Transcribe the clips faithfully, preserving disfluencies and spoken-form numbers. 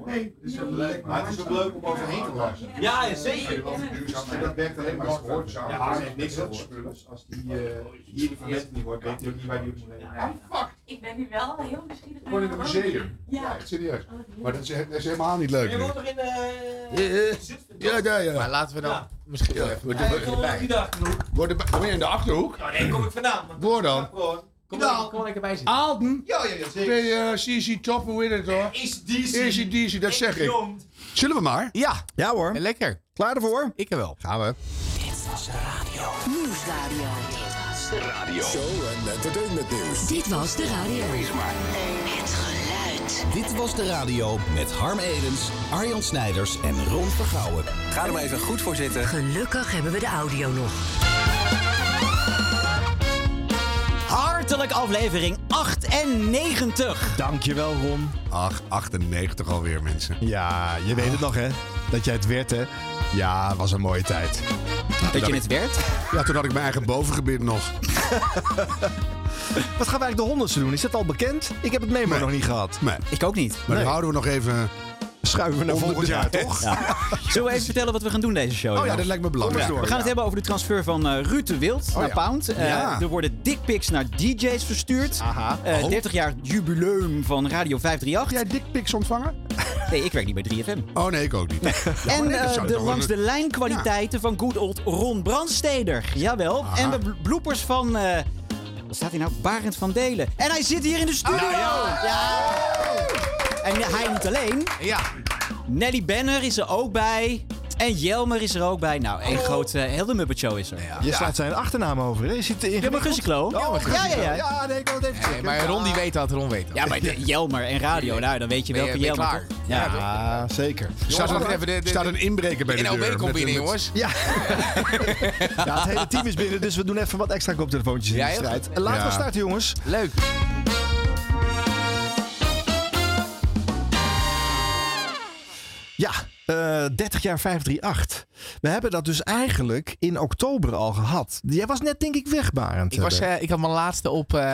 Nee, het is ook leuk. Maar het is ook leuk om overheen te lassen. Ja, zeker. En dat werkt alleen maar als het gehoord zou. Ja, er heeft niks aan spullen. Als die uh, hier die vermeten niet wordt, weet je ook niet waar die op moet nemen. Ja, fuck! Ik ben nu wel heel nieuwsgierig. Gewoon in een museum. Ja, echt serieus. Maar dat is, dat is helemaal niet leuk. Je woont toch in de... Ja, ja, ja. Maar laten we dan Ja. misschien wel even... Word je in de Achterhoek? Ja, nee, kom ik vandaan. Waar dan? Kom er kom lekker bij zitten. Alden? Ja, ja, ja, zeker. Bij C C Top, hoe heet het hoor? A C D C. A C D C, dat zeg ik. Zullen we maar? Ja. Ja hoor. Lekker. Klaar ervoor? Ik er wel. Gaan we. Dit was de radio. Nieuwsradio. Dit was de radio. Show en entertainment nieuws. Dit was de radio. Het geluid. Dit was de radio met Harm Edens, Arjan Snijders en Ron Vergouwen. Ga er maar even goed voor zitten. Gelukkig hebben we de audio nog. Hartelijk aflevering achtennegentig. Dankjewel Ron. Ach, achtennegentig alweer mensen. Ja, je weet het nog hè. Dat jij het werd hè. Ja, was een mooie tijd. Dat je het werd? Ja, toen had ik mijn eigen bovengebit nog. Wat gaan we eigenlijk de honderdste doen? Is dat al bekend? Ik heb het memo Nee. nog niet gehad. Nee. Ik ook niet. Maar Nee. dan houden we nog even... Schuiven we naar volgend jaar, toch? Ja. Zullen we even vertellen wat we gaan doen deze show? Oh ja, dat lijkt me belangrijk. Kom eens door. We gaan het hebben over de transfer van uh, Ruud de Wild naar ja. Pound. Uh, Ja. Er worden dickpics naar D J's verstuurd. Aha. Uh, Oh. dertig jaar jubileum van Radio vijf drie acht. Heb jij dickpics ontvangen? Nee, ik werk niet bij drie F M. Oh nee, ik ook niet. Ja, En maar nee, dat uh, zou de toch wel langs de een- lijn kwaliteiten van good old Ron Brandsteder. Jawel. Aha. En de bl- bloopers van... Uh, wat staat hij nou? Barend van Delen. En hij zit hier in de studio. Oh, ja. En hij niet alleen. Ja. Nelly Benner is er ook bij. En Jelmer is er ook bij. Nou, één grote, heel de Muppet Show is er. Ja, Je slaat zijn achternaam over. Hè? Is het ja maar Gussiklo. Oh, ja, ja, ja. Ja, nee, ik wil het even Nee, checken. maar Ron die weet dat, Ron weet dat. Ja, maar de Jelmer en radio, nou, dan weet je Ben je- welke ben je Jelmer. klaar? toch? Ja, Ja, zeker. Staat wacht er even, de- de- staat een inbreker bij de De deur. N L B komt Met- binnen, met- jongens. Ja. ja, het hele team is binnen, dus we doen even wat extra koptelefoontjes in Ja, de heel strijd. goed. En laten we Ja. starten, jongens. Leuk. Ja, uh, dertig jaar vijf drie acht. We hebben dat dus eigenlijk in oktober al gehad. Jij was net denk ik weg, Barend. Ik, was, uh, ik had mijn laatste op uh,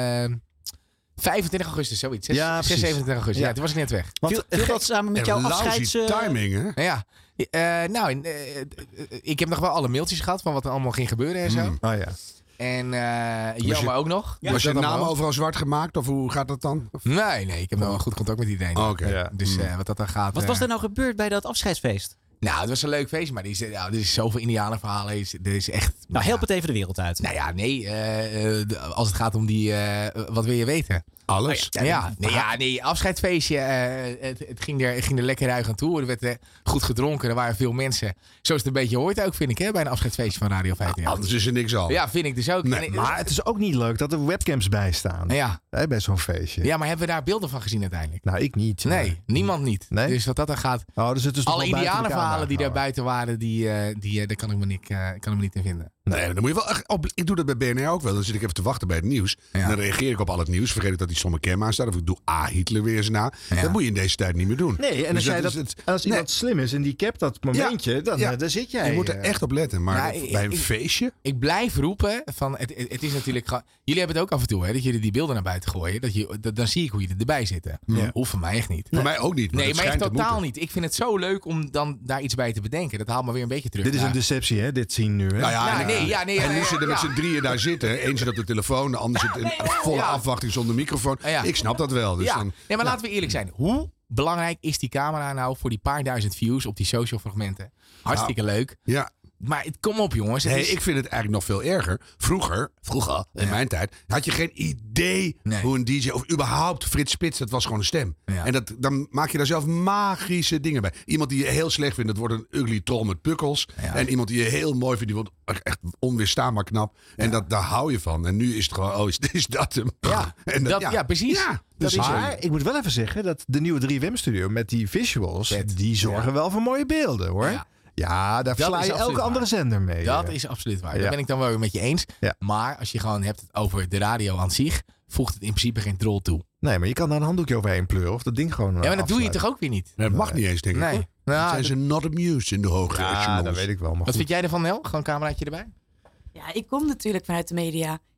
vijfentwintig augustus, zoiets. zes, Ja, zes, precies. zevenentwintig augustus. Ja. Ja. toen was ik net weg. Want, Viel, viel dat samen met En jouw lousy afscheids... uh, timing, hè? Nou ja, uh, nou, in, uh, uh, ik heb nog wel alle mailtjes gehad van wat er allemaal ging gebeuren en zo. Hmm. oh ja. En uh, Jelmer ook nog. Was je dat naam allemaal? overal zwart gemaakt? Of hoe gaat dat dan? Of- Nee, nee, ik heb nog wel goed contact met iedereen. Oh, Oké. Ja. Dus uh, wat dat dan gaat... Wat uh, was er nou gebeurd bij dat afscheidsfeest? Nou, het was een leuk feest, maar er is, nou, er is zoveel Indianenverhalen. Er is, er is echt... Nou, help ja. het even de wereld uit. Nou ja, nee. Uh, uh, de, als het gaat om die... Uh, wat wil je weten? Alles. Ja, ja, nee, ja, nee, afscheidsfeestje. Uh, het, het, ging er, het ging er lekker ruig aan toe. Er werd uh, goed gedronken. Er waren veel mensen. Zoals het een beetje hoort ook, vind ik, hè, bij een afscheidsfeestje van Radio vijf drie acht. Anders is er niks al. Ja, vind ik dus ook. Nee, En, Maar het is ook niet leuk dat er webcams bij staan. ja. Hè, bij zo'n feestje. ja, maar hebben we daar beelden van gezien uiteindelijk? Nou, ik niet. Nee, niemand niet. Nee? Dus wat dat dan gaat... Oh, dus het is toch Alle wel buiten de Indianenverhalen die daar camera buiten waren, die, uh, die, uh, daar kan ik me niet, uh, kan ik me niet in vinden. Nee, dan moet je wel echt op. Ik doe dat bij B N R ook wel. Dan zit ik even te wachten bij het nieuws. Ja. En dan reageer ik op al het nieuws. Vergeet ik dat die sommige cam aan staat. Of ik doe A. Hitler weer eens na. Ja. Dat moet je in deze tijd niet meer doen. Nee, en als, Dus jij dat dat, is het- en als iemand Nee. slim is en die capt dat momentje, dan Ja. uh, daar zit jij. Je moet er uh, echt op letten. Maar Nou, bij ik- een ik- feestje. Ik blijf roepen van het, het, het is natuurlijk gewoon. Jullie hebben het ook af en toe, hè, dat jullie die beelden naar buiten gooien. Dat je, dat, dan zie ik hoe jullie erbij zitten. Ja. Hoeft van mij echt niet. Voor mij ook niet. Maar Nee, dat maar echt schijnt te totaal moeten. niet. Ik vind het zo leuk om dan daar iets bij te bedenken. Dat haalt me weer een beetje terug. Dit is naar- een deceptie, hè? Dit zien nu, hè? Nou ja, Nou, en, nee, ja, nee, en nu ja, zitten met ja. z'n drieën daar zitten. Eén zit op de telefoon, de ander zit in volle ja. afwachting zonder microfoon. Ja. Ik snap dat wel. Dus ja, dan, nee, maar laten we eerlijk zijn. Hoe belangrijk is die camera nou voor die paar duizend views op die social fragmenten? Hartstikke leuk. ja. Maar het, kom op, jongens. Het Nee, is, ik vind het eigenlijk nog veel erger. Vroeger, vroeger, in Ja. mijn tijd, had je geen idee Nee. hoe een D J, of überhaupt Frits Spits, dat was gewoon een stem. Ja. En dat, dan maak je daar zelf magische dingen bij. Iemand die je heel slecht vindt, dat wordt een ugly troll met pukkels. Ja. En iemand die je heel mooi vindt, die wordt echt onweerstaanbaar knap. En dat, daar hou je van. En nu is het gewoon, oh, is, is dat hem? Ja, en dat, ja, precies. Ja, Dat dus is Maar zo. ik moet wel even zeggen dat de nieuwe drie W M-studio met die visuals, Vet. die zorgen Ja. wel voor mooie beelden, hoor. Ja. Ja, daar Dat sla is je absoluut elke andere waar. zender mee. Dat eh. is absoluut waar. Ja. Daar ben ik dan wel weer met je eens. Ja. Maar als je gewoon hebt het over de radio aan zich, voegt het in principe geen drol toe. Nee, maar je kan daar een handdoekje overheen pleuren of dat ding gewoon. Ja, maar dat doe je toch ook weer niet? Dat mag niet eens, denk ik. Nee. hoor. Nou, zijn dat- ze not amused in de hoge Ja, echelons. dat weet ik wel. Maar Wat goed. vind jij ervan, Nel? Gewoon een cameraatje erbij? Ja, ik kom natuurlijk vanuit de media.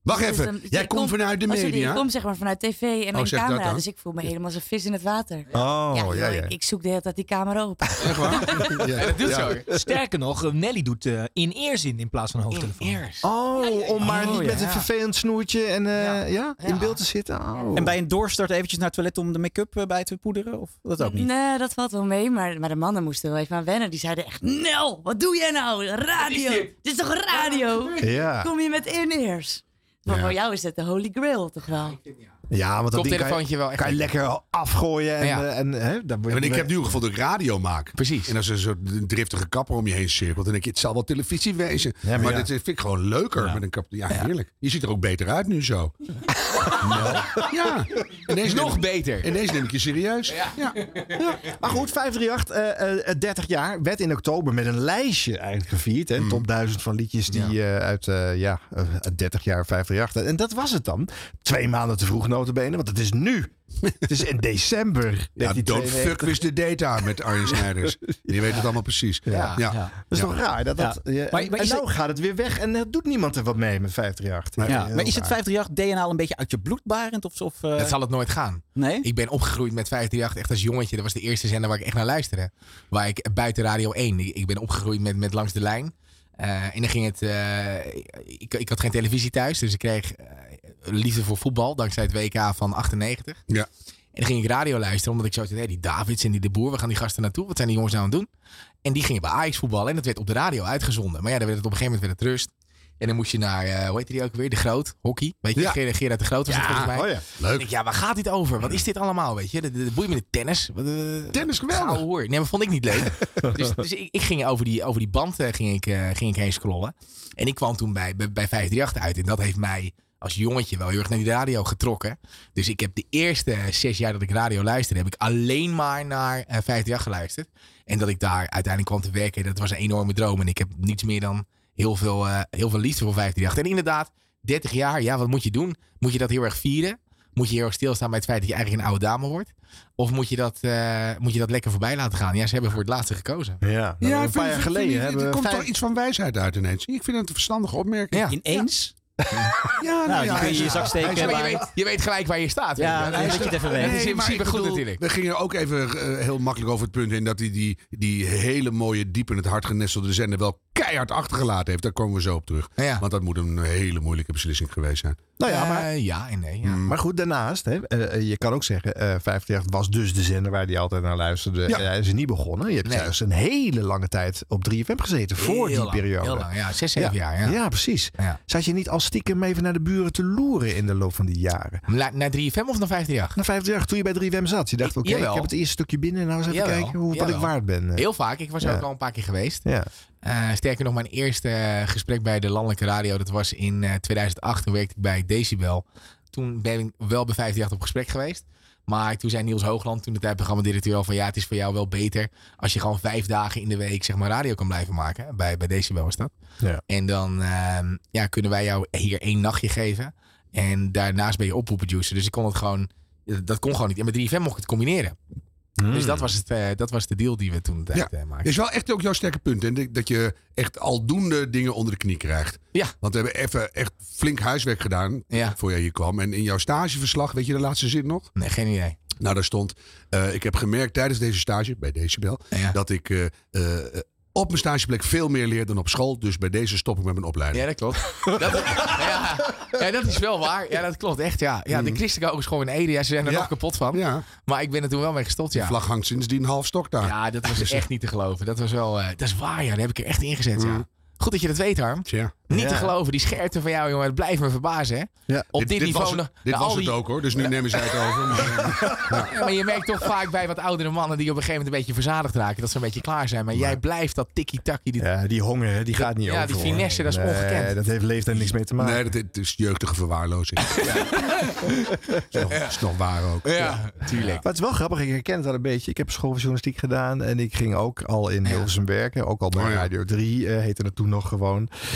Wacht Dus even, dan- jij ik komt kom- vanuit de oh, sorry, media? ik kom zeg maar vanuit tv en Oh, een zeg dat camera. dan. Dus ik voel me helemaal als een vis in het water. Oh, ja, ja, joh, ja. Ik, ik zoek de hele tijd die camera open. Echt waar? Ja, dat doet Ja. zo. Sterker nog, eh, Nelly doet eh, in-ears in in plaats van een hoofdtelefoon. Ears. Oh, om maar Oh, niet met ja. een vervelend snoertje en eh, ja. Ja. in beeld te zitten. Oh. En bij een doorstart eventjes naar het toilet om de make-up eh, bij te poederen? Of dat ook niet? Nee, dat valt wel mee. Maar, maar de mannen moesten er wel even aan wennen. Die zeiden echt, Nel, wat doe jij nou? Radio. Dit is toch een radio? Ja. Kom je met in-ears? Maar voor jou is het de holy grail toch wel? Ja, want dat ding kan Koptelefoontje wel je, echt kan je lekker afgooien. En, Ja. eh, en, hè, daar Ja, maar ik heb nu gevoel dat ik radio maak. Precies. En als er een soort driftige kapper om je heen cirkelt, dan denk je, het zal wel televisie wezen. Ja, maar maar ja. dit vind ik gewoon leuker Ja. met een kap. Ja, heerlijk. Je ziet er ook beter uit nu zo. Ja. Ineens Nog neem, beter. ineens neem ik je serieus. Ja. Maar goed, vijfdrieënachtig, eh, eh, dertig jaar, werd in oktober met een lijstje eigenlijk gevierd. Hè? Top duizend van liedjes die eh, uit, eh, ja, eh, uit dertig jaar vijfdrieënachtig. En dat was het dan. Twee maanden te vroeg notabene, want het is nu. Het is in december. Ja, don't negentienvijfennegentig. fuck with the data met Arjen Snijders. Die weet het allemaal precies. Ja. Ja. Ja. Dat is toch raar? Dat, dat, ja. Maar- en maar en is nou het- gaat het weer weg en er doet niemand er wat mee met vijfdrieënachtig. Ja. Heel Maar is het raar. vijfdrieënachtig D N A al een beetje uit je bloed barend? Of, of, eh, Dat zal het nooit gaan. Nee? Ik ben opgegroeid met vijfdrieëntig echt als jongetje. Dat was de eerste zender waar ik echt naar luisterde. Waar ik buiten Radio één. Ik, ik ben opgegroeid met, met Langs de Lijn. Uh, en dan ging het... Uh, ik, ik had geen televisie thuis. Dus ik kreeg uh, liefde voor voetbal. Dankzij het W K van achtennegentig. Ja. En dan ging ik radio luisteren. Omdat ik zo zei, hey, die Davids en die De Boer. We gaan die gasten naartoe. Wat zijn die jongens nou aan het doen? En die gingen bij Ajax voetballen. En dat werd op de radio uitgezonden. Maar ja, dan werd het op een gegeven moment werd het rust. En dan moest je naar, uh, hoe heet die ook weer? De Groot, hockey. Weet je, Ja. Gerard, Gerard de Groot was het volgens mij. Oh ja. Dan Leuk. denk ik, ja, waar gaat dit over? Wat is dit allemaal, weet je? De, de, de boei met de tennis. Wat, uh, Tennis, geweldig. Gauw hoor. Nee, maar vond ik niet leuk. dus dus ik, ik ging over die, over die band uh, ging ik, uh, ging ik heen scrollen. En ik kwam toen bij, bij, bij vijfdrieënachtig uit. En dat heeft mij als jongetje wel heel erg naar die radio getrokken. Dus ik heb de eerste zes jaar dat ik radio luisterde, heb ik alleen maar naar uh, vijfdrieënachtig geluisterd. En dat ik daar uiteindelijk kwam te werken, dat was een enorme droom. En ik heb niets meer dan heel veel, uh, heel veel liefde voor vijfdrieënachtig. En inderdaad, dertig jaar, ja, wat moet je doen? Moet je dat heel erg vieren? Moet je heel erg stilstaan bij het feit dat je eigenlijk een oude dame wordt? Of moet je dat, uh, moet je dat lekker voorbij laten gaan? Ja, ze hebben voor het laatste gekozen. Ja, Ja, nou, een ik paar vind- jaar vind- geleden vind- hebben Er we komt vijf- toch iets van wijsheid uit ineens. Ik vind het een verstandige opmerking. Ja. Ineens? Ja, Nou, die kun je in je zak steken. Maar je waar- weet, je weet gelijk waar je staat. weet Ja, je. nee, dat je het even weet. Het is in Nee, maar principe ik goed bedoel, natuurlijk. We gingen ook even uh, heel makkelijk over het punt heen dat hij die, die hele mooie, diep in het hart genestelde zender wel keihard achtergelaten heeft. Daar komen we zo op terug. Ja. Want dat moet een hele moeilijke beslissing geweest zijn. Nou ja, maar, Uh, ja en nee. Ja. maar goed, daarnaast, hè, uh, je kan ook zeggen, uh, vijfendertig was dus de zender waar hij altijd naar luisterde. Ja. En hij is niet begonnen. Je hebt Nee. juist een hele lange tijd op drie F M gezeten voor Heel die lang, periode. Heel lang, ja. Zes, zeven jaar. Ja. Ja, precies. Ja. Zat je niet al stiekem even naar de buren te loeren in de loop van die jaren? Na- Naar drie F M of naar vijfendertig? Na vijfendertig, toen je bij drie F M zat. Je dacht, oké, Jawel. ik heb het eerste stukje binnen. Nou eens even Jawel, kijken hoe, wat jawel. ik waard ben. Uh, Heel vaak. Ik was Ja. ook al een paar keer geweest. ja. Uh, sterker nog, mijn eerste uh, gesprek bij de landelijke radio, dat was in uh, tweeduizend acht. Toen werkte ik bij Decibel. Toen ben ik wel bij vijfendertig op gesprek geweest. Maar toen zei Niels Hoogland, toen de tijdprogramma-directeur, al van ja, het is voor jou wel beter als je gewoon vijf dagen in de week zeg maar radio kan blijven maken. Bij, bij Decibel was dat. Ja. En dan uh, ja, kunnen wij jou hier één nachtje geven. En daarnaast ben je oproepproducer. Dus ik kon het gewoon, dat kon gewoon niet. En met drie F M mocht ik het combineren. Hmm. Dus dat was, het, uh, dat was de deal die we toen de tijd Ja. uh, maakten. Dat is wel echt ook jouw sterke punt. En dat je echt aldoende dingen onder de knie krijgt. Ja. Want we hebben even echt flink huiswerk gedaan Ja. voor jij hier kwam. En in jouw stageverslag, weet je de laatste zin nog? Nee, geen idee. Nou, daar stond, uh, ik heb gemerkt tijdens deze stage bij Decibel, Ja. dat ik uh, uh, op mijn stageplek veel meer leer dan op school. Dus bij deze stop ik met mijn opleiding. Ja, dat klopt. dat, ja, ja, dat is wel waar. Ja, dat klopt echt. Ja, ja de Christelijke Hogeschool in Ede, ja, ze zijn er Ja. nog kapot van. Ja, Maar ik ben er toen wel mee gestopt, de ja. vlag hangt sindsdien half stok daar. Ja, dat was echt niet te geloven. Dat was wel, uh, dat is waar, ja. Daar heb ik er echt in gezet, ja. Goed dat je dat weet, Harm. Tja. Niet Ja. te geloven, die scherpte van jou, jongen. Het blijft me verbazen, hè. Ja. Op dit, dit, dit niveau was, nog. het, dit na was al het die- ook hoor, dus nu nemen zij het over. Maar, Ja, maar je merkt toch vaak bij wat oudere mannen die op een gegeven moment een beetje verzadigd raken, dat ze een beetje klaar zijn. Maar jij blijft dat tikkie-takkie. Die... Ja, die honger, hè, die gaat niet Ja, over. die hoor. finesse, dat is ongekend. Nee, dat heeft leeftijd niks mee te maken. nee, dat, het is jeugdige verwaarlozing. is, nog, is nog waar ook. Ja, tuurlijk. Maar het is wel grappig, ik herken het wel een beetje. Ik heb school voor journalistiek gedaan en ik ging ook al in Hilversum werken. Ook al bij Oh ja. Radio drie uh, heette het toen nog gewoon. En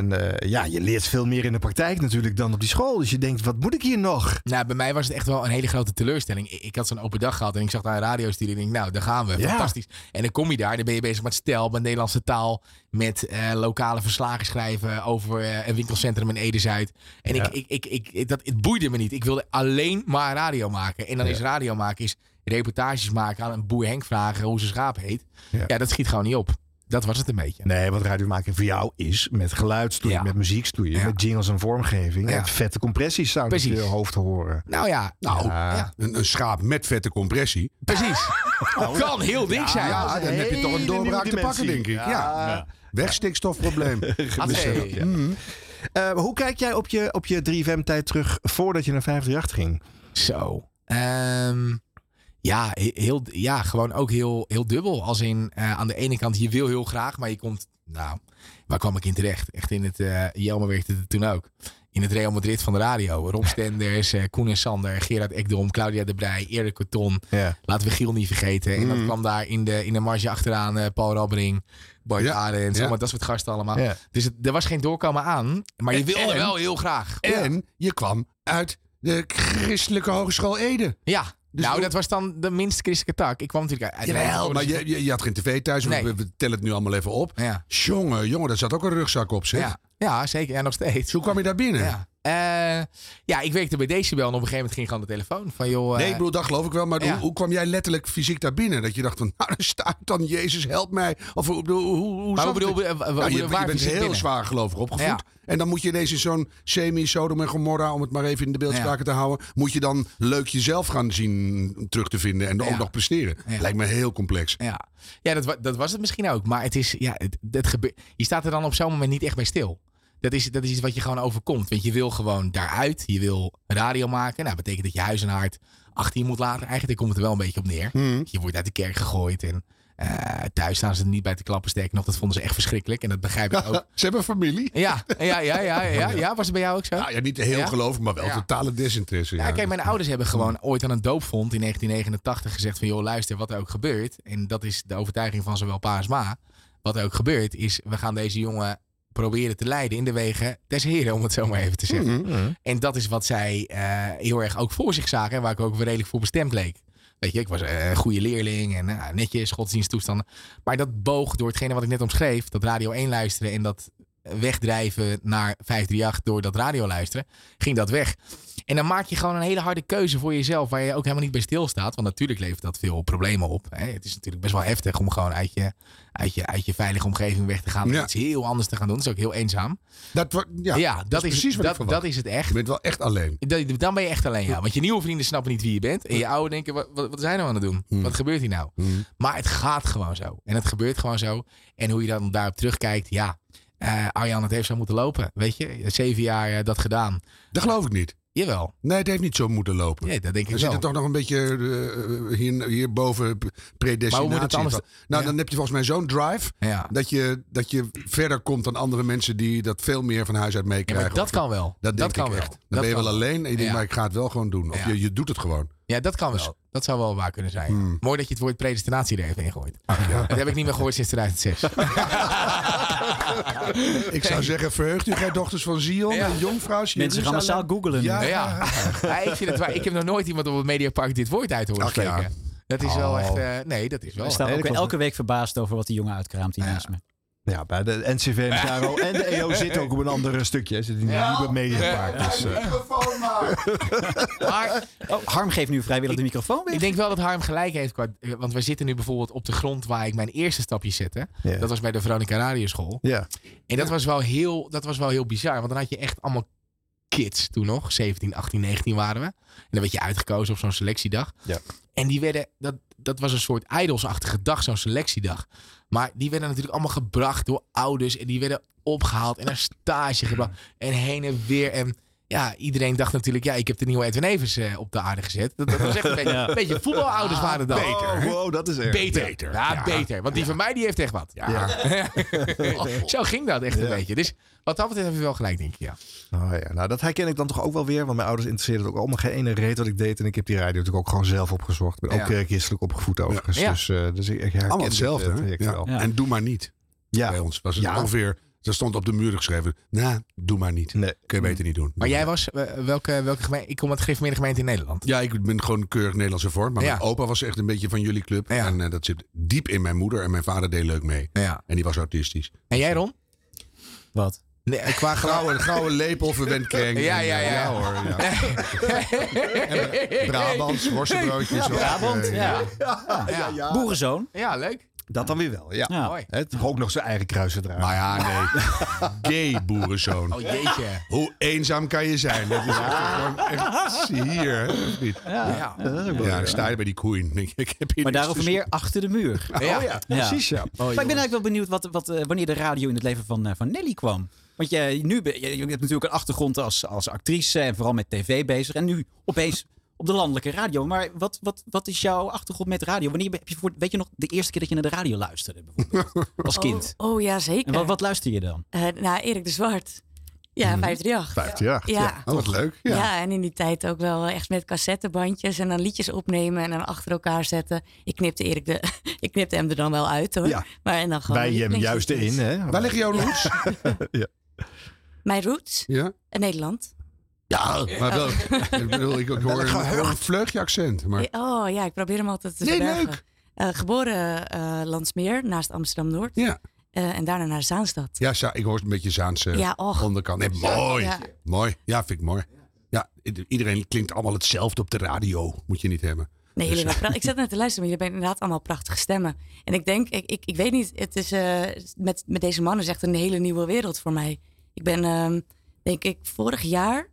En uh, ja, je leert veel meer in de praktijk natuurlijk dan op die school. Dus je denkt, wat moet ik hier nog? Nou, bij mij was het echt wel een hele grote teleurstelling. Ik, ik had zo'n open dag gehad en ik zag daar een radiostudio. En ik denk, nou, daar gaan we. Ja. Fantastisch. En dan kom je daar, dan ben je bezig met stijl, met Nederlandse taal. Met uh, lokale verslagen schrijven over uh, een winkelcentrum in Ede-Zuid. En ja. ik, ik, ik, ik, dat, het boeide me niet. Ik wilde alleen maar radio maken. En dan ja. is radio maken, is reportages maken, aan een boer Henk vragen hoe zijn schaap heet. Ja. ja, dat schiet gewoon niet op. Dat was het een beetje. Nee, wat radio maken voor jou is met geluid stoeien, ja. met muziek stoeien, ja. met jingles en vormgeving. Ja. En vette compressies zou in je hoofd horen. Nou ja, nou, ja. Ja. Een, een schaap met vette compressie. Precies. Oh. Kan heel dik zijn. Ja, ja, dan heb je toch een doorbraak te pakken, denk ik. Ja. Ja. Wegstikstofprobleem. Nee. Ja. Mm. Uh, hoe kijk jij op je, op je drie F M-tijd terug voordat je naar vijf drie acht ging? Zo. Um... Ja, heel, ja, gewoon ook heel, heel dubbel. Als in, uh, aan de ene kant, je wil heel graag, maar je komt... Nou, waar kwam ik in terecht? Echt in het... Uh, Jelmer werkte het toen ook. In het Real Madrid van de radio. Rob Stenders, uh, Koen en Sander, Gerard Ekdom, Claudia de Breij, Erik Corton. Ja. Laten we Giel niet vergeten. En mm. dan kwam daar in de, in de marge achteraan uh, Paul Rabbering, Bart ja. Arends, ja. dat soort gasten allemaal. Ja. Dus het, er was geen doorkomen aan, maar je wilde en, wel heel graag. En ja. je kwam uit de Christelijke Hogeschool Ede. Ja. Dus nou, ook... dat was dan de minst christelijke tak. Ik kwam natuurlijk uit. Jawel, maar je, je, je had geen tv thuis. Nee. We, we tellen het nu allemaal even op. Ja. Jongen, jongen, daar zat ook een rugzak op, zeg. Ja, ja zeker. En nog steeds. Hoe kwam je daar binnen? Ja. Uh, ja, ik werkte bij Decibel en op een gegeven moment ging gewoon de telefoon. Van, joh, uh... Nee, ik bedoel, dat geloof ik wel. Maar ja. hoe, hoe kwam jij letterlijk fysiek daar binnen? Dat je dacht van, nou, daar staat dan, Jezus, help mij. Of hoe, hoe, hoe maar bedoel, het? Uh, nou, je, waar je bent heel binnen? Zwaar gelovig opgevoed. Ja. En dan moet je ineens in zo'n semi-Sodom en Gomorra, om het maar even in de beeldspraak ja. te houden, moet je dan leuk jezelf gaan zien terug te vinden en ja. ook nog presteren. Ja. Lijkt me heel complex. Ja, ja dat, dat was het misschien ook. Maar het is, ja, het, het gebe- je staat er dan op zo'n moment niet echt bij stil. Dat is, dat is iets wat je gewoon overkomt. Want je wil gewoon daaruit. Je wil radio maken. Nou, dat betekent dat je huis en haard achttien moet laten. Eigenlijk komt het er wel een beetje op neer. Mm. Je wordt uit de kerk gegooid. En uh, thuis staan ze er niet bij te klappen. Sterker nog, dat vonden ze echt verschrikkelijk. En dat begrijp ik ook. Ze hebben familie. Ja, ja, ja, ja, ja, ja. Was het bij jou ook zo? Nou, ja, niet heel ja? gelovig, maar wel ja. totale desinteresse. Ja. Ja, kijk, mijn ouders hebben gewoon ooit aan een doopvond in negentien negenentachtig gezegd van, joh, luister, wat er ook gebeurt. En dat is de overtuiging van zowel pa als ma. Wat er ook gebeurt is, we gaan deze jongen proberen te leiden in de wegen des heren, om het zo maar even te zeggen. Mm-hmm. En dat is wat zij uh, heel erg ook voor zich zagen en waar ik ook redelijk voor bestemd leek. Weet je, ik was een goede leerling en uh, netjes, godsdiensttoestanden. Maar dat boog door hetgene wat ik net omschreef, dat Radio één luisteren en dat wegdrijven naar vijf drie acht door dat radio luisteren, ging dat weg. En dan maak je gewoon een hele harde keuze voor jezelf, waar je ook helemaal niet bij stilstaat. Want natuurlijk levert dat veel problemen op. Hè. Het is natuurlijk best wel heftig om gewoon uit je, uit je, uit je veilige omgeving weg te gaan. Ja. Iets heel anders te gaan doen. Dat is ook heel eenzaam. Dat, ja, ja, dat, dat is precies wat dat, dat is het echt. Je bent wel echt alleen. Dat, dan ben je echt alleen, ja. Want je nieuwe vrienden snappen niet wie je bent. En je oude denken, wat, wat, wat zijn we nou aan het doen? Hmm. Wat gebeurt hier nou? Hmm. Maar het gaat gewoon zo. En het gebeurt gewoon zo. En hoe je dan daarop terugkijkt, ja. Uh, Arjan, het heeft zo moeten lopen. Weet je, zeven jaar uh, dat gedaan. Dat geloof ik niet. Jawel. Nee, het heeft niet zo moeten lopen. Nee, dat denk ik We wel. zitten toch nog een beetje uh, hier, hierboven predestinatie. Anders... Nou, ja. dan heb je volgens mij zo'n drive ja. dat, je, dat je verder komt dan andere mensen die dat veel meer van huis uit meekrijgen. Ja, maar dat kan wel. Dat, dat denk kan ik wel. echt. Dan dat ben je wel alleen en je denkt, ja. maar ik ga het wel gewoon doen. Of ja. je, je doet het gewoon. Ja, dat kan wel. Dat zou wel waar kunnen zijn. Hmm. Mooi dat je het woord predestinatie er even in gooit. Ach, ja. Dat heb ik niet meer gehoord sinds tweeduizend zes. Ik zou zeggen, verheugt u geen dochters van Zion ja. en Jongvrouw? Mensen gaan massaal googelen. Ja, ja. ja ik, vind het waar. Ik heb nog nooit iemand op het Mediapark dit woord uit horen spreken. Ja. Dat is oh. wel echt... Uh, nee, dat is wel... We staan ook elke week verbaasd over wat die jongen uitkraamt hier ja. naast me. Ja, bij de N C V M K R O en de E O zit ook op een ander stukje. Zit in ja. nieuwe Mediapark. Dus, uh. microfoon maar. maar oh, Harm geeft nu vrijwillig de microfoon weg. Ik denk wel dat Harm gelijk heeft. Want we zitten nu bijvoorbeeld op de grond waar ik mijn eerste stapje zette. Ja. Dat was bij de Veronica Radioschool. Ja. En dat was wel heel, dat was wel heel bizar. Want dan had je echt allemaal kids toen nog. zeventien, achttien, negentien waren we. En dan werd je uitgekozen op zo'n selectiedag. Ja. En die werden, dat, dat was een soort idolsachtige dag, zo'n selectiedag. Maar die werden natuurlijk allemaal gebracht door ouders. En die werden opgehaald en naar stage gebracht. En heen en weer. En ja, iedereen dacht natuurlijk, ja, ik heb de nieuwe Edwin Evers uh, op de aarde gezet. Dat, dat was echt een beetje, ja. een beetje voetbalouders waren dat. Beter. Oh, wow, dat is erg. Beter. Beter. Ja, ja, beter. Want die ja. van mij, die heeft echt wat. Ja. Ja. Zo ging dat echt ja. een beetje. Dus wat dat betreft heb je wel gelijk, denk ik, ja. Oh ja, nou dat herken ik dan toch ook wel weer. Want mijn ouders interesseerden het ook allemaal geen ene reet wat ik deed. En ik heb die radio natuurlijk ook gewoon zelf opgezocht. Ik ben ook ja. christelijk opgevoed overigens. Ja. Dus, uh, dus ik, ik herken allemaal hetzelfde. Het, hè? Ja. Ja. En doe maar niet. Ja. Bij ons was het ja. ongeveer Er stond op de muur geschreven, nou, doe maar niet. Nee. Kun je beter niet doen. Maar jij was, uh, welke, welke gemeente? Ik kom uit de gereformeerde gemeente in Nederland. Ja, ik ben gewoon keurig Nederlandse vorm. Maar ja. mijn opa was echt een beetje van jullie club. Ja. En uh, dat zit diep in mijn moeder. En mijn vader deed leuk mee. Ja. En die was autistisch. En jij, Ron? Wat? Nee, qua gouden, gouden lepel, verwend kreng. Ja, ja, ja. ja hoor. Ja. En Brabants, worstenbroodjes. Ja, Brabant, ja. Ja. Ja, ja, ja. Boerenzoon. Ja, leuk. Dat dan weer wel, ja. Ja. Mooi. Het ook nog zijn eigen kruisen dragen. Maar ja, nee. Gay boerenzoon. Oh jeetje. Hoe eenzaam kan je zijn? Dat is echt gewoon echt hier, hè? Of niet? Ja, ja. Dat is ook wel Ja, weer. dan sta je bij die koeien. Ik, ik heb hier Maar niks daarover te meer achter de muur. Oh ja, precies ja. maar ik ben eigenlijk wel benieuwd wat, wat, uh, wanneer de radio in het leven van, uh, van Nelly kwam. Want je, nu ben, je, je hebt natuurlijk een achtergrond als, als actrice en vooral met tv bezig. En nu opeens op de landelijke radio. Maar wat, wat, wat is jouw achtergrond met radio? Wanneer heb je voor, weet je nog de eerste keer dat je naar de radio luisterde bijvoorbeeld? Als kind. Oh, oh ja, zeker. En wat, wat luister je dan? Uh, nou, Erik de Zwart. Ja, Mm. vijf drie acht. vijf drie acht, Ja. ja. Oh, wat leuk. Ja. Ja. en in die tijd ook wel echt met cassettebandjes en dan liedjes opnemen en dan achter elkaar zetten. Ik knipte Erik de, ik knipte hem er dan wel uit hoor. Ja. Maar en dan gewoon Wij hem juist liedjes. in, hè? Waar liggen jouw roots? Ja. Mijn roots? Ja. In Nederland. Ja, maar wel. Ik bedoel, ik, ik hoor een, een vleugje accent. Maar... Oh ja, ik probeer hem altijd te Nee, verbergen. leuk. Uh, geboren uh, Landsmeer, naast Amsterdam-Noord. Ja. Uh, en daarna naar Zaanstad. Ja, Za- ik hoor een beetje Zaanse Ja, och. onderkant. Nee, mooi. Ja. Mooi. Ja, vind ik mooi. Ja, i- iedereen klinkt allemaal hetzelfde op de radio. Moet je niet hebben. Nee, jullie Dus- hebben pra- ik zat net te luisteren, maar jullie hebben inderdaad allemaal prachtige stemmen. En ik denk, ik, ik, ik weet niet, het is uh, met, met deze mannen is echt een hele nieuwe wereld voor mij. Ik ben, um, denk ik, vorig jaar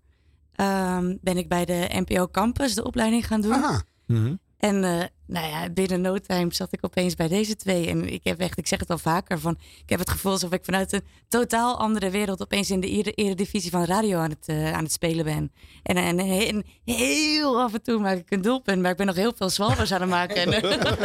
um, ben ik bij de N P O Campus de opleiding gaan doen. Aha. Mm-hmm. En uh, nou ja, binnen no time zat ik opeens bij deze twee. En ik heb echt, ik zeg het al vaker, van, ik heb het gevoel alsof ik vanuit een totaal andere wereld opeens in de ere- eredivisie van radio aan het, uh, aan het spelen ben. En, en, en heel af en toe maak ik een doelpunt, maar ik ben nog heel veel zwalbers aan het maken. En,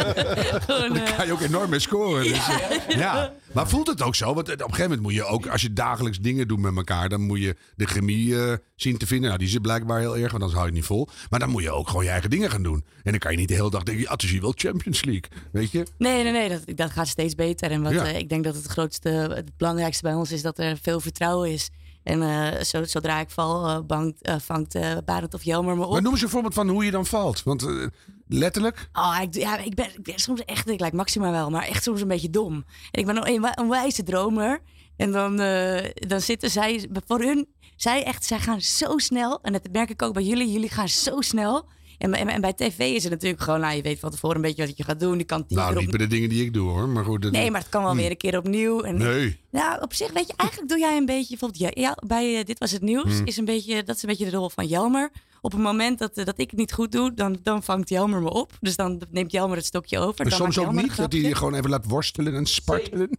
gewoon, Dan uh, kan je ook enorm mee scoren. Dus, Ja. ja. ja. Maar voelt het ook zo? Want op een gegeven moment moet je ook, als je dagelijks dingen doet met elkaar, dan moet je de chemie uh, zien te vinden. Nou, die zit blijkbaar heel erg, want anders hou je het niet vol. Maar dan moet je ook gewoon je eigen dingen gaan doen. En dan kan je niet de hele dag denken, ja, het is hier wel Champions League. Weet je? Nee, nee, nee, dat, dat gaat steeds beter. En wat, Ja. uh, ik denk dat het grootste, het belangrijkste bij ons is dat er veel vertrouwen is. En uh, zo, zodra ik val, uh, bangt, uh, vangt uh, Barend of Jelmer me op. Maar noem eens een voorbeeld van hoe je dan valt. Want uh, letterlijk... Oh, ik, ja, ik, ben, ik ben soms echt, ik lijk Maxima wel, maar echt soms een beetje dom. En ik ben een, een, een wijze dromer. En dan, uh, dan zitten zij, voor hun, zij echt, zij gaan zo snel. En dat merk ik ook bij jullie, jullie gaan zo snel. En, en, en bij tv is het natuurlijk gewoon, nou, je weet van tevoren een beetje wat je gaat doen. Je kan tien Nou, keer niet op... bij de dingen die ik doe hoor. Maar goed, dat... Nee, maar het kan wel Hm. weer een keer opnieuw. En, Nee. Nou, op zich, weet je, eigenlijk doe jij een beetje, bijvoorbeeld, ja, ja, bij uh, Dit Was Het Nieuws, Hm. is een beetje, dat is een beetje de rol van Jelmer. Op het moment dat, uh, dat ik het niet goed doe, dan, dan vangt Jelmer me op. Dus dan neemt Jelmer het stokje over. Maar dan soms maakt ook Jelmer niet, een dat hij grapje. je gewoon even laat worstelen en spartelen.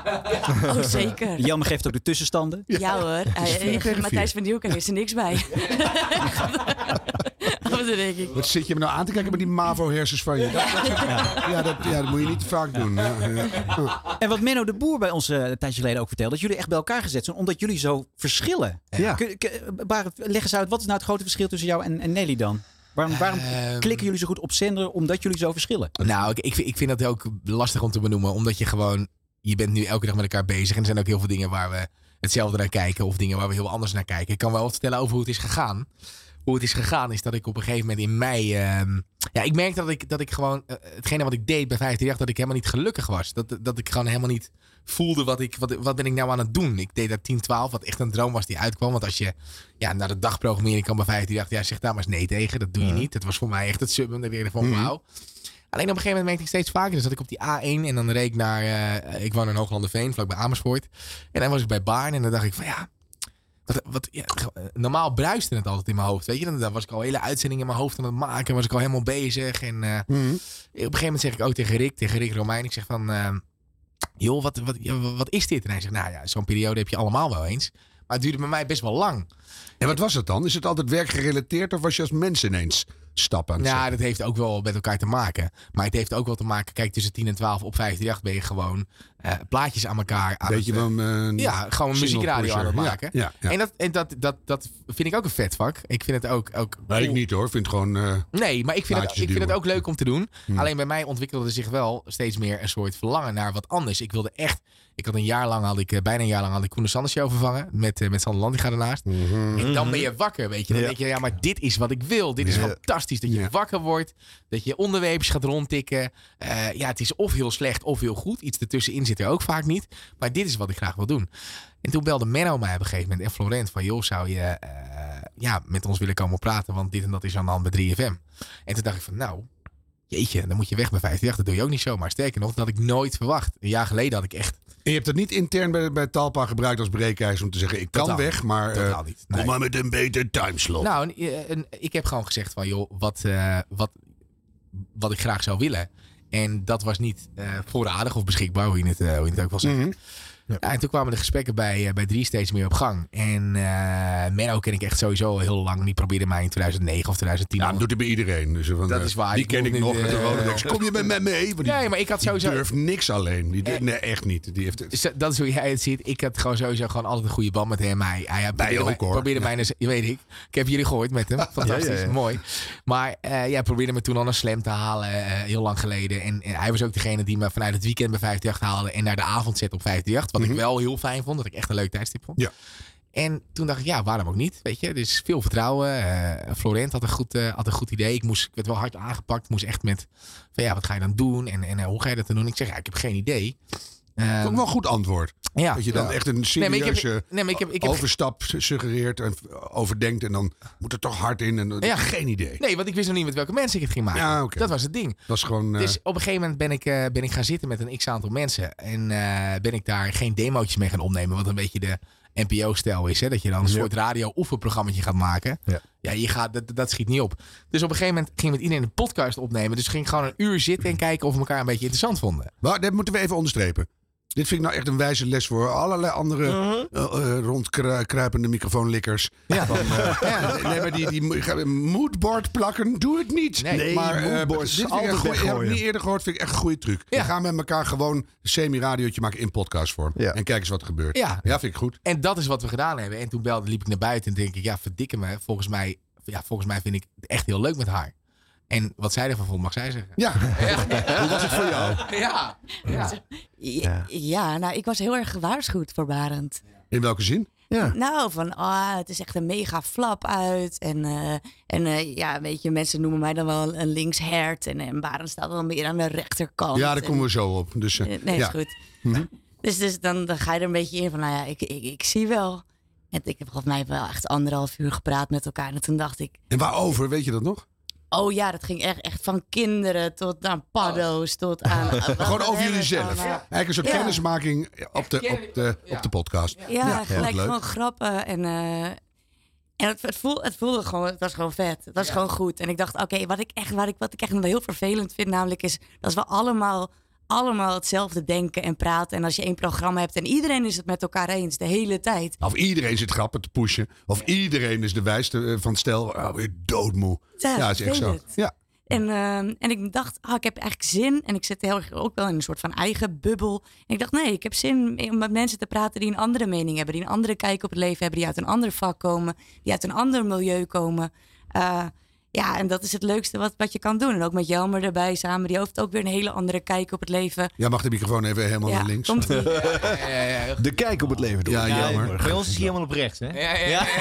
Oh, zeker. Jelmer geeft ook de tussenstanden. Ja, hoor. Hij, vier tegen vier. Matthijs van Nieuwkerk is er niks bij. Wat denk ik. Wat zit je me nou aan te kijken met die MAVO-hersens van je? Dat, dat, ja, ja, dat, ja, dat moet je niet te vaak doen. Ja, ja. Ja. En wat Menno de Boer bij ons uh, een tijdje geleden ook vertelde, dat jullie echt bij elkaar gezet zijn, omdat jullie zo verschillen. Ja. Kun, kun, Barend, leg eens uit, wat is nou het grote verschil tussen jou en, en Nelly dan? Waarom, waarom Ehm. klikken jullie zo goed op zender, omdat jullie zo verschillen? Nou, ik, ik, vind- ik vind dat ook lastig om te benoemen. Omdat je gewoon... Je bent nu elke dag met elkaar bezig. En er zijn ook heel veel dingen waar we hetzelfde naar kijken. Of dingen waar we heel anders naar kijken. Ik kan wel wat vertellen over hoe het is gegaan. Hoe het is gegaan is dat ik op een gegeven moment in mei... ehm, ja, ik merkte dat ik, dat ik gewoon... Uh, hetgene wat ik deed bij vijf drie acht, dat ik helemaal niet gelukkig was. Dat, dat ik gewoon helemaal niet voelde wat ik... Wat, wat ben ik nou aan het doen? Ik deed daar tien twaalf, wat echt een droom was die uitkwam. Want als je ja, naar de dagprogrammering kan bij vijf drie acht... Ja, zeg daar maar eens nee tegen. Dat doe je Ja. niet. Dat was voor mij echt het subbum. Dat ik van Mhm. wauw. Alleen op een gegeven moment merkte ik steeds vaker. Dus dat ik op die A één en dan reed ik naar... Uh, ik woon in Hooglanderveen, vlakbij Amersfoort. En dan was ik bij Baarn en dan dacht ik van ja... Wat, wat, ja, normaal bruiste het altijd in mijn hoofd. Weet je? Dan, dan was ik al hele uitzendingen in mijn hoofd aan het maken. Was ik al helemaal bezig. En uh, Mhm. op een gegeven moment zeg ik ook tegen Rick, tegen Rick Romein. Ik zeg van, uh, joh, wat, wat, ja, wat is dit? En hij zegt, nou ja, zo'n periode heb je allemaal wel eens. Maar het duurde bij mij best wel lang. En wat was het dan? Is het altijd werkgerelateerd of was je als mens ineens stappen aan het Ja, zetten? dat heeft ook wel met elkaar te maken. Maar het heeft ook wel te maken, kijk, tussen tien en twaalf op vijf drie acht ben je gewoon uh, plaatjes aan elkaar aan Beetje het, van uh, ja, gewoon een muziekradio aan het maken. Ja, ja, ja. En, dat, en dat, dat, dat vind ik ook een vet vak. Ik vind het ook... ook Nee, ik niet hoor. Ik vind het gewoon... Uh, nee, maar ik vind, het, ik vind het ook leuk om te doen. Hmm. Alleen bij mij ontwikkelde zich wel steeds meer een soort verlangen naar wat anders. Ik wilde echt... Ik had een jaar lang, had ik, uh, bijna een jaar lang had ik Koen de Sanders Show vervangen. Met, uh, met Sander Lantinga ernaast. Mm-hmm. En dan ben je wakker, weet je. Dan Ja. denk je, ja, maar dit is wat ik wil. Dit is Ja. fantastisch. Dat je Ja. wakker wordt. Dat je onderwerpjes gaat rondtikken. Uh, ja, het is of heel slecht of heel goed. Iets ertussenin zit er ook vaak niet. Maar dit is wat ik graag wil doen. En toen belde Menno mij op een gegeven moment. En Florent van, joh, zou je uh, ja, met ons willen komen praten? Want dit en dat is aan de hand bij drie F M. En toen dacht ik van, nou... Jeetje, dan moet je weg bij vijf drie acht. Dat doe je ook niet zomaar. Sterker nog, dat had ik nooit verwacht. Een jaar geleden had ik echt... En je hebt dat niet intern bij, bij Talpa gebruikt als breekijzer om te zeggen, ik kan Totaal weg, maar Totaal uh, niet. Nee. kom maar met een beter timeslot. Nou, een, een, ik heb gewoon gezegd van, joh, wat, uh, wat, wat ik graag zou willen. En dat was niet uh, voorradig of beschikbaar, hoe je het, uh, hoe je het ook wil zeggen. Mm-hmm. Ja. Ja, en toen kwamen de gesprekken bij, uh, bij drie steeds meer op gang. En uh, Menno ken ik echt sowieso al heel lang. Die probeerde mij in tweeduizend negen of tweeduizend tien. Ja, dat doet hij bij iedereen. Dus van, dat uh, is waar. Die ik ken ik niet, nog uh, met de Rolodex. Kom je met mij mee? Want die, nee, maar ik had sowieso... die durft niks alleen. Die durft, nee, echt niet. Die heeft het. Dus dat is hoe jij het ziet. Ik had gewoon sowieso gewoon altijd een goede band met hem. Hij, hij probeerde, ook, mij, hoor. probeerde Ja. mij... Je weet ik. Ik heb jullie gehoord met hem. Fantastisch. Ja, ja, ja. Mooi. Maar uh, ja, probeerde me toen al een slam te halen. Uh, heel lang geleden. En, en hij was ook degene die me vanuit het weekend bij vijf drie acht haalde. En naar de avond zette op vijf drie acht. Wat Mm-hmm. ik wel heel fijn vond. Dat ik echt een leuk tijdstip vond. Ja. En toen dacht ik, ja, waarom ook niet? Weet je, dus veel vertrouwen. Uh, Florent had een, goed, uh, had een goed idee. Ik, moest, ik werd wel hard aangepakt. Ik moest echt met, van ja, wat ga je dan doen? En, en uh, hoe ga je dat dan doen? Ik zeg, ja, ik heb geen idee. Dat is ook wel een goed antwoord. Ja. Dat je dan Ja. echt een Nee, maar ik heb- serieuze nee, maar ik heb- ik heb- overstap suggereert en overdenkt. En dan moet er toch hard in. En, Ja. Geen idee. Nee, want ik wist nog niet met welke mensen ik het ging maken. Ja, oké. Dat was het ding. Dat is gewoon... uh, Dus op een gegeven moment ben ik, uh, ben ik gaan zitten met een x-aantal mensen. En uh, ben ik daar geen demootjes mee gaan opnemen. Wat een beetje de N P O-stijl is. Hè? Dat je dan een Ja. soort radio-oefenprogrammaatje gaat maken. Ja. Ja, je gaat, dat, dat schiet niet op. Dus op een gegeven moment ging ik met iedereen een podcast opnemen. Dus ging gewoon een uur zitten en kijken of we elkaar een beetje interessant vonden. Maar dat moeten we even onderstrepen. Dit vind ik nou echt een wijze les voor allerlei andere uh-huh. uh, uh, rondkruipende microfoonlikkers. Ja. Van, uh, ja. Nee, maar die, die moodboard plakken, doe het niet. Nee, Nee, maar uh, dit moodboards, vind ik altijd echt goed. Ik heb het weggooien. niet eerder gehoord, vind ik echt een goede truc. Ja. We gaan met elkaar gewoon een semi-radiootje maken in podcastvorm. Ja. En kijk eens wat er gebeurt. Ja. ja, vind ik goed. En dat is wat we gedaan hebben. En toen belde, liep ik naar buiten en denk ik, ja, verdikke me. Volgens mij, ja, volgens mij vind ik het echt heel leuk met haar. En wat zij ervan vond, mag zij zeggen. Ja. Hoe was het voor jou? Ja. ja. Ja, ja, nou, ik was heel erg gewaarschuwd voor Barend. In welke zin? Ja. Nou, van ah, het is echt een mega flap uit. En, uh, en uh, ja, weet je, mensen noemen mij dan wel een linkshert. En, en Barend staat wel meer aan de rechterkant. Ja, daar komen en, we zo op. Dus, uh, Nee, ja. is goed. Mm-hmm. Dus, dus dan, dan ga je er een beetje in van, nou ja, ik, ik, ik zie wel. En ik heb volgens mij wel echt anderhalf uur gepraat met elkaar. En toen dacht ik, En waarover, weet je dat nog? oh ja, dat ging echt, echt van kinderen tot aan paddo's, tot aan... Gewoon over jullie zelf. Ja. Eigenlijk een soort Ja. kennismaking op de, op de, op de podcast. Ja, Ja, gelijk leuk. gewoon grappen. En, uh, en het, het, voelde, het voelde gewoon, het was gewoon vet. Het was Ja. gewoon goed. En ik dacht, oké, wat ik echt, wat ik, wat ik echt wel heel vervelend vind, namelijk is dat we allemaal, allemaal hetzelfde denken en praten. En als je één programma hebt en iedereen is het met elkaar eens de hele tijd. Of iedereen zit grappen te pushen. Of iedereen is de wijste eh, van het stel. Oh, weer doodmoe. Ja, Ja, is echt zo. vervelend. Ja. En, uh, en ik dacht, oh, ik heb eigenlijk zin. En ik zit heel erg ook wel in een soort van eigen bubbel. En ik dacht, nee, ik heb zin om met mensen te praten die een andere mening hebben. Die een andere kijk op het leven hebben. Die uit een ander vak komen. Die uit een ander milieu komen. Uh, ja, en dat is het leukste wat, wat je kan doen. En ook met Jelmer erbij samen. Die heeft ook weer een hele andere kijk op het leven. Jij mag de microfoon even helemaal Ja, naar links. komt-ie. Ja, ja, ja. De kijk op het leven doen. Ja, jammer. Bij ons is hij helemaal op rechts, hè? Ja, ja, ja.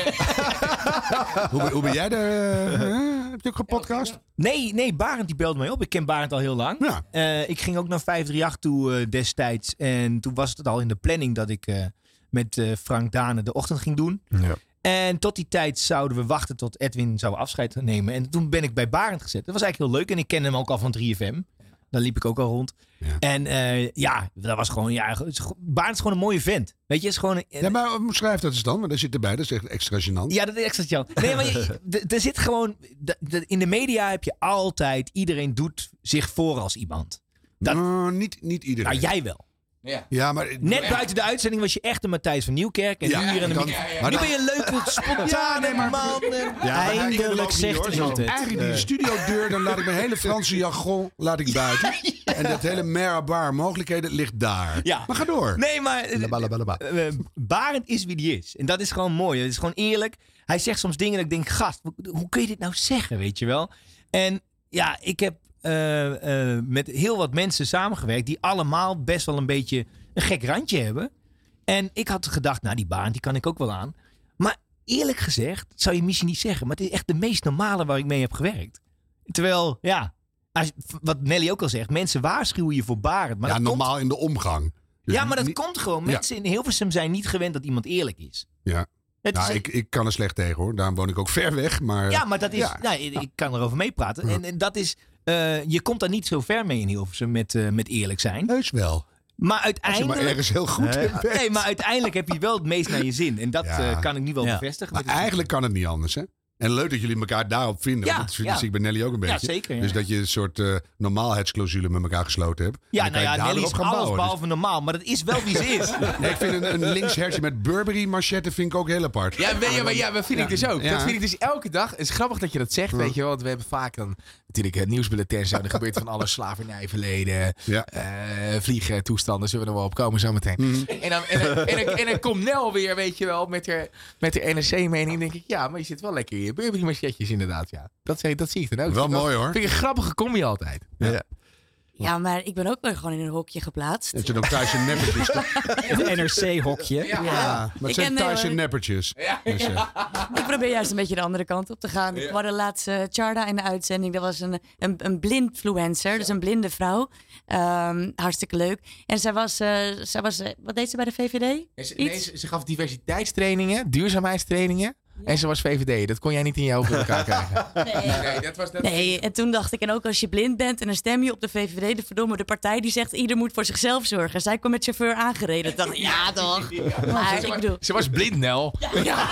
Hoe, ben- hoe ben jij daar? Uh, heb je ook een podcast? Nee, nee, Barend die belde mij op. Ik ken Barend al heel lang. Ja. Uh, ik ging ook naar vijf drie acht toe uh, destijds. En toen was het al in de planning dat ik uh, met uh, Frank Dane de ochtend ging doen. Ja. En tot die tijd zouden we wachten tot Edwin zou afscheid nemen. En toen ben ik bij Barend gezet. Dat was eigenlijk heel leuk. En ik ken hem ook al van drie F M. Daar liep ik ook al rond. Ja. En uh, ja, dat was gewoon... Ja, Barend is gewoon een mooie vent. Weet je, is gewoon... Een, Ja, maar schrijf dat eens dan. Want daar zit erbij. Dat is echt extra gênant. Ja, dat is extra Jan. Nee, maar je- d- er zit gewoon... d- d- in de media heb je altijd... Iedereen doet zich voor als iemand. Dat, Uh, niet, niet iedereen. nou, jij wel. Ja. Ja, maar... Net buiten de uitzending was je echt een Matthijs van Nieuwkerk. En Ja, nu hier in de dan- micro- ja, ja, Nu dan- ben je een leuke, spontane Ja, nee, maar- man. En- Ja, Eindelijk zegt iemand het. Eigenlijk die studiodeur, dan laat ik mijn hele Franse jargon laat ik buiten. En dat hele merabar mogelijkheden ligt daar. Ja. Maar ga door. Nee, maar eh, Labalabala. eh, eh, Barend is wie die is. En dat is gewoon mooi. Het is gewoon eerlijk. Hij zegt soms dingen dat ik denk, gast, hoe, hoe kun je dit nou zeggen, weet je wel? En ja, ik heb eh, eh, met heel wat mensen samengewerkt die allemaal best wel een beetje een gek randje hebben. En ik had gedacht, nou die Barend, die kan ik ook wel aan. Maar eerlijk gezegd, zou je misschien niet zeggen, maar het is echt de meest normale waar ik mee heb gewerkt. Terwijl, ja, als, wat Nelly ook al zegt, mensen waarschuwen je voor Barend. Maar Ja, dat komt- normaal in de omgang. Dus ja, maar dat niet- komt gewoon. Ja. Mensen in Hilversum zijn niet gewend dat iemand eerlijk is. Ja. Het Nou, is- ik, ik kan er slecht tegen hoor. Daarom woon ik ook ver weg. Maar, ja, maar dat is. Ja. Nou, ik ik kan erover meepraten. En, en dat is. eh, je komt daar niet zo ver mee in Hilversum met, eh, met eerlijk zijn. Heus wel. Maar Als je uiteindelijk. maar ergens heel goed in bent. Nee, maar uiteindelijk heb je wel het meest naar je zin. En dat Ja. eh, kan ik nu wel Ja. bevestigen. Maar met het- eigenlijk kan het niet anders, hè? En leuk dat jullie elkaar daarop vinden. Ja, want dat vind ja. zie ik bij Nelly ook een beetje. Ja, zeker, ja. Dus dat je een soort eh, normaalheidsclausule met elkaar gesloten hebt. Ja, En dan nou kan ja, je Nelly daarop is gaan alles bouwen. behalve normaal. Maar dat is wel wie ze is. Dus- nee, ik vind een, een links hertje met Burberry machette vind ik ook heel apart. Ja, weet je, maar ja, dat vind ik dus ook. Ja. Dat vind ik dus elke dag. Het is grappig dat je dat zegt, weet je wel. Want we hebben vaak dan natuurlijk het nieuwsbulletin zo. Er gebeurt van alles, slavernijverleden, Ja. eh, vliegen, toestanden. Zullen we er wel op komen zometeen. Mhm. En, dan, en, dan, en, dan, en dan komt Nel weer, weet je wel, met de, met de N R C-mening. denk ik, ja, maar je zit wel lekker in je Burberry machetjes inderdaad, ja. Dat, zie- dat zie ik dan ook. Wel Vind ik mooi, hoor. Vind ik een grappige combi altijd. Ja. Ja, maar ik ben ook wel gewoon in een hokje geplaatst. Het zijn ook Thaise neppertjes. Het N R C-hokje. Ja. Ja, maar het Ik zijn ken, eh, Thaise neppertjes. Dus, eh, Ik probeer juist een beetje de andere kant op te gaan. Ik had de laatste Charda in de uitzending. Dat was een, een, een blindfluencer, dus een blinde vrouw. Ehm, hartstikke leuk. En zij was, eh, zij was eh, wat deed ze bij de V V D? En ze, nee, Iets? ze, ze gaf diversiteitstrainingen, duurzaamheidstrainingen. En ze was V V D. Dat kon jij niet in je hoofd bij elkaar krijgen. Nee. Nee, dat was... Dat Nee, en toen dacht ik, en ook als je blind bent en dan stem je op de V V D, de verdomme de partij die zegt ieder moet voor zichzelf zorgen. En zij kwam met chauffeur aangereden. Ik dacht, ja toch. Maar Ze, ik wa- bedoel, ze was blind, Nel. Ja.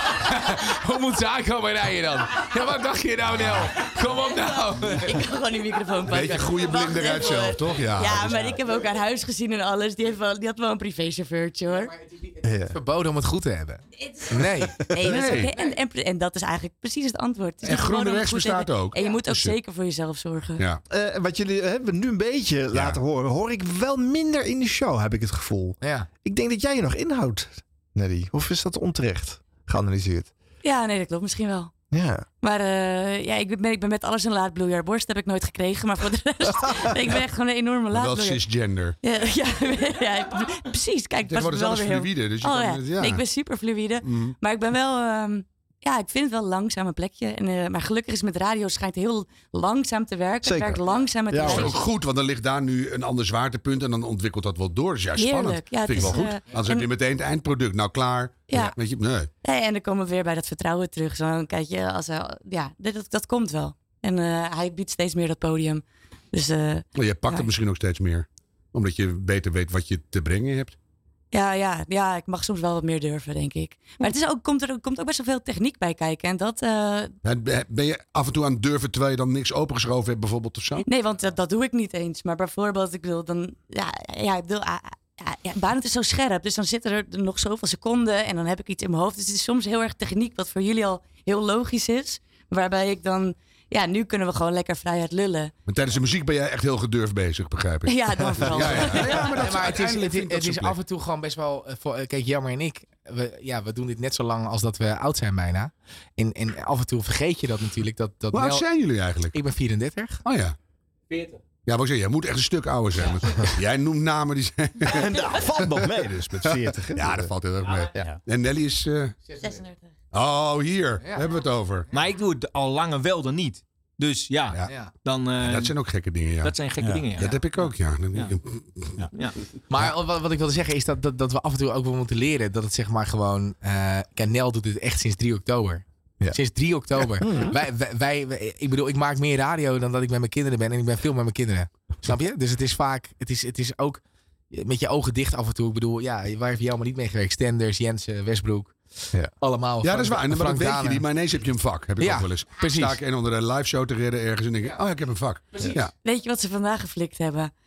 Hoe moet ze aankomen rijden dan? Ja, wat dacht je nou, Nel? Kom op nou. ik kan gewoon die microfoon pakken. Beetje goede Wacht blinder uit even, zelf, hoor. toch? Ja, Ja, dus- maar ik heb ook haar huis gezien en alles. Die, heeft wel, die had wel een privéchauffeurtje hoor. Het is verboden om het goed te hebben. Nee. Nee, dat is Nee. oké. en, en, en dat is eigenlijk precies het antwoord. Het is En niet gewoon groene om rechts het goed te bestaat hebben. ook. En je moet ook Dus, eh, zeker voor jezelf zorgen. Ja. Eh, wat jullie hebben nu een beetje laten horen, hoor ik wel minder in de show, heb ik het gevoel. Ja. Ik denk dat jij je nog inhoudt, Nelly. Of is dat onterecht geanalyseerd? Ja, nee, dat klopt misschien wel. Ja. Maar eh, ja, ik ben, ik ben met alles een laadbloeier. Borst heb ik nooit gekregen, maar voor de rest... ik ben echt gewoon een enorme Wel laadbloeier. cisgender. Ja, ja, ja, ik- precies. Kijk, Dit past wordt me wel zelfs weer heel... fluïde. Dus je Oh kan, ja. ja. Nee, ik ben super fluïde. Mhm. Maar ik ben wel... ehm, ja, ik vind het wel langzaam een plekje. En, eh, maar gelukkig is met radio schijnt heel langzaam te werken. Zeker. Het werkt langzaam met Ja, de dat is radio. ook goed, want dan ligt daar nu een ander zwaartepunt en dan ontwikkelt dat wel door. Dus ja, Heerlijk. spannend. Ja, het Vind ik wel is, goed. eh, Anders heb en- je meteen het eindproduct. Nou, klaar. Ja. Weet je, nee. Nee, en dan komen we weer bij dat vertrouwen terug. Zo, kijk je, als, hij- ja, dat, dat, dat komt wel. En eh, hij biedt steeds meer dat podium. Dus eh, Maar je pakt Ja. het misschien ook steeds meer. Omdat je beter weet wat je te brengen hebt. ja, ja, ja, ik mag soms wel wat meer durven, denk ik. Maar het is ook, komt er komt ook best wel veel techniek bij kijken. En dat, eh, Ben je af en toe aan het durven terwijl je dan niks opengeschoven hebt bijvoorbeeld of zo? nee, want dat, dat doe ik niet eens. Maar bijvoorbeeld, ik wil dan, ja, ja, ik bedoel, ah, ja, ja, Barend is zo scherp. Dus dan zitten er nog zoveel seconden en dan heb ik iets in mijn hoofd. Dus het is soms heel erg techniek, wat voor jullie al heel logisch is. Waarbij ik dan, ja, nu kunnen we gewoon lekker vrijheid lullen. Maar tijdens de muziek ben jij echt heel gedurfd bezig, begrijp ik. Ja, dan vooral. Ja, ja. Ja, maar, dat Ja, maar het is, uiteindelijk het, vind ik dat het is zo'n af plek. en toe gewoon best wel... eh, Voor, eh, kijk, Jammer en ik, we, ja, we doen dit net zo lang als dat we oud zijn bijna. En, en af en toe vergeet je dat natuurlijk. Dat, dat Hoe oud Nel- zijn jullie eigenlijk? Ik ben vierendertig. Oh ja. veertig. Ja, wat ik zeg, jij moet echt een stuk ouder zijn. Jij noemt namen die zijn... En dat valt nog mee dus, met veertig. hè? Ja, dat valt heel erg mee. Ja. En Nelly is... eh, zesendertig. Oh, hier. Ja. Hebben we het over. Maar ik doe het al langer wel dan niet. Dus ja, Ja. Ja. dan. eh, Dat zijn ook gekke dingen, ja. dat zijn gekke Ja. dingen. Ja. Dat heb ik ook, ja. Dan denk ik, Ja. Maar wat, wat ik wilde zeggen is dat, dat, dat we af en toe ook wel moeten leren dat het zeg maar gewoon... eh kijk, Nel doet dit echt sinds drie oktober. Ja. Sinds drie oktober. Wij, wij, wij, wij- ik bedoel, ik maak meer radio dan dat ik met mijn kinderen ben. En ik ben veel met mijn kinderen. Snap je? Dus het is vaak... Het is, het is ook met je ogen dicht af en toe. Ik bedoel, ja, waar heb je allemaal niet mee gewerkt? Stenders, Jensen, Westbroek. Ja. Allemaal. Ja, dat is waar. En dan Frank weet je Dane. niet, maar ineens heb je een vak. Heb ik Ja, ook wel eens. precies. Sta ik en onder een live show te redden ergens en denk ik, oh ja, ik heb een vak. Ja. Weet je wat ze vandaag geflikt hebben?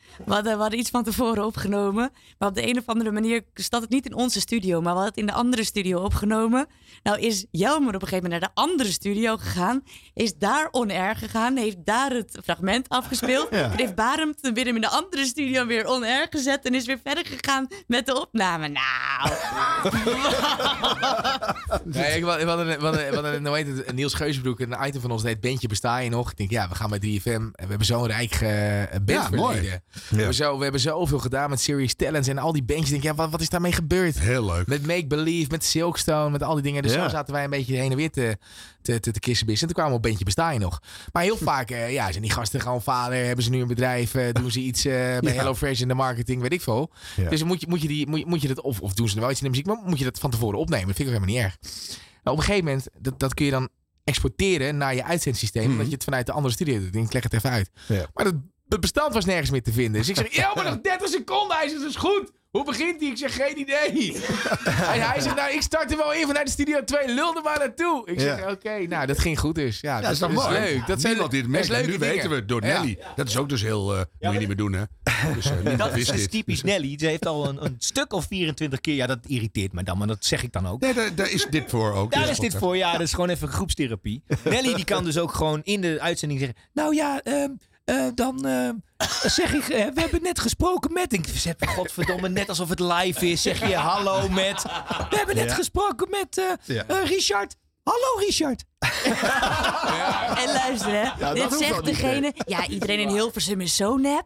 We hadden, we hadden iets van tevoren opgenomen. Maar op de een of andere manier zat het niet in onze studio. Maar we hadden het in de andere studio opgenomen. Nou is Jelmer op een gegeven moment naar de andere studio gegaan. Is daar on-air gegaan. Heeft daar het fragment afgespeeld. Ja. En heeft Barend weer in de andere studio weer on-air gezet. En is weer verder gegaan met de opname. Nou. Nee, ik, we hadden, we hadden, we hadden hoe heet het, Niels Geusbroek, een item van ons deed Bandje Besta je nog. Ik denk, ja, we gaan bij drie F M. En we hebben zo'n rijk uh, bandverleden. Ja, we, hebben zo, we hebben zoveel gedaan met Serious Talents en al die bandjes. Ik denk, ja, wat, wat is daarmee gebeurd? Heel leuk. Met Make Believe, met Silkstone, met al die dingen. Dus Ja. zo zaten wij een beetje heen en weer te, te, te, te kissenbissen. En toen kwamen we op Bandje Besta je nog. Maar heel vaak uh, ja, zijn die gasten gewoon vader, hebben ze nu een bedrijf, uh, doen ze iets uh, bij Ja. HelloFresh in de marketing, weet ik veel. Ja. Dus moet je, moet je, die, moet je, moet je dat, of, of doen ze er wel iets in de muziek, maar moet je dat van tevoren opnemen. Dat vind ik ook helemaal niet erg. Nou, op een gegeven moment, dat, dat kun je dan exporteren naar je uitzendsysteem. Mhm. Dat je het vanuit de andere studio doet. Ik denk, ik leg het even uit. Ja. Maar dat, het bestand was nergens meer te vinden. Dus ik zeg, ja, maar nog dertig seconden. Hij zegt, dat is goed. Hoe begint hij? Ik zeg, geen idee. hij, hij zegt, nou, ik start er wel in vanuit de studio twee. Lul er maar naartoe. Ik zeg, Ja. oké, okay, nou, dat ging goed dus. Ja, Ja, dat is toch mooi? leuk. Dat zijn Niemand die het dat is merkt. En leuke nu dingen. weten we het door Ja. Nelly. Dat is ook dus heel... Uh, moet je niet meer doen, hè? Dus, uh, niemand Dat wist is dit. typisch Nelly. Ze heeft al een, een stuk of vierentwintig keer. Ja, dat irriteert me dan, maar dat zeg ik dan ook. Nee, daar, daar is dit voor ook. Daar Dus is dit podcast. voor, ja. Dat is gewoon even groepstherapie. Nelly die kan dus ook gewoon in de uitzending zeggen... Nou ja, ehm, eh, dan eh, zeg ik... eh, we hebben net gesproken met... Ik zeg, godverdomme, net alsof het live is. Zeg je hallo met... We hebben net Ja. gesproken met eh, Ja. eh, Richard. Hallo Richard. En luister, hè. dat Dit hoeft zegt wel niet, degene... Ja, iedereen in Hilversum is zo nep.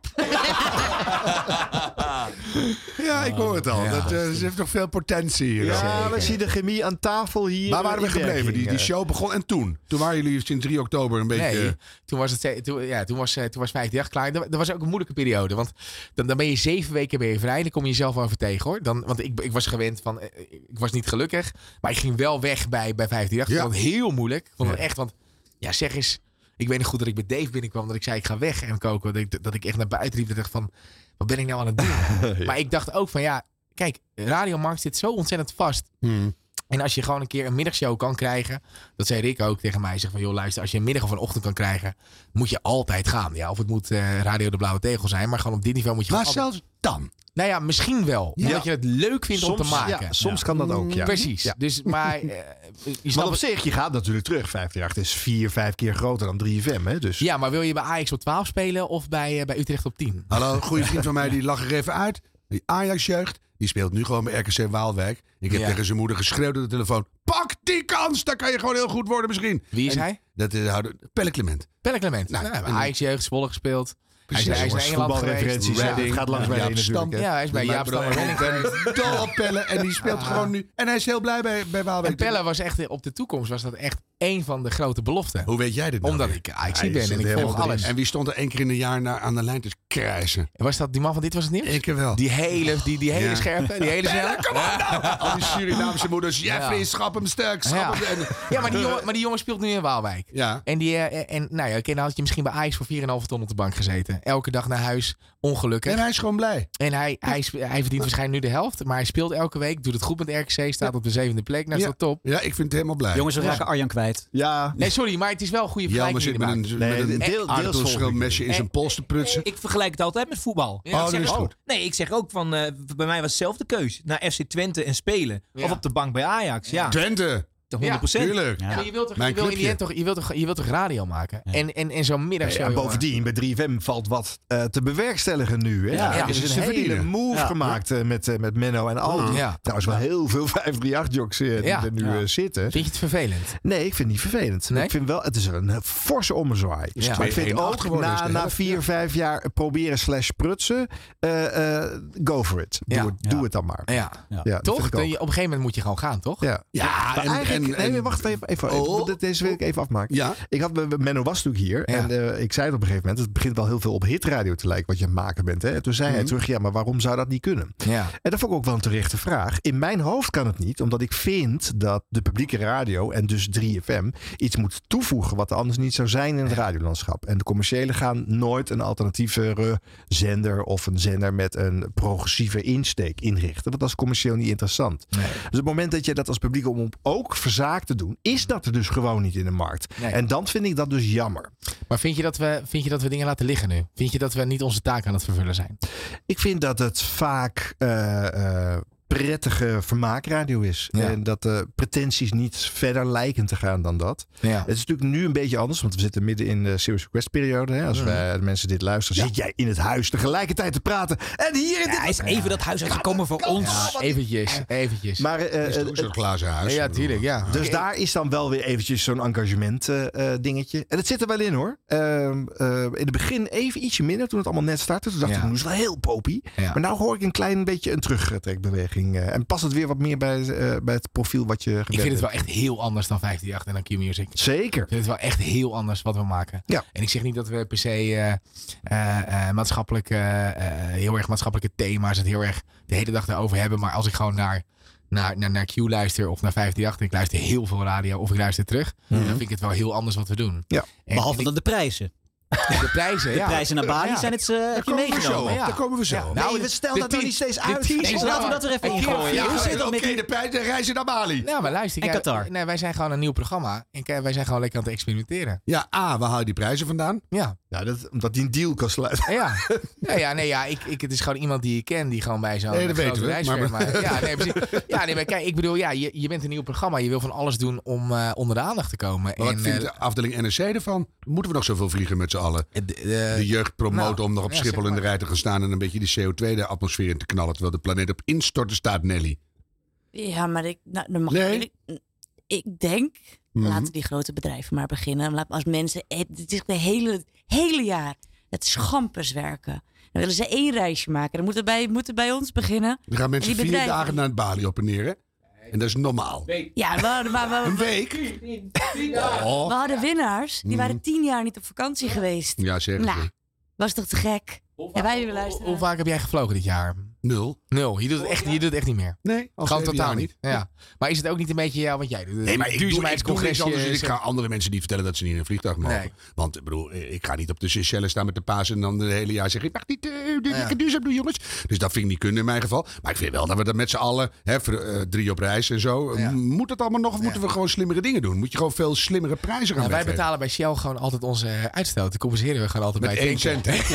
Ja, ik hoor het al. Ja. Dat, uh, ze heeft nog veel potentie hier. Ja, we zien de chemie aan tafel hier. Waar waren we in gebleven? Die, werking, die eh. show begon. En toen? Toen waren jullie sinds drie oktober een beetje... Nee, toen was, het, toen, ja, toen was, eh, toen was vijftig klaar. Dat, dat was ook een moeilijke periode. Want dan, dan ben je zeven weken ben je vrij. Dan kom je jezelf wel even tegen, hoor. Dan, want ik, ik was gewend van... eh, Ik was niet gelukkig. Maar ik ging wel weg bij, bij vijftig. Ik vond het heel moeilijk. Ik vond het echt, want... Ja, zeg eens... Ik weet nog goed dat ik bij Dave binnenkwam. Dat ik zei, ik ga weg en koken. Dat ik, dat ik echt naar buiten riep. Dat ik dacht van... Wat ben ik nou aan het doen? Ja. Maar ik dacht ook van, ja... Kijk, radiomarkt zit zo ontzettend vast. Hmm. En als je gewoon een keer een middagshow kan krijgen. Dat zei Rick ook tegen mij. Zeg van, joh, luister, als je een middag of een ochtend kan krijgen. Moet je altijd gaan. Ja, of het moet uh, Radio de Blauwe Tegel zijn. Maar gewoon op dit niveau moet je Maar gewoon altijd... zelfs dan. Nou ja, misschien wel. Ja. Omdat je het leuk vindt om Soms, te maken. ja, soms kan dat ook, ja. Precies. Ja. Dus, maar... Uh, je Maar snapt op het- zich, je gaat natuurlijk terug. vijfendertig is vier, vijf keer groter dan drie F M, hè? Dus Ja, maar wil je bij Ajax op twaalf spelen of bij, uh, bij Utrecht op tien? Hallo, een goede vriend van mij die lag er even uit. Die Ajax-jeugd. Die speelt nu gewoon bij R K C Waalwijk. Ik heb Ja. tegen zijn moeder geschreeuwd door de telefoon. Pak die kans! Dan kan je gewoon heel goed worden misschien. Wie is En hij? Dat is uh, Pelle Clement. Pelle Clement. Nou, Nou, bij en- Ajax-jeugd, Zwolle gespeeld. Hij is, Precies. hij is naar Jongens, Engeland geweest. voetbalreferenties, hè? Reading, Het gaat langs bij Jaap je natuurlijk. Stam. hè. Ja, hij is bij Maar Jaap ik Stam en bedoel, Reading ik geweest. ben dol op Pelle. En die speelt gewoon nu. En hij is heel blij bij, bij Waalwijk. En Pelle was echt, op de toekomst was dat echt één van de grote beloften. Hoe weet jij dit nou? Omdat weer? ik Ajax Hij ben zit en ik helemaal volg alles. En wie stond er één keer in een jaar naar, aan de lijn te krijsen? Was dat die man van Dit Was Het Nieuws? Ik wel. Die hele, die, die hele Ja. scherpe, die hele snelle. Kom op nou! Al die Surinaamse moeders. Jeffrey, Ja. schap hem sterk. Schap Ja. hem. En- Ja, maar die, jongen, maar die jongen speelt nu in Waalwijk. Ja. En, die, eh, en nou ja, oké, dan had je misschien bij Ajax voor vier komma vijf ton op de bank gezeten. Elke dag naar huis, ongelukkig. En hij is gewoon blij. En hij, hij, spe- hij verdient waarschijnlijk nu de helft. Maar hij speelt elke week, doet het goed met R K C, staat op de zevende plek. Nou, is Ja. dat top. Ja, ik vind het helemaal blij. Jongens, we raken Arjan kwijt. Ja, Nee, sorry, maar het is wel een goede Jelmer vergelijking. zit die met je een, maakt. Nee, met een deel- deels aardappelschilmesje in zijn pols te prutsen. Ik vergelijk het altijd met voetbal. Ja, Oh, zeg dat is maar. goed. Nee, ik zeg ook van, eh, bij mij was hetzelfde keus. Naar F C Twente en spelen. Ja. Of op de bank bij Ajax. Ja, Twente. honderd procent. Tuurlijk. Ja. Maar je wilt toch, Mijn je wil in die clubje. end toch, je wilt toch, je wilt toch radio maken? En, en, en zo'n middagshow. Ja, jongen. bovendien, bij drie F M valt wat eh, te bewerkstelligen nu. Hè? Ja, er ja, is is een te hele verdienen. move Ja. gemaakt eh, met, eh, met Menno en Aldi. Ja. Trouwens wel heel veel vijfhonderdachttien-jocks eh, die Ja. er nu Ja. eh, zitten. Vind je het vervelend? Nee, ik vind het niet vervelend. Nee? Ik vind wel, het is een eh, forse ommezwaai. Ja. Maar ik vind twee één ook geworden is na, de na helft, vier, ja. vijf jaar proberen slash prutsen, eh, eh, go for it. Doe, Ja. het, Ja. doe het dan maar. Ja. Ja, dat Toch? vind ik Dan ook. je- op een gegeven moment moet je gewoon gaan, toch? Ja. Ja, Maar en, eigenlijk, en, en, nee, wacht even. even, even Oh. Dit- Deze wil ik even afmaken. Ja. Ik had, Menno was natuurlijk hier. Ja. En eh, ik zei het op een gegeven moment. Het begint wel heel veel op hitradio te lijken wat je aan het maken bent. Hè? En toen zei hij Mhm. terug, ja, maar waarom zou dat niet kunnen? Ja. En dat vond ik ook wel een terechte vraag. In mijn hoofd kan het niet. Omdat ik vind dat de publieke radio en dus drie F M iets moet toevoegen wat er anders niet zou zijn in het radiolandschap. En de commerciële gaan nooit een alternatieve zender of een zender met een progressieve insteek inrichten. Want dat is commercieel niet interessant. Nee. Dus op het moment dat je dat als publieke omroep ook verzaakt te doen, is dat er dus gewoon niet in de markt. Nee. En dan vind ik dat dus jammer. Maar vind je, dat we, vind je dat we dingen laten liggen nu? Vind je dat we niet onze taak aan het vervullen zijn? Ik vind dat het vaak uh, uh, prettige vermaakradio is. Ja. En dat de pretenties niet verder lijken te gaan dan dat. Ja. Het is natuurlijk nu een beetje anders, want we zitten midden in de Serious Request periode. Hè? Als Ja. wij, de mensen dit luisteren, Ja. zit jij in het huis tegelijkertijd te praten. En hier in Ja, hij is even dat huis uitgekomen voor ons. Ja, eventjes, eventjes. Maar, uh, Dat is toch zo'n glazen huis. ja, tuurlijk, ja. Dus Oké. daar is dan wel weer eventjes zo'n engagement uh, uh, dingetje. En het zit er wel in hoor. Uh, uh, in het begin even ietsje minder toen het allemaal net startte. Toen dacht Ja. ik, nu is het wel heel popie. Ja. Maar nou hoor ik een klein beetje een terugtrekbeweging. Uh, en past het weer wat meer bij, uh, bij het profiel wat je gewend Ik vind het wel bent. echt heel anders dan vijfhonderdachttien en dan Q-Music. Zeker. Ik vind het wel echt heel anders wat we maken. Ja. En ik zeg niet dat we per se uh, uh, uh, maatschappelijk, uh, uh, heel erg maatschappelijke thema's het heel erg de hele dag daarover hebben. Maar als ik gewoon naar, naar, naar, naar Q luister of naar vijfhonderdachttien, ik luister heel veel radio of ik luister terug, Mhm. dan vind ik het wel heel anders wat we doen. Ja. En, Behalve en dan de prijzen. ik, de prijzen, De ja. prijzen naar Bali Ja. zijn het, uh, heb je komen we zo meegenomen. op. Ja. Daar komen we zo. Ja. op. Nou, Nou, we stel de dat dan team- niet steeds de uit. team Nee, is laten we wel- dat er even een in keer- gooien. ja, Hoe zit Oké, dat met die- de prijs, de reizen naar Bali. Nou, maar luister. En kijk, Qatar. Nee, wij zijn gewoon een nieuw programma. En kijk, wij zijn gewoon lekker aan het experimenteren. Ja, A, waar haal je die prijzen vandaan? Ja. Ja, dat, omdat die een deal kan sluiten. Ja, ja, ja, nee, ja ik, ik, het is gewoon iemand die ik ken die gewoon bij zo'n Nee, dat grote weten we, reisfirma- maar- ja, nee, precies. Ja, nee, maar kijk, ik bedoel, ja, je, je bent een nieuw programma. Je wil van alles doen om uh, onder de aandacht te komen. Maar wat en, vindt uh, de afdeling N R C ervan? Moeten we nog zoveel vliegen met z'n allen? de, de, De jeugd promoten nou, om nog op ja, Schiphol zeg in de maar. rij te gaan staan en een beetje die C O twee de atmosfeer in te knallen, terwijl de planeet op instorten staat, Nelly. Ja, maar ik, nou, dan mag Nee. ik, ik denk, Mhm. laten die grote bedrijven maar beginnen. Laat- Als mensen, het is de hele, hele jaar het schampers werken. Dan willen ze één reisje maken. Dan moeten bij, moeten bij ons beginnen. Dan gaan mensen En die vier bedrijven- dagen naar het Bali op en neer, hè? En dat is normaal. Ja, we hadden, maar we, Een we, week? we Oh. hadden winnaars. Die waren tien jaar niet op vakantie geweest. Ja, zeggen Nou, ze. was toch te gek? En wij willen luisteren. Hoe vaak heb jij gevlogen dit jaar? Nul. Nul. Je doet het echt, je doet het echt niet meer. Nee, al Gewoon zeven totaal jaar niet. Ja. Maar is het ook niet een beetje ja, wat jij doet? Nee, maar ik doe, ik doe niks Duurzaamheidscongresje anders. Dus is- ik ga andere mensen niet vertellen dat ze niet in een vliegtuig mogen. Nee. Want ik bedoel, ik ga niet op de Seychelles staan met de paas en dan het hele jaar zeggen: ik mag niet uh, dit Ja. ja. duurzaam doen, jongens. Dus dat vind ik niet kunnen in mijn geval. Maar ik vind wel dat we dat met z'n allen, hè, voor, uh, drie op reis en zo. Ja. Moet het allemaal nog of Ja. moeten we gewoon slimmere dingen doen? Moet je gewoon veel slimmere prijzen gaan Ja, wij weggeven? betalen bij Shell gewoon altijd onze uh, uitstoot. Dat compenseren we gewoon altijd Met bij één tanken. cent,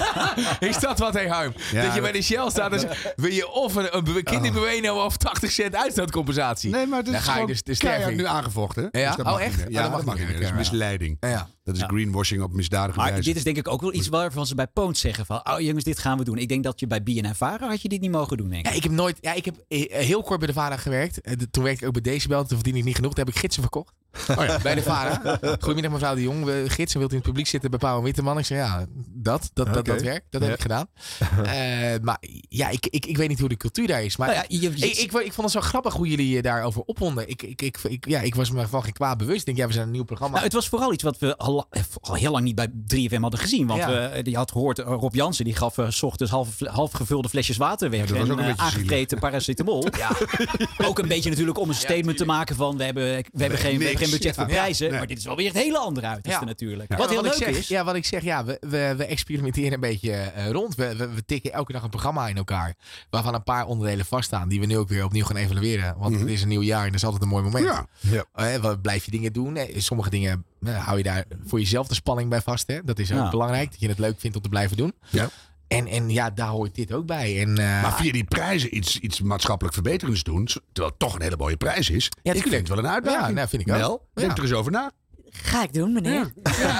hè? Is dat wat, hé Harm? Ja, dat je dat- bij de Shell staat, dus wil je of een, een kinderbewijno of tachtig cent uitstootcompensatie. Nee, maar dat Dan is ga je gewoon dus de keihard sterving. nu aangevochten. Ja? Dus dat Oh, mag echt? niet meer. Oh, Ja, dat mag dat mag niet niet meer. meer. Dat is misleiding. Ja. Dat is Ja. greenwashing op misdadige Maar wijze. dit is denk ik ook wel iets waarvan ze bij Poont zeggen van... oh jongens, dit gaan we doen. Ik denk dat je bij B N N Vara had je dit niet mogen doen, denk ik. Ja, ik heb nooit. Ja, ik heb eh, heel kort bij de VARA gewerkt. Eh, de- Toen werkte ik ook bij Decibel. Toen verdiende ik niet genoeg. Toen heb ik gidsen verkocht. Oh ja. Bij de VARA. Goedemiddag mevrouw de Jong. We gidsen wilt u in het publiek zitten bij Pauw en Witteman. Ik zei ja, dat, dat, dat, Oké. dat werkt. Dat Ja. heb ik gedaan. Eh, maar ja, ik, ik, ik weet niet hoe de cultuur daar is. Maar Nou ja, je- je- ik, ik, ik vond het zo grappig hoe jullie je daarover opwonden. Ik, ik, ik, ik, ja, ik was me van geen kwaad bewust. Ik denk, ja, we zijn een nieuw programma. Nou, het was vooral iets wat we al, al heel lang niet bij drie F M hadden gezien. Want Ja. we, je had gehoord, eh, Rob Jansen die gaf eh, 's ochtends half, half gevulde flesjes water weg. dat was En ook een eh, beetje aangevreten paracetamol. Ja. Ook een beetje natuurlijk om een statement te maken van... we hebben, we hebben, geen, we hebben niks. geen budget voor Ja. prijzen. Nee. Maar dit is wel weer het hele andere uiterste Ja. natuurlijk. Ja, Wat maar heel leuk ik zeg, is... Ja, wat ik zeg, ja, we, we, we experimenteren een beetje eh, rond. We, we, we tikken elke dag een programma in elkaar. Waarvan een paar onderdelen vaststaan. Die we nu ook weer opnieuw gaan evalueren. Want het is een nieuw jaar en dat is altijd een mooi moment. Ja. Ja. Eh, wat blijf je dingen doen? Eh, sommige dingen eh, hou je daar voor jezelf de spanning bij vast. Hè? Dat is ook Ja. belangrijk. Dat je het leuk vindt om te blijven doen. Ja. En, en ja, daar hoort dit ook bij. En, eh, Maar via die prijzen iets, iets maatschappelijk verbeterends doen, terwijl het toch een hele mooie prijs is. Ja, ik vind het wel een uitdaging. Ja, nou, vind ik ook. Wel, denk Ja. er eens over na. Ga ik doen, meneer.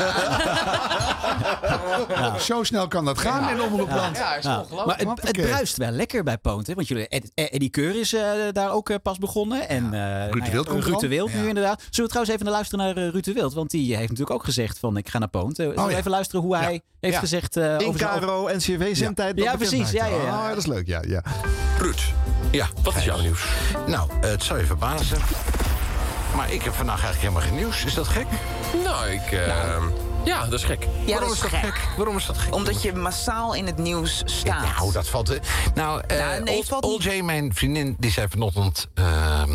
Zo snel kan dat gaan in Omroepland. ja, is Ja. ongelooflijk. Maar het, het Hoppakee. bruist wel lekker bij Poont. Hè? Want jullie, Ed- Eddie Keur is eh, daar ook eh, pas begonnen. En, eh, de Wild komt Ruud de eraan. Wild nu Ja. inderdaad. Zullen we trouwens even luisteren naar uh, Ruud de Wild? Want die heeft natuurlijk ook gezegd van ik ga naar Poont. Uh, zullen we ja. even luisteren hoe hij heeft Ja. gezegd uh, In over zijn... K R O, N C W, zendtijd. Ja, dat precies. bekendheid. Ja, ja, ja. Oh, dat is leuk, ja. ja. Ruud, Ja, wat is jouw nieuws? nou, eh, het zou je verbazen. Maar ik heb vandaag eigenlijk helemaal geen nieuws. Is dat gek? Nou, ik... eh, Ja, dat is gek. Ja, Waarom dat is is dat gek. gek? Waarom is dat gek? Omdat je massaal in het nieuws staat. Nou, dat valt... eh, Nou, eh Nou, nee, Ol- valt niet. Ol J, mijn vriendin, die zei vanochtend... ehm,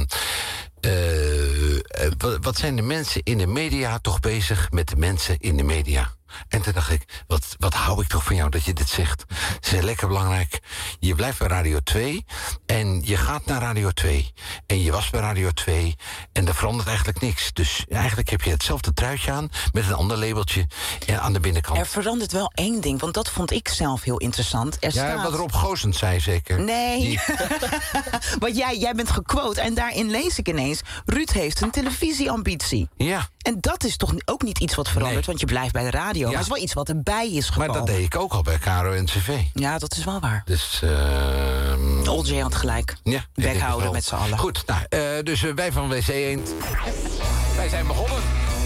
eh, eh, wat- wat zijn de mensen in de media toch bezig met de mensen in de media? En toen dacht ik, wat, wat hou ik toch van jou dat je dit zegt. Ze is lekker belangrijk. Je blijft bij Radio twee en je gaat naar Radio twee. En je was bij Radio twee en er verandert eigenlijk niks. Dus eigenlijk heb je hetzelfde truitje aan met een ander labeltje aan de binnenkant. Er verandert wel één ding, want dat vond ik zelf heel interessant. Er ja, staat... wat Rob Goossens zei zeker. Nee, Die... want jij, jij bent gequote en daarin lees ik ineens... Ruud heeft een televisieambitie. Ja. En dat is toch ook niet iets wat verandert, Nee. want je blijft bij de radio. Ja. Maar het is wel iets wat erbij is gekomen. Maar dat deed ik ook al bij K R O N C V. Ja, dat is wel waar. Dus... Uh... O J had gelijk. Ja, Weghouden met z'n allen. Goed, nou, uh, dus uh, wij van W C Eend. Wij zijn begonnen.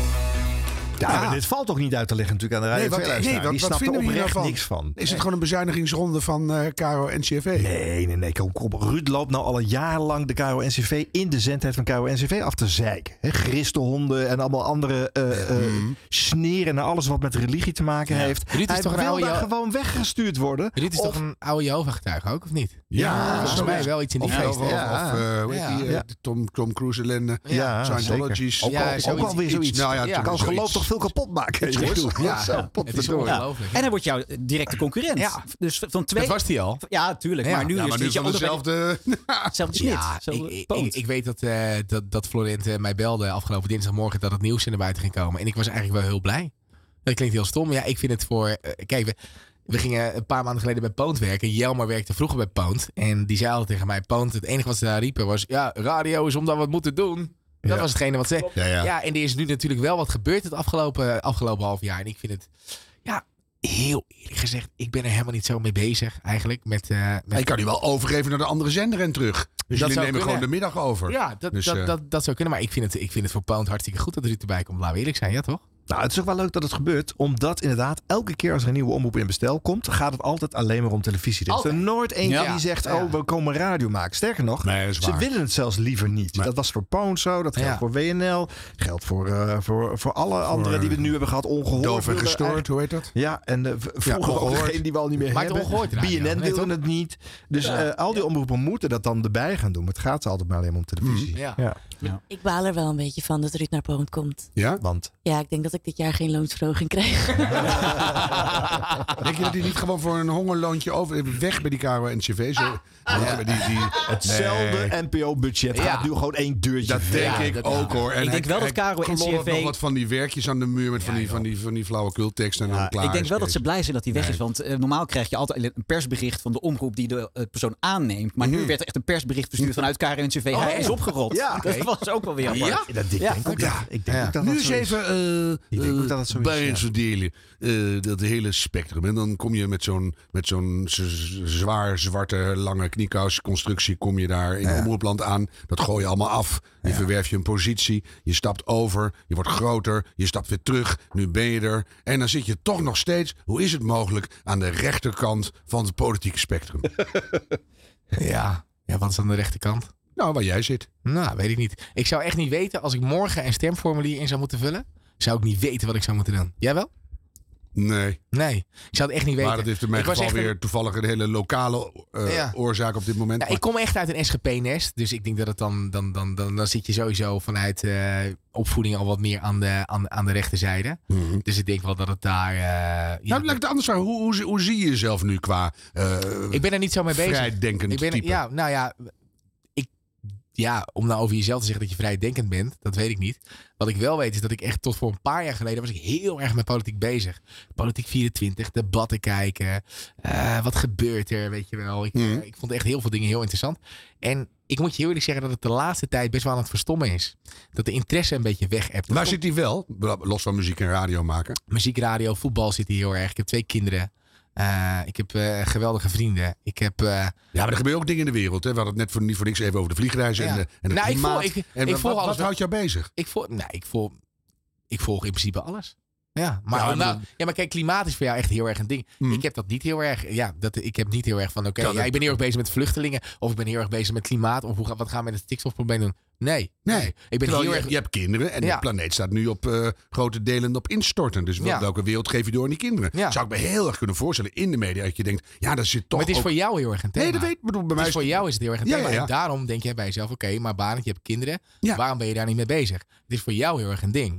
Ja, Ja. maar dit valt toch niet uit te leggen natuurlijk aan de Radio Nee, wat, twee-luisteraar. nee, wat, Die wat snapt er vinden we hier oprecht nou van? niks van. Is het gewoon een bezuinigingsronde van uh, K R O N C V? Nee, nee, nee. Kom, kom. Ruud loopt nou al een jaar lang de K R O N C V in de zendtijd van K R O N C V af te zeiken. He, geriste honden en allemaal andere uh, uh, Mm. sneren naar alles wat met religie te maken Ja. heeft. Ruud is Hij toch een wil oude daar Jo- gewoon weggestuurd worden. Dit is Of- toch een oude Jehovah-getuige ook, of niet? Ja, volgens zo mij is- wel iets in die Of, geest. of, of, Ja. of uh, hoe heet Ja. die, uh, Ja. de Tom, Tom Cruise ellende. Ja, Scientologies. zeker. Ook, Ja, al, zoiets- ook alweer iets- zoiets. nou ja, Ja. toen Kan zoiets- geloof toch veel kapot maken, jongens. Ja, Zo, het is potverdorie. ongelooflijk. En hij wordt jouw directe concurrent. Ja. Dus van twee... Dat was die al. Ja, tuurlijk. Ja. Maar nu Ja, is maar het nu je van dezelfde... Hetzelfde snit. Ja, ik, hetzelfde ik, poot. ik, ik weet dat, uh, dat, dat Florent uh, mij belde afgelopen dinsdagmorgen dat het nieuws er naar buiten ging komen. En ik was eigenlijk wel heel blij. Dat klinkt heel stom. Ja, ik vind het voor... Uh, kijk, we, we gingen een paar maanden geleden bij Poont werken. Jelmer werkte vroeger bij Poont. En die zei altijd tegen mij, Poont, het enige wat ze daar riepen was... Ja, radio is omdat we het moeten doen. Dat Ja. was hetgene wat ze... Ja, ja. Ja, en er is nu natuurlijk wel wat gebeurd het afgelopen, afgelopen half jaar. En ik vind het... Ja, heel eerlijk gezegd, ik ben er helemaal niet zo mee bezig eigenlijk. Met, uh, met... Ik kan die wel overgeven naar de andere zender en terug. Dus jullie zou nemen kunnen. gewoon de middag over. Ja, dat, Dus, dat, uh, dat, dat zou kunnen. Maar ik vind het, ik vind het voor Pound hartstikke goed dat er iets erbij komt. Laten we eerlijk zijn, ja toch? Nou, het is ook wel leuk dat het gebeurt. Omdat inderdaad, elke keer als er een nieuwe omroep in bestel komt... gaat het altijd alleen maar om televisie. Er is er Altijd. nooit eentje Ja. die zegt... Ja. oh, we komen radio maken. Sterker nog, Nee, dat is ze waar. willen het zelfs liever niet. Nee. Dat was voor Pound zo. Dat geldt Ja. voor W N L. Geldt voor, uh, voor, voor alle anderen die we nu hebben gehad. Ongehoord. Doof en willen gestoord, hoe heet dat? Ja, en uh, v- vroeger ook ongehoord. degene die we al niet meer Maar het hebben. ongehoord B radio, N N nee, wilde toch? het niet. Dus Ja. uh, al die omroepen moeten dat dan erbij gaan doen. Maar het gaat altijd maar alleen maar om televisie. Ja. Ja. Ik baal er wel een beetje van dat Ruud naar Poont komt. Ja? Want Ja, ik denk dat ik dit jaar geen loonsverhoging krijg. Denk je dat hij niet gewoon voor een hongerloontje over... weg bij die K R O N C V? Zo, ja. die, die, hetzelfde Nee. N P O-budget Ja. gaat nu gewoon één deurtje Dat verder. denk Ja, ik dat- ook hoor. En Ik denk hij- wel dat hij K R O N C V klopt nog wat van die werkjes aan de muur met van, Ja, die, van, die, van die flauwekulteksten en dan klaar. Ik denk is wel dat Kees. ze blij zijn dat hij weg Nee. is. Want eh, normaal krijg je altijd een persbericht van de omroep die de eh, persoon aanneemt. Maar nu werd er echt een persbericht verstuurd vanuit K R O N C V. Hij is opgerold. Ja, Dat oké. was ook wel weer apart. Ja, dat denk Ja. ik ook. Ja. dat- Ik denk Ja. ook dat Nu dat eens zo is. even uh, Ik denk ook dat het zo is, bijverdelen. Uh, dat hele spectrum. En dan kom je met zo'n met zo'n z- z- zwaar zwarte lange kniekouwsconstructie kom je daar in omroepland aan. Dat gooi je allemaal af. Je verwerf je een positie. Je stapt over. Je wordt groter. Je stapt weer terug. Nu ben je er. En dan zit je toch nog steeds, hoe is het mogelijk, aan de rechterkant van het politieke spectrum. Ja. Ja, wat is aan de rechterkant? Nou, waar jij zit. Nou, weet ik niet. Ik zou echt niet weten, als ik morgen een stemformulier in zou moeten vullen, zou ik niet weten wat ik zou moeten doen. Jij wel? Nee. Nee. Ik zou het echt niet weten. Maar dat heeft in mijn Ik was geval echt weer een- toevallig een hele lokale uh, Ja. oorzaak op dit moment. Ja, ik kom echt uit een S G P-nest. Dus ik denk dat het dan, dan, dan, dan, dan zit je sowieso vanuit uh, opvoeding al wat meer aan de, aan, aan de rechterzijde. Mm-hmm. Dus ik denk wel dat het daar... Uh, ja, Nou, laat ik het anders vragen. Hoe, hoe, hoe zie je jezelf nu qua uh, ik ben er niet zo mee bezig. vrijdenkend ik ben, type? Ja, nou ja, ik, ja, om nou over jezelf te zeggen dat je vrijdenkend bent, dat weet ik niet. Wat ik wel weet is dat ik echt tot voor een paar jaar geleden was ik heel erg met politiek bezig. Politiek vierentwintig, debatten kijken. Uh, wat gebeurt er, weet je wel. Ik, Mm. uh, ik vond echt heel veel dingen heel interessant. En ik moet je heel eerlijk zeggen dat het de laatste tijd best wel aan het verstommen is. Dat de interesse een beetje weg hebt. Waar zit hij wel? Los van muziek en radio maken. Muziek, radio, voetbal zit hier heel erg. Ik heb twee kinderen. Uh, ik heb uh, geweldige vrienden. Ik heb... Uh, ja, maar er gebeuren ook dingen in de wereld. Hè? We hadden het net voor, niet voor niks even over de vliegreizen ja. en de, en de nou, klimaat. Ik volg, ik, en ik wat, volg wat, alles wat houdt jou bezig? Ik volg, nou, ik, volg, ik volg in principe alles. Ja, maar, Ja, nou, bedoel- ja, maar kijk, klimaat is voor jou echt heel erg een ding. Mm. Ik heb dat niet heel erg. Ja, dat, ik heb niet heel erg van, oké, Ja, okay, ja, dat- ik ben heel erg bezig met vluchtelingen. Of ik ben heel erg bezig met klimaat. Of hoe, ga- wat gaan we met het stikstofprobleem doen? Nee. Nee. Ik ben Terwijl heel je, erg... je hebt kinderen en Ja. de planeet staat nu op uh, grote delen op instorten. Dus wel- Ja. welke wereld geef je door aan die kinderen? Ja. Zou ik me heel erg kunnen voorstellen in de media dat je denkt, ja, dat zit toch maar het is ook... voor jou heel erg een thema. Nee, dat weet ik. Bedoel, bij mij Dus is voor jou is het heel erg een Ja, thema. ja, ja. En daarom denk jij bij jezelf, oké, okay, maar Barend, je hebt kinderen. Ja. Waarom ben je daar niet mee bezig? Het is voor jou heel erg een ding. Ja.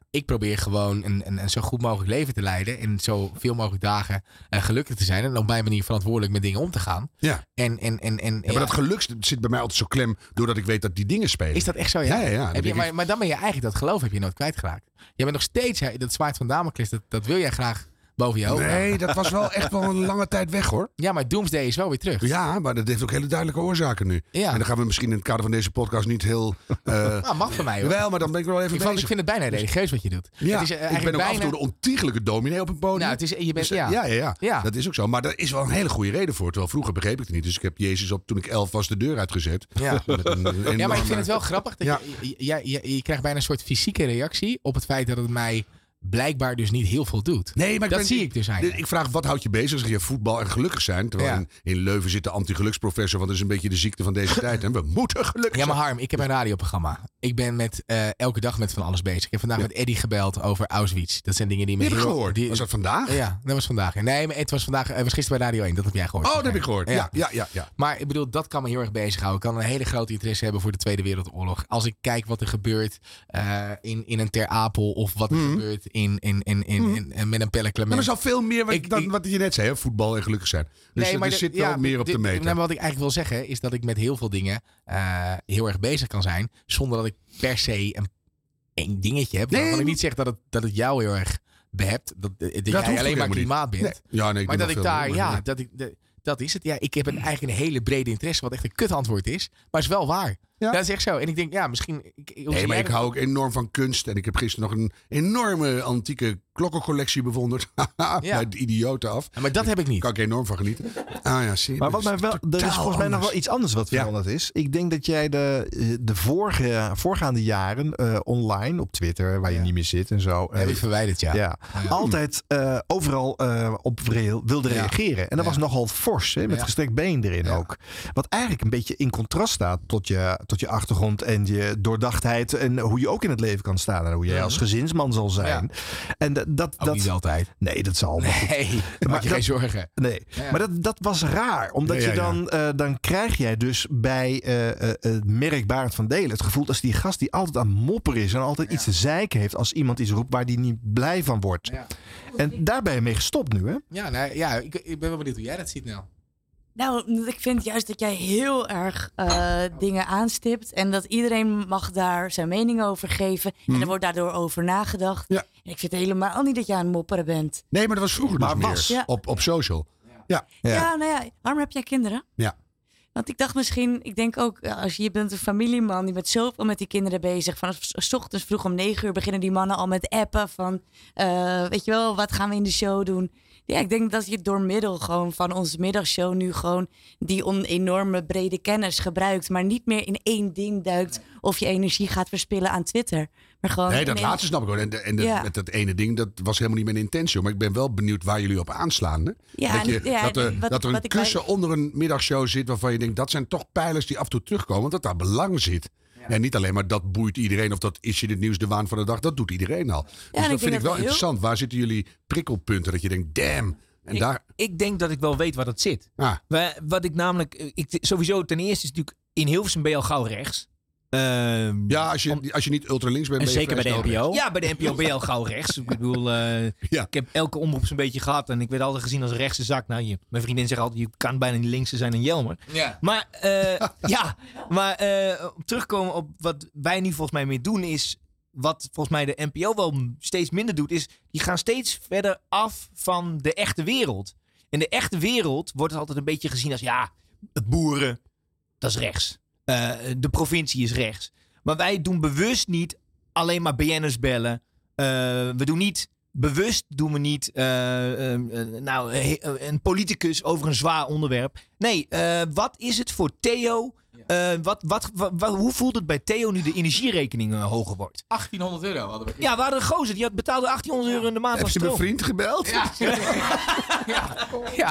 ik probeer gewoon een, een, een zo goed mogelijk leven te leiden. En zoveel mogelijk dagen uh, gelukkig te zijn. En op mijn manier verantwoordelijk met dingen om te gaan. Ja. En, en, en, en, ja, maar ja. dat geluk zit bij mij altijd zo klem. Doordat ik weet dat die dingen spelen. Is dat echt zo? Ja, ja. ja, ja. Heb je, ik... maar, maar dan ben je eigenlijk dat geloof heb je nooit kwijtgeraakt. Je bent nog steeds, dat zwaard van Damocles, dat, dat wil jij graag boven je hoofd. Nee, dat was wel echt wel een lange tijd weg hoor. Ja, maar Doomsday is wel weer terug. Ja, maar dat heeft ook hele duidelijke oorzaken nu. Ja. En dan gaan we misschien in het kader van deze podcast niet heel... Uh... Nou, mag van mij hoor. Wel, maar dan ben ik er wel even ik, bezig. ik vind het bijna religieus wat je doet. Ja, het is, uh, ik ben ook bijna... af en toe de ontiegelijke dominee op het podium. Nou, het is, je bent, dus, ja. Ja, ja, ja, ja. Dat is ook zo. Maar daar is wel een hele goede reden voor. Terwijl vroeger begreep ik het niet. Dus ik heb Jezus op toen ik elf was de deur uitgezet. Ja, met een, een ja maar ik vind het wel grappig. Dat ja. je, je, je, je krijgt bijna een soort fysieke reactie op het feit dat het mij blijkbaar dus niet heel veel doet. Nee, maar dat ben, zie ik dus eigenlijk. Ik vraag, wat houdt je bezig? Zeg je voetbal en gelukkig zijn? Terwijl ja. in, in Leuven zit de anti-geluksprofessor, want dat is een beetje de ziekte van deze tijd. En we moeten gelukkig zijn. Ja, maar zijn. Harm, ik heb een radioprogramma. Ik ben met uh, elke dag met van alles bezig. Ik heb vandaag ja. met Eddie gebeld over Auschwitz. Dat zijn dingen die me Die heb heel... ik gehoord. Die, was dat vandaag? Ja, dat was vandaag. Nee, maar het was vandaag. Het was gisteren bij Radio één. Dat heb jij gehoord. Oh, dat heb ik gehoord. Ja, ja, ja. ja. Maar ik bedoel, dat kan me heel erg bezighouden. Ik kan een hele grote interesse hebben voor de Tweede Wereldoorlog. Als ik kijk wat er gebeurt uh, in, in een Ter Apel of wat er mm. gebeurt in, in, in, in, mm. in, in, met een Pelle Clement. Maar er is al veel meer wat, ik, dan ik, wat je net zei, hè? Voetbal en gelukkig zijn. Dus nee, maar er de, zit ja, wel meer op de, de meter. Nou, wat ik eigenlijk wil zeggen is dat ik met heel veel dingen uh, heel erg bezig kan zijn. Zonder dat ik per se een, een dingetje heb. Nee, waarvan ik niet zeg dat het, dat het jou heel erg behept. Dat, dat ja, jij alleen maar klimaat bent. Nee. Ja, nee, ik maar dat ik daar, veel, ja, nee. dat ik... De, dat is het. Ja, ik heb een, eigenlijk een hele brede interesse, wat echt een kutantwoord is. Maar is wel waar. Ja. Dat is echt zo. En ik denk, ja, misschien... Ik, nee, maar ik hou ook enorm van kunst. En ik heb gisteren nog een enorme antieke klokkencollectie bewonderd. ja. Bij de idioten af. Ja, maar dat heb ik niet. Daar kan ik enorm van genieten. Ah ja, zie je. Maar wat mij wel, er is volgens mij nog wel iets anders wat veranderd ja. is. Ik denk dat jij de, de vorige, voorgaande jaren uh, online, op Twitter, waar je ja. niet meer zit en zo. Heb ik verwijderd, ja. ja, ja. Altijd uh, overal uh, op re- wilde ja. reageren. En dat ja. was nogal fors, hè, met ja. gestrekt been erin ja. ook. Wat eigenlijk een beetje in contrast staat tot je, tot je achtergrond en je doordachtheid. En hoe je ook in het leven kan staan. En hoe jij ja. als gezinsman zal zijn. Ja. En dat, dat, ook dat, niet altijd. Nee, dat zal allemaal nee, goed. Maak je geen zorgen. Nee, ja. maar dat, dat was raar. Omdat ja, ja, je dan, ja. uh, dan krijg jij dus bij uh, uh, uh, merk Barend van Delen het gevoel als die gast die altijd aan mopper is en altijd ja. iets te zeiken heeft als iemand iets roept waar die niet blij van wordt. Ja. En daar ben je mee gestopt nu, hè? Ja, nou, ja ik, ik ben wel benieuwd hoe jij dat ziet nou. Nou, ik vind juist dat jij heel erg uh, dingen aanstipt. En dat iedereen mag daar zijn mening over geven. Hmm. En er wordt daardoor over nagedacht. Ja. En ik vind helemaal niet dat je aan het mopperen bent. Nee, maar dat was vroeger maar dus was. meer. Ja. Op, op social. Ja. Ja. ja, nou ja. Waarom heb jij kinderen? Ja. Want ik dacht misschien, ik denk ook, als je, je bent een familieman, die bent zoveel met die kinderen bezig. Vanaf 's ochtends vroeg om negen uur beginnen die mannen al met appen van, uh, weet je wel, wat gaan we in de show doen? Ja, ik denk dat je door middel gewoon van onze middagshow nu gewoon die on- enorme brede kennis gebruikt. Maar niet meer in één ding duikt of je energie gaat verspillen aan Twitter. Maar gewoon nee, dat een... laatste snap ik wel. En, de, en de, ja. met dat ene ding, dat was helemaal niet mijn intentie. Maar ik ben wel benieuwd waar jullie op aanslaan. Hè? Ja, dat, je, ja, dat, er, wat, dat er een kussen bij... onder een middagshow zit waarvan je denkt, dat zijn toch pijlers die af en toe terugkomen. Want dat daar belang zit. Ja. En niet alleen maar dat boeit iedereen of dat is je het nieuws, de waan van de dag. Dat doet iedereen al. Dus ja, dat ik vind ik wel heel... interessant. Waar zitten jullie prikkelpunten? Dat je denkt, damn. En ik, daar... ik denk dat ik wel weet wat het zit. Ah. Waar, wat ik namelijk... Ik, sowieso ten eerste is natuurlijk... In Hilversum ben je al gauw rechts. Uh, ja, als je, om, als je niet ultralinks bent, ben je zeker bij de N P O. Rechts. Ja, bij de N P O ben je al gauw rechts. Ik bedoel, uh, ja. ik heb elke omroep zo'n beetje gehad. En ik werd altijd gezien als rechtse zak. Nou, je, mijn vriendin zegt altijd, je kan bijna niet linkse zijn een Jelmer. Ja. Maar, uh, ja, maar uh, terugkomen op wat wij nu volgens mij meer doen is... Wat volgens mij de N P O wel steeds minder doet, is... Die gaan steeds verder af van de echte wereld. In de echte wereld wordt het altijd een beetje gezien als... Ja, boeren, dat is rechts. Uh, de provincie is rechts. Maar wij doen bewust niet alleen maar B N'ers bellen. Uh, we doen niet... Bewust doen we niet uh, uh, uh, nou, uh, een politicus over een zwaar onderwerp. Nee, uh, wat is het voor Theo... Uh, wat, wat, wat, wat, hoe voelt het bij Theo nu de energierekening uh, hoger wordt? achttienhonderd euro hadden we. Ja, we hadden een gozer. Die had betaalde achttienhonderd euro in de maand. Heb je mijn vriend gebeld? Ja. ja. ja.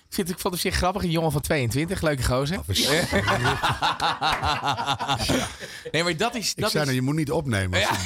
vind, ik vond het op zich grappig. Een jongen van tweeëntwintig. Leuke gozer. Oh, nee, maar dat is... Dat ik zei is... nou, je moet niet opnemen. Als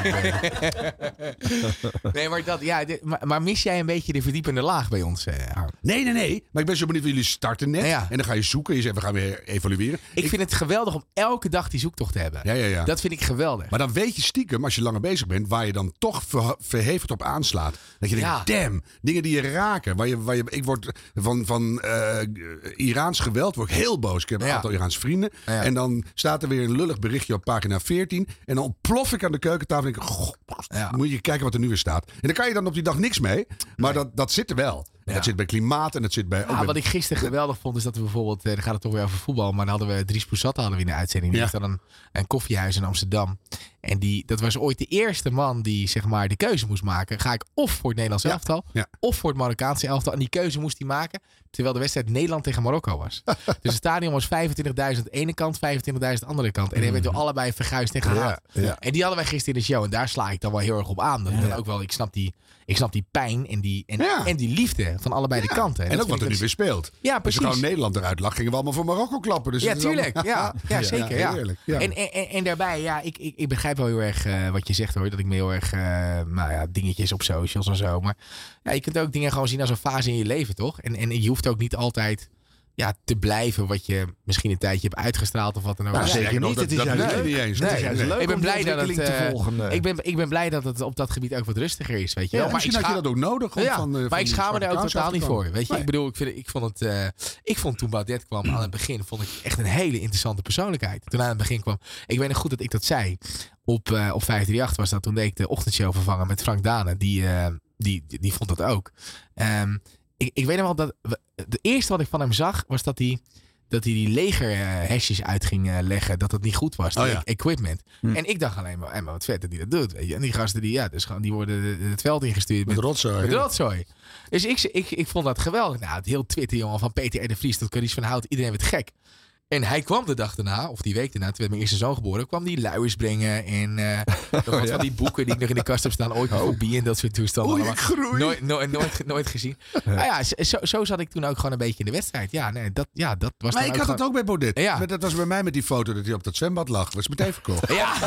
je nee, maar, dat, ja, dit, maar, maar mis jij een beetje de verdiepende laag bij ons, uh, Harm? Nee, nee, nee. Maar ik ben zo benieuwd. Jullie starten net. Ja. En dan ga je zoeken. Je zegt, we gaan weer evalueren. Ik, ik vind het geweldig om elke dag die zoektocht te hebben. Ja, ja, ja. Dat vind ik geweldig. Maar dan weet je stiekem, als je langer bezig bent, waar je dan toch ver, verhevigd op aanslaat. Dat je denkt, Ja. damn, dingen die je raken. Waar je, waar je, ik word van, van uh, Iraans geweld word ik heel boos. Ik heb een Ja. aantal Iraanse vrienden. Ja. En dan staat er weer een lullig berichtje op pagina veertien. En dan plof ik aan de keukentafel en denk ik, goh, Ja. moet je kijken wat er nu weer staat. En dan kan je dan op die dag niks mee. Maar dat, dat zit er wel. En Ja. dat zit bij klimaat en dat zit bij... ook Ja, bij- wat ik gisteren geweldig vond, is dat we bijvoorbeeld... Eh, dan gaat het toch weer over voetbal. Maar dan hadden we Dries Poussat hadden we in de uitzending. Die Ja. heeft dan een, een koffiehuis in Amsterdam. En die, dat was ooit de eerste man die zeg maar de keuze moest maken. Ga ik of voor het Nederlands Ja. elftal... Ja. of voor het Marokkaanse elftal. En die keuze moest hij maken terwijl de wedstrijd Nederland tegen Marokko was. Dus het stadion was vijfentwintigduizend ene kant, vijfentwintigduizend andere kant. En die hebben we allebei verguisd en gehaald. Ja, ja. En die hadden wij gisteren in de show. En daar sla ik dan wel heel erg op aan. Dat ik dan ook wel, ik snap die, ik snap die pijn en die, en, Ja. en die liefde van allebei de kanten. En dat ook wat vind er ik nu dat- weer speelt. Ja, Als precies. je gewoon Nederland eruit lag, gingen we allemaal voor Marokko klappen. Dus Ja, het is allemaal- tuurlijk. Ja, ja, zeker. Ja. heerlijk. Ja. En, en, en, en daarbij, ja, ik, ik, ik begrijp wel heel erg uh, wat je zegt hoor. Dat ik me heel erg, uh, nou ja, dingetjes op socials en zo. Maar ja, je kunt ook dingen gewoon zien als een fase in je leven, toch? En, en je hoeft ook niet altijd ja, te blijven wat je misschien een tijdje hebt uitgestraald of wat dan ook. Nou, Ja, zeker nog, niet. dat- Het is dat juist weet je leuk. niet eens. Het is Nee, juist nee. leuk ik ben om die blij dat het, ontwikkeling te uh, volgen. uh. ik, ben, ik ben blij dat het op dat gebied ook wat rustiger is, weet je wel. Ja, Maar ik misschien had scha- je dat ook nodig. om ja, van, uh, maar van ik die schaam me er ook Zwarte totaal Kous niet af te voor. komen. Weet je, Nee. ik bedoel, ik, vind, ik vond het. Uh, ik vond toen Baudet kwam aan het begin, vond ik echt een hele interessante persoonlijkheid. Toen hij aan het begin kwam. Ik weet nog goed dat ik dat zei. Op, uh, op vijf drie acht was dat. Toen deed ik de ochtendshow vervangen met Frank Dane. Die, uh, die, die, die vond dat ook. Um, ik, ik weet nog wel dat. Het eerste wat ik van hem zag was dat hij. Dat hij die leger uh, hashjes uit ging uh, leggen. Dat dat niet goed was. Oh, die ja. equipment. Hm. En ik dacht alleen maar, hey, maar wat vet dat hij dat doet. Weet je? En die gasten die, ja, dus gewoon, die worden de- het veld ingestuurd. Met rotzooi. Met ja. rotzooi. Dus ik, ik, ik vond dat geweldig. Nou, het heel Twitter, jongen, van Peter R. de Vries tot Carice van Hout. Iedereen werd gek. En hij kwam de dag daarna, of die week daarna, toen werd mijn eerste zoon geboren, kwam die luiers brengen en uh, nog wat van die boeken die ik nog in de kast heb staan, ooit fobie en dat soort toestanden. Oei, ik groei. Nooit, nooit, nooit, nooit gezien. Nou ja, zo, zo zat ik toen ook gewoon een beetje in de wedstrijd. Ja, nee, dat, ja, dat was Maar dan ik had gewoon... het ook bij Baudet. Ja. Met- Dat was bij mij met die foto dat hij op dat zwembad lag. Dat is meteen verkocht. Ja, ja,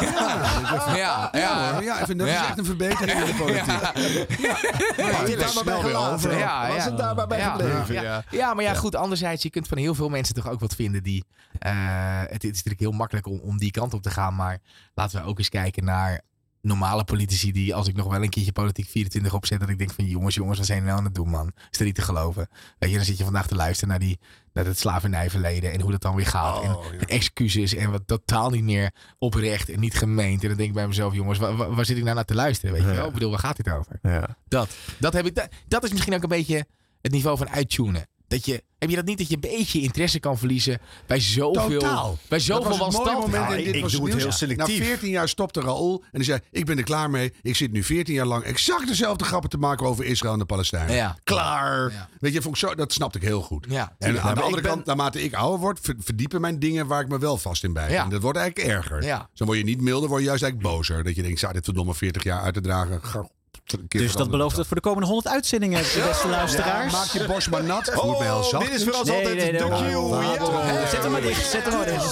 ja. Ja, hoor. Ja, ik vind dat Ja. is echt een verbetering in de politiek. Ja. Ja, het het daar is maar bij snel weer gelaten. over. Ja, Was ja. het daar maar bij Ja, gebleven? ja. Ja. Ja, maar ja, goed. Anderzijds, je kunt van heel veel mensen toch ook wat vinden die... Uh, het, het is natuurlijk heel makkelijk om, om die kant op te gaan. Maar laten we ook eens kijken naar normale politici die, als ik nog wel een keertje politiek vierentwintig opzet, dat ik denk van jongens, jongens, wat zijn jullie nou aan het doen, man? Is er niet te geloven? Weet je, dan zit je vandaag te luisteren naar, die, naar het slavernijverleden en hoe dat dan weer gaat. Oh, en ja. de excuses en wat totaal niet meer oprecht en niet gemeend. En dan denk ik bij mezelf, jongens, waar, waar, waar zit ik nou naar te luisteren? Weet je wel? Ik bedoel, waar gaat dit over? Ja. Dat, dat, heb ik, dat, dat is misschien ook een beetje het niveau van uittunen. Dat je, heb je dat niet dat je een beetje interesse kan verliezen bij zoveel, Totaal. bij zoveel dat was een mooi moment wanstaltigheid? en dit ik was doe het nieuws. heel selectief. Na veertien jaar stopte Raoul en die zei, ik ben er klaar mee. Ik zit nu veertien jaar lang exact dezelfde grappen te maken over Israël en de Palestijnen. Ja. Klaar. Ja. Weet je, vond ik zo, dat snapte ik heel goed. Ja. En Ja, aan maar de ik andere ben- kant, naarmate ik ouder word, ver- verdiepen mijn dingen waar ik me wel vast in bijt. Ja. En dat wordt eigenlijk erger. Ja. Dus dan word je niet milder, word je juist eigenlijk bozer. Dat je denkt, zou dit verdomme veertig jaar uit te dragen. Ga- een keer Dus dat veranderen. belooft het voor de komende honderd uitzendingen, beste luisteraars. Ja, maak je borst maar nat. Voel me heel Oh, zacht. dit is voor ons Nee, altijd nee, nee, de nee, cue. nee, Ja. Zet hem maar dicht, zet hem maar dicht.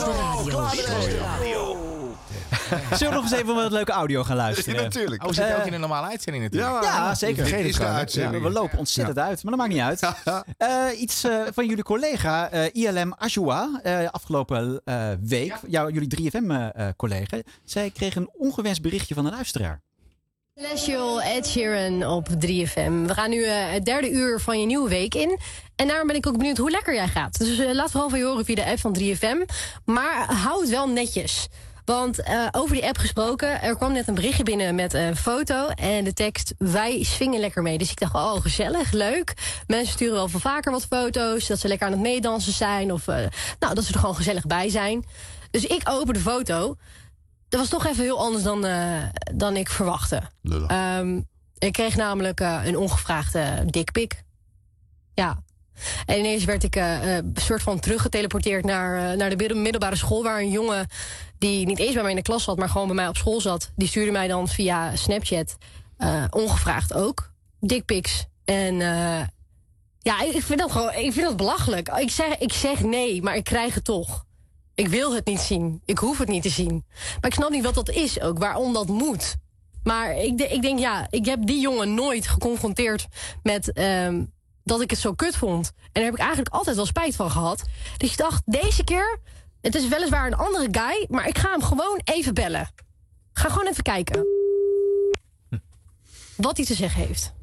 Zullen we nog eens even wat leuke audio gaan luisteren? Ja, natuurlijk. Oh, we zitten Eh, ook in een normale uitzending natuurlijk. Ja, zeker. Dit Vergeet is het de gewoon. uitzending. Ja, we lopen ontzettend uit, maar dat maakt niet uit. Eh, iets uh, van jullie collega uh, I L M Ajua, uh, afgelopen uh, week, ja. Jou, jullie drie F M-collega. Uh, zij kreeg een ongewenst berichtje van een luisteraar. Celestial, Ed Sheeran op drie F M. We gaan nu uh, het derde uur van je nieuwe week in. En daarom ben ik ook benieuwd hoe lekker jij gaat. Dus uh, laat vooral van je horen via de app van drie F M. Maar hou het wel netjes. Want uh, over die app gesproken, er kwam net een berichtje binnen met een foto en de tekst: wij swingen lekker mee. Dus ik dacht, oh gezellig, leuk. Mensen sturen wel veel vaker wat foto's, dat ze lekker aan het meedansen zijn of uh, nou, dat ze er gewoon gezellig bij zijn. Dus ik open de foto. Dat was toch even heel anders dan, uh, dan ik verwachtte. Um, ik kreeg namelijk uh, een ongevraagde dikpik. Ja. En ineens werd ik uh, uh, soort van teruggeteleporteerd naar, uh, naar de middelbare school, waar een jongen die niet eens bij mij in de klas zat, maar gewoon bij mij op school zat, die stuurde mij dan via Snapchat uh, ongevraagd ook dickpics. En uh, Ja, ik vind dat gewoon, ik vind dat belachelijk. Ik zeg, ik zeg nee, maar ik krijg het toch. Ik wil het niet zien. Ik hoef het niet te zien. Maar ik snap niet wat dat is ook, waarom dat moet. Maar ik, de, ik denk, ja, ik heb die jongen nooit geconfronteerd met um, dat ik het zo kut vond. En daar heb ik eigenlijk altijd wel spijt van gehad. Dus ik dacht, deze keer, het is weliswaar een andere guy, maar ik ga hem gewoon even bellen. Ga gewoon even kijken wat hij te zeggen heeft.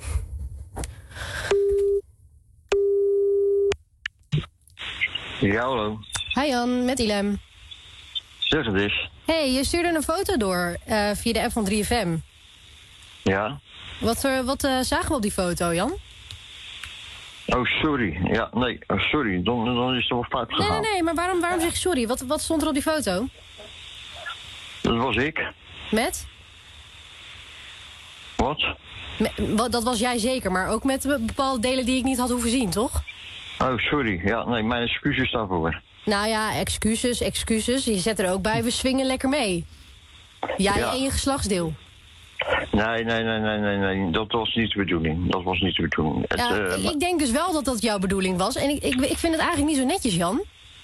Ja, hallo. Hi Jan, met Ilem. Zeg het eens. Hey, je stuurde een foto door uh, via de app van drie F M. Ja. Wat, uh, wat uh, zagen we op die foto, Jan? Oh, sorry. Ja, nee, oh, sorry. Dan, dan is het wel fout gegaan. Nee, nee, nee, maar waarom, waarom zeg je sorry? Wat, wat stond er op die foto? Dat was ik. Met? Wat? Met, wat? Dat was jij zeker, maar ook met bepaalde delen die ik niet had hoeven zien, toch? Oh, sorry. Ja, nee, mijn excuses daarvoor. Nou ja, excuses, excuses. Je zet er ook bij, we swingen lekker mee. Jij ja. en je geslachtsdeel. Nee, nee, nee, nee, nee, nee. Dat was niet de bedoeling. Dat was niet de bedoeling. Het, Ja, uh, ik denk dus wel dat dat jouw bedoeling was. En ik, ik, ik vind het eigenlijk niet zo netjes, Jan.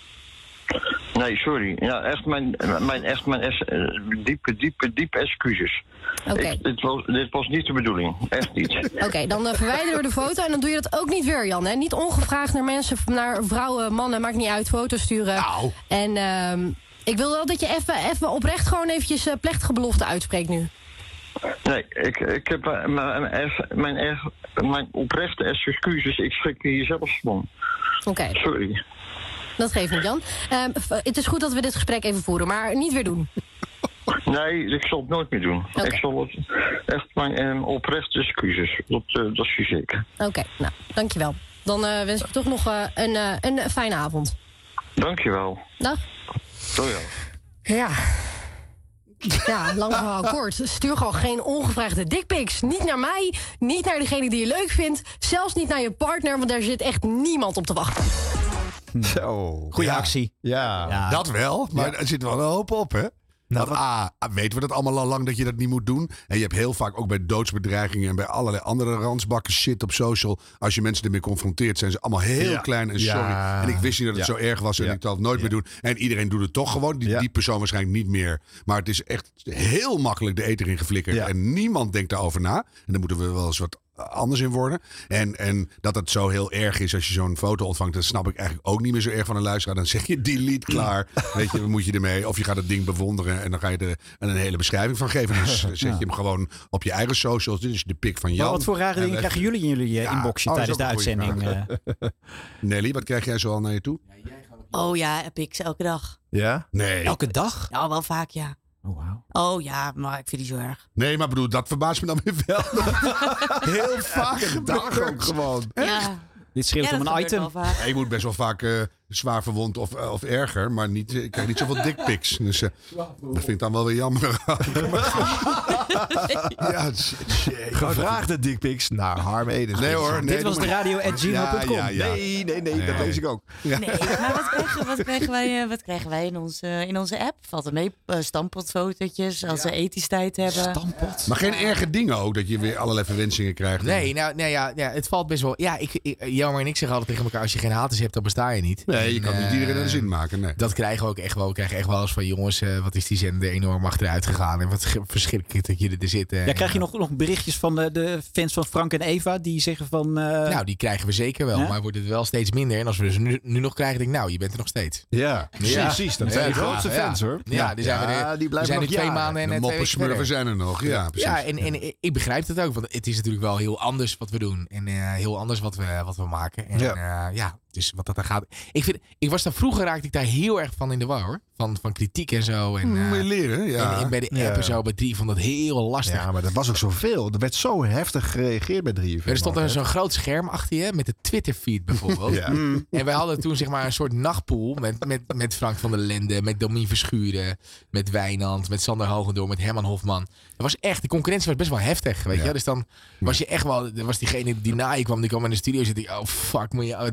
Nee, sorry. Ja, echt mijn, mijn, echt mijn es, uh, diepe, diepe, diepe excuses. Oké. Okay. Dit was, dit was niet de bedoeling. Echt niet. Oké, okay, dan uh, verwijderen we de foto en dan doe je dat ook niet weer, Jan. Hè? Niet ongevraagd naar mensen, naar vrouwen, mannen, maakt niet uit, foto's sturen. Nou. En uh, ik wil wel dat je even, even oprecht gewoon eventjes uh, plechtige belofte uitspreekt nu. Nee, ik, ik heb uh, mijn, mijn, mijn oprechte excuses, ik schrik hier zelfs van. Oké. Okay. Sorry. Dat geeft niet, Jan. Uh, het is goed dat we dit gesprek even voeren, maar niet weer doen. Nee, ik zal het nooit meer doen. Okay. Ik zal het echt mijn um, oprechte excuses. Dat, uh, dat is zeker. Oké, okay, nou, dankjewel. Dan uh, wens ik je toch nog uh, een, uh, een fijne avond. Dankjewel. Dag. Doei. Ja. Ja, lang verhaal kort. Stuur gewoon geen ongevraagde dickpics. Niet naar mij, niet naar degene die je leuk vindt. Zelfs niet naar je partner, want daar zit echt niemand op te wachten. Zo. Goeie ja. actie. Ja. ja. Dat wel, maar ja. er zit wel een hoop op, hè? Nou, Want A, weten we dat allemaal al lang dat je dat niet moet doen. En je hebt heel vaak ook bij doodsbedreigingen en bij allerlei andere ransbakken shit op social. Als je mensen ermee confronteert, zijn ze allemaal heel ja. klein en sorry. Ja. En ik wist niet dat het ja. zo erg was en ja. ik zal het nooit ja. meer doen. En iedereen doet het toch gewoon. Die, ja. die persoon waarschijnlijk niet meer. Maar het is echt heel makkelijk de eter in geflikkerd. Ja. En niemand denkt daarover na. En dan moeten we wel eens wat anders in worden. En, en dat het zo heel erg is als je zo'n foto ontvangt, dat snap ik eigenlijk ook niet meer zo erg van een luisteraar. Dan zeg je delete klaar. Weet je, wat moet je ermee? Of je gaat het ding bewonderen en dan ga je er een hele beschrijving van geven. Dus zet je ja. hem gewoon op je eigen socials. Dit is de pik van Jan. Maar wat voor rare dingen krijgen jullie in jullie ja, inboxje oh, tijdens de uitzending? Nelly, wat krijg jij zo al naar je toe? Oh ja, pics elke dag. Ja? Nee. Elke dag? Nou, wel vaak ja. Oh, wow. Oh ja, maar ik vind die zo erg. Nee, maar bedoel, dat verbaast me dan weer wel. Heel vaak een dag ook gewoon. Ja. Dit scheelt ja, om een item. Ja, je moet best wel vaak uh, zwaar verwond of, uh, of erger, maar niet, ik krijg niet zoveel dickpics. Dus uh, dat vind ik dan wel weer jammer. ja, gevraagde dickpics naar Harm Edens. Nee hoor. Nee, Dit was de radio at gmail dot com. Ja, ja, ja. Nee, nee, nee, nee, dat lees ik ook. Ja. Nee, maar wat krijgen, wat krijgen wij, wat krijgen wij in, onze, in onze app? Valt er mee? Uh, stampotfotootjes, als we ethisch tijd hebben. Stampot? Maar geen erge dingen ook, dat je weer allerlei verwensingen krijgt. Nee, nou, nee ja, ja, het valt best wel. Ja, ik, ik, Jammer en ik zeggen altijd tegen elkaar, als je geen haters hebt, dan besta je niet. Nee, je kan en, niet iedereen uh, een zin maken. Nee. Dat krijgen we ook echt wel. We krijgen echt wel eens van, jongens, uh, wat is die zender enorm achteruit gegaan. En wat verschrikkelijk dat jullie er zitten. Ja, krijg je nog, nog berichtjes van de, de fans van Frank en Eva, die zeggen van... Uh... Nou, die krijgen we zeker wel, ja? Maar wordt het wel steeds minder. En als we dus nu, nu nog krijgen, denk ik, nou, je bent er nog steeds. Ja, ja. precies. Dat zijn de grootste ja, fans, hoor. Ja, ja, die zijn ja, we, die blijven we zijn nog nu twee jaren. maanden en de twee moppensmurfen zijn er nog. Ja, precies. Ja, en, en ik begrijp het ook, want het is natuurlijk wel heel anders wat we doen. En uh, heel anders wat we, wat we maken. En ja, uh, ja dus wat dat er gaat. Ik, vind, ik was daar vroeger raakte ik daar heel erg van in de war, hoor. Van, van kritiek en zo. En, uh, Moet je leren, ja. En, en bij de app ja. en zo, bij drie vond dat heel lastig. Ja, maar dat was ook zoveel. Er werd zo heftig gereageerd bij drie. Er stond er zo'n groot scherm achter je met de Twitter-feed bijvoorbeeld. Ja. Mm. En wij hadden toen zeg maar een soort nachtpool met, met, met Frank van der Lende, met Domien Verschuren, met Wijnand, met Sander Hogendoor, met Herman Hofman. Dat was echt, de concurrentie was best wel heftig, weet ja. je. Dus dan was je echt wel, er was diegene die na je kwam, die kwam in de studio en zei, oh fuck, moet je dat bord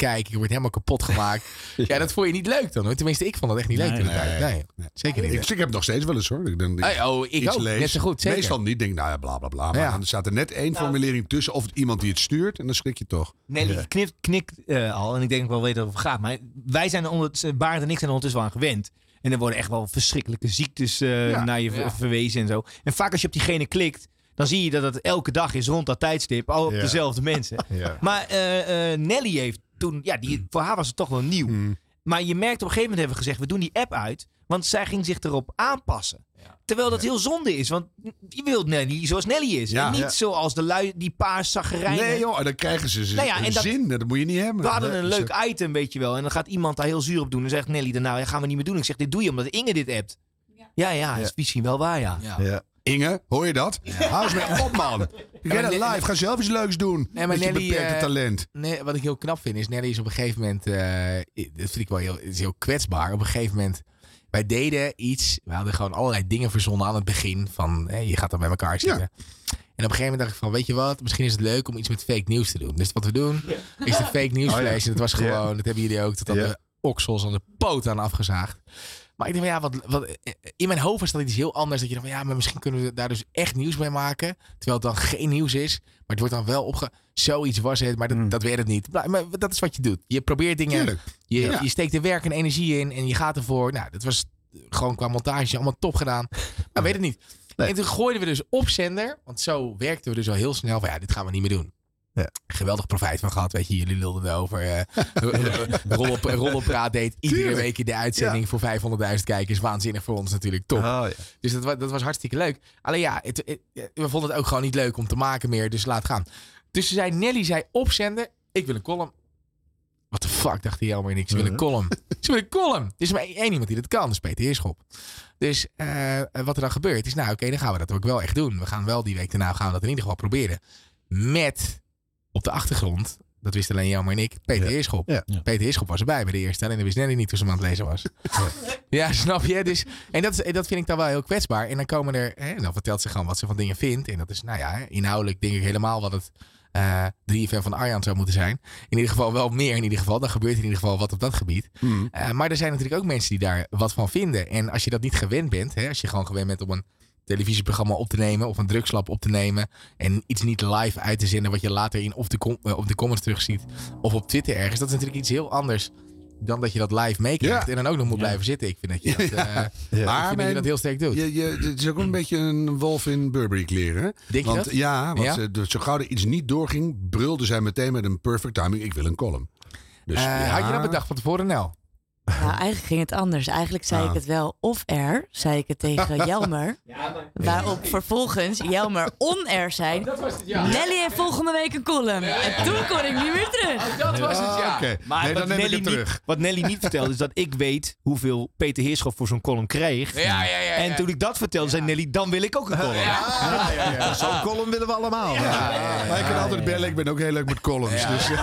kijken. Je wordt helemaal kapot gemaakt. ja, dat vond je niet leuk dan hoor. Tenminste, ik vond dat echt niet leuk. Nee, toen de nee, tijd. nee, nee. zeker niet. Ik, ik heb het nog steeds wel eens hoor. Ik denk, Hey, oh, ik iets ook. lees. Net zo goed, zeker. Meestal niet. Denk nou ja, bla bla bla. Maar Ja. dan staat er net één formulering tussen. Of het iemand die het stuurt. En dan schrik je toch. Nelly Ja. knikt, knikt uh, al. En ik denk ook wel weten dat het gaat. Maar wij zijn er ondertussen, Barend en ik zijn er ondertussen wel aan gewend. En er worden echt wel verschrikkelijke ziektes uh, Ja. naar je Ja. v- verwezen en zo. En vaak als je op diegene klikt, dan zie je dat het elke dag is rond dat tijdstip. Al op Ja. dezelfde mensen. Ja. Maar uh, uh, Nelly heeft toen, ja, die, voor haar was het toch wel nieuw. Hmm. Maar je merkt op een gegeven moment hebben we gezegd, we doen die app uit. Want zij ging zich erop aanpassen. Terwijl dat heel zonde is. Want je wilt Nelly zoals Nelly is. Ja. En niet Ja. zoals de lui, die paars zaggerijnen. Nee joh, dan krijgen ze ze Nou ja, een en dat- zin. Dat moet je niet hebben. We hadden Nee, een dus, leuk eh, item, weet je wel. En dan gaat iemand daar heel zuur op doen. En zegt Nelly daarna, ja, gaan we niet meer doen. Ik zeg, dit doe je omdat Inge dit appt. Ja, ja, is misschien wel waar, ja. Ja. Ja. Inge, hoor je dat? Hou eens mee op man. maar Get it Ne- live. Ga zelf iets leuks doen. Nee, maar met je Nelly, beperkte eh, talent. Nee, wat ik heel knap vind is, Nelly is op een gegeven moment, uh, dat vind ik wel heel, is heel kwetsbaar. Op een gegeven moment, wij deden iets, we hadden gewoon allerlei dingen verzonnen aan het begin van, hé, je gaat dan bij elkaar zitten. En op een gegeven moment dacht ik van, weet je wat, misschien is het leuk om iets met fake nieuws te doen. Dus wat we doen, is de fake nieuws Oh, ja. flash. En dat was gewoon, Ja. dat hebben jullie ook, tot aan Ja. de oksels, aan de poot aan afgezaagd. Maar ik denk van ja, wat, wat, in mijn hoofd was dat iets heel anders. Dat je dacht van ja, maar misschien kunnen we daar dus echt nieuws mee maken. Terwijl het dan geen nieuws is. Maar het wordt dan wel opge... Zoiets was het, maar dat, Mm. dat werd het niet. Maar, maar dat is wat je doet. Je probeert dingen... Tuurlijk. Je, Ja. je steekt er werk en energie in en je gaat ervoor. Nou, dat was gewoon qua montage allemaal top gedaan. Maar weet het niet. Nee. En toen gooiden we dus op zender. Want zo werkten we dus al heel snel van ja, dit gaan we niet meer doen. Ja. Geweldig profijt van gehad, weet je. Jullie lulden erover. Uh, Rolop, Rollopraat deed iedere Tuurlijk. week in de uitzending Ja. voor vijfhonderdduizend kijkers. Waanzinnig voor ons natuurlijk. Top. Oh, ja. Dus dat, wa- dat was hartstikke leuk. Alleen ja, het, het- we vonden het ook gewoon niet leuk om te maken meer. Dus laat gaan. Dus ze zei, Nelly zei opzenden. Ik wil een column. What the fuck, dacht hij helemaal niks. Ze wil een column. Ze wil een column. Er is maar één iemand die dat kan. Dat is Peter Heerschop. Dus uh, wat er dan gebeurt is, nou oké, okay, dan gaan we dat ook wel echt doen. We gaan wel die week daarna gaan we dat in ieder geval proberen. Met op de achtergrond, dat wist alleen Jelmer en ik, Peter Ja. Heerschop. Ja. Ja. Peter Heerschop was erbij bij de eerste. En dan wist Nelly niet hoe ze hem aan het lezen was. Ja, snap je? Dus, en dat, is, dat vind ik dan wel heel kwetsbaar. En dan komen er, hè, dan vertelt ze gewoon wat ze van dingen vindt. En dat is, nou ja, inhoudelijk denk ik helemaal wat het uh, drie F M van Arjan zou moeten zijn. In ieder geval wel meer in ieder geval. Dan gebeurt in ieder geval wat op dat gebied. Mm. Uh, maar er zijn natuurlijk ook mensen die daar wat van vinden. En als je dat niet gewend bent, hè, als je gewoon gewend bent om een televisieprogramma op te nemen of een drugslab op te nemen en iets niet live uit te zenden wat je later in of de, com- uh, op de comments terugziet of op Twitter ergens. Dat is natuurlijk iets heel anders dan dat je dat live meekrijgt Ja. en dan ook nog moet blijven zitten. Ik vind dat je dat, uh, Ja. ik vind Maar dat je mijn- dat heel sterk doet. Je, je, het is ook een beetje een wolf in Burberry kleren. Hè? Denk je want, dat? Ja, want Ja? Ze, dus zo gauw er iets niet doorging, brulde zij meteen met een perfect timing. Ik wil een column. Dus, Uh, ja. Had je dat bedacht van tevoren? Nou, Nou, eigenlijk ging het anders. Eigenlijk zei Ah. ik het wel off-air, zei ik het tegen Jelmer. Waarop vervolgens Jelmer on-air zei. Nelly heeft volgende week een column. En toen kon ik niet meer terug. dat was het, ja. Ah, Oké, Maar nee, wat, dan neem ik Nelly het terug. niet, wat Nelly niet vertelde is dat ik weet hoeveel Peter Heerschop voor zo'n column kreeg. Ja, ja, ja, ja. En toen ik dat vertelde, zei Nelly, dan wil ik ook een column. Ja, ja, ja. Zo'n column willen we allemaal. Ja. Maar ik kan altijd bellen. Ik ben ook heel leuk met columns. Ja. Dus,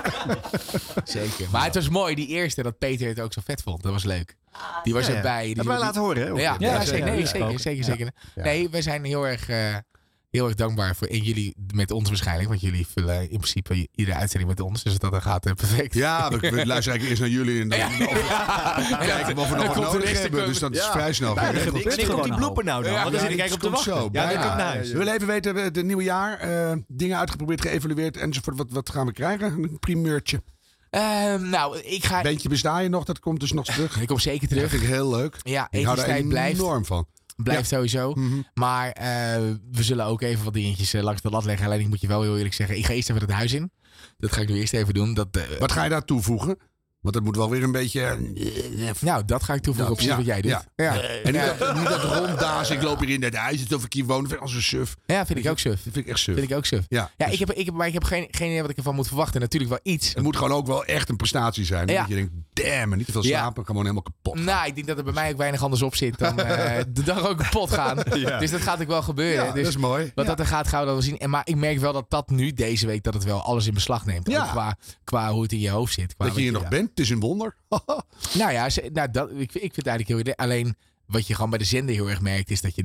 Zeker. Maar het was mooi, die eerste, dat Peter het ook zo vet vond. Dat was leuk. Die was Ja, ja. erbij. Die, Hebben wij laten horen, hè? Ja, ja, Ja, zeker. ja, Nee, ja. zeker, zeker, zeker. Ja. Nee, wij zijn heel erg, uh, heel erg dankbaar voor. En jullie met ons waarschijnlijk. Want jullie vullen in principe iedere uitzending met ons. Dus dat gaat uh, perfect. ja, we, we luisteren eigenlijk eerst naar jullie. En dan Ja. of- kijken of we nog wat komt de nodig reste hebben. Dus dat is Ja. vrij snel. Bijna geregeld. goed. Ik denk op die blooper nou dan. Ja, Want dan ja, zit ik het eigenlijk op te komt wachten. zo, Ja, dan bijna. kan ik naar huis. We willen even weten, het uh, nieuwe jaar. Uh, dingen uitgeprobeerd, geëvalueerd enzovoort. Wat, wat gaan we krijgen? Een primeurtje. Uh, nou, ik ga... Bandje besta je nog? Dat komt dus nog terug. Ik kom zeker Dat terug. vind ik heel leuk. Ja, Ik hou daar ethisch blijft. enorm van. Blijft sowieso. Mhm. Maar uh, we zullen ook even wat dingetjes uh, langs de lat leggen. Alleen ik moet je wel heel eerlijk zeggen. Ik ga eerst even het huis in. Dat ga ik nu eerst even doen. Dat, uh, Wat ga je daar toevoegen? Want het moet wel weer een beetje... Nou, dat ga ik toevoegen op precies Ja, wat jij doet. ja. Ja, En niet dat, niet dat ronddaas, ik loop hier in het huis, alsof ik hier woon. Dat vind ik als een suf. ja vind ik ook suf. Dat vind ik echt suf. Vind ik ook suf. Ja, Ja, dus ik heb, ik heb, maar ik heb geen, geen idee wat ik ervan moet verwachten. Natuurlijk wel iets. het moet gewoon ook wel echt een prestatie zijn. Ja. Dat je denkt, damn, en niet te veel Ja. slapen, gewoon helemaal kapot. Nou, ik denk dat er bij mij ook weinig anders op zit dan uh, de dag ook kapot gaan. Ja. Dus dat gaat ook wel gebeuren. Ja, dus dat is mooi. wat Ja. dat er gaat, gaan we dat wel zien. En, maar ik merk wel dat dat nu, deze week, dat het wel alles in beslag neemt. Ja. Ook qua, qua hoe het in je hoofd zit. Qua Dat je hier wat nog bent, het is een wonder. Nou ja, ze- nou, dat, ik, ik vind het eigenlijk heel idee. Alleen wat je gewoon bij de zender heel erg merkt, is dat je nu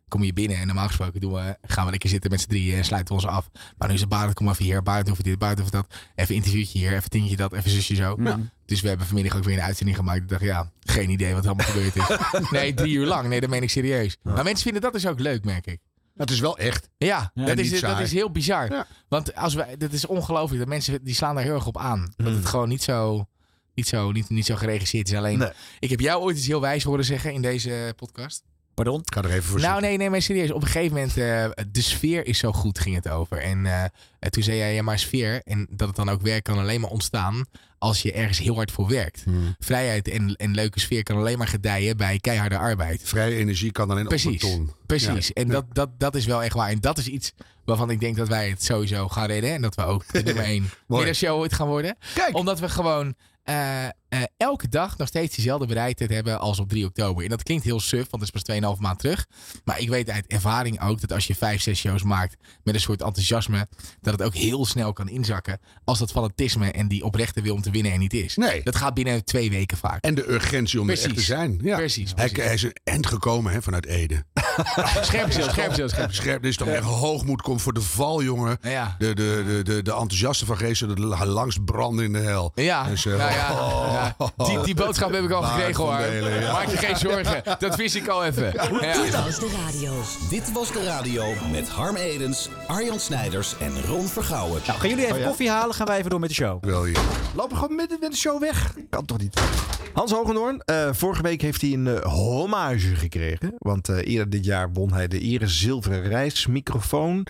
kom je binnen en normaal gesproken doen we, gaan we lekker zitten met z'n drieën en sluiten we ons af. Maar nu is het Barend, kom even hier, Barend over dit, Barend over dat. Even interviewtje hier, even tintje dat, even zusje zo. Ja. Dus we hebben vanmiddag ook weer een uitzending gemaakt. Ik dacht, ja, geen idee wat er allemaal gebeurd is. Nee, drie uur lang. Nee, dat meen ik serieus. Ja. Maar mensen vinden dat dus ook leuk, merk ik. Het is wel echt. Ja, ja dat, is, dat is heel bizar. Ja. Want als wij, dat is ongelooflijk. Dat mensen die slaan daar heel erg op aan. Dat het gewoon niet zo, niet zo, niet, niet zo geregisseerd is. Alleen, nee. Ik heb jou ooit iets heel wijs horen zeggen in deze podcast. Pardon? Ik ga er even voor Nou, nee, nee, maar serieus. Op een gegeven moment, uh, de sfeer is zo goed, ging het over. En uh, toen zei jij, ja, maar sfeer, en dat het dan ook werk kan alleen maar ontstaan als je ergens heel hard voor werkt. Hmm. Vrijheid en, en leuke sfeer kan alleen maar gedijen bij keiharde arbeid. Vrije energie kan alleen precies, op een ton. Precies, ja. En ja. dat, dat, dat is wel echt waar. En dat is iets waarvan ik denk dat wij het sowieso gaan redden. En dat we ook de nummer één middagshow ooit gaan worden. Kijk. Omdat we gewoon uh, uh, elke dag nog steeds diezelfde bereidheid hebben als op drie oktober. En dat klinkt heel suf, want het is pas twee en een half maand terug. Maar ik weet uit ervaring ook dat als je vijf, zes shows maakt met een soort enthousiasme, dat het ook heel snel kan inzakken als dat fanatisme en die oprechte wil om te winnen er niet is. Nee. Dat gaat binnen twee weken vaak. En de urgentie om precies. er echt te zijn. Ja. Precies, precies. Hij, hij is een end gekomen hè, vanuit Ede. Scherp zil, scherp zil, scherp zil. Scherp, dit is toch echt hoogmoed komt voor de valjongen. Ja. De, de, de, de, de enthousiaste van Geesten, de langst branden in de hel. Ja, dus, uh, nou ja, oh, ja. Die, die boodschap heb ik al gekregen hoor. Delen, ja. Maak je geen zorgen, dat wist ik al even. Ja. Dit was de radio. Dit was de radio met Harm Edens, Arjan Snijders en Ron Vergouwen. Nou, gaan jullie even oh, ja? koffie halen, gaan wij even door met de show. Wel je. Lopen gewoon met, met de show weg. Kan toch niet. Hans Hogendoorn, uh, vorige week heeft hij een uh, hommage gekregen. Want uh, eerder dit jaar won hij de Ere Zilveren Reismicrofoon.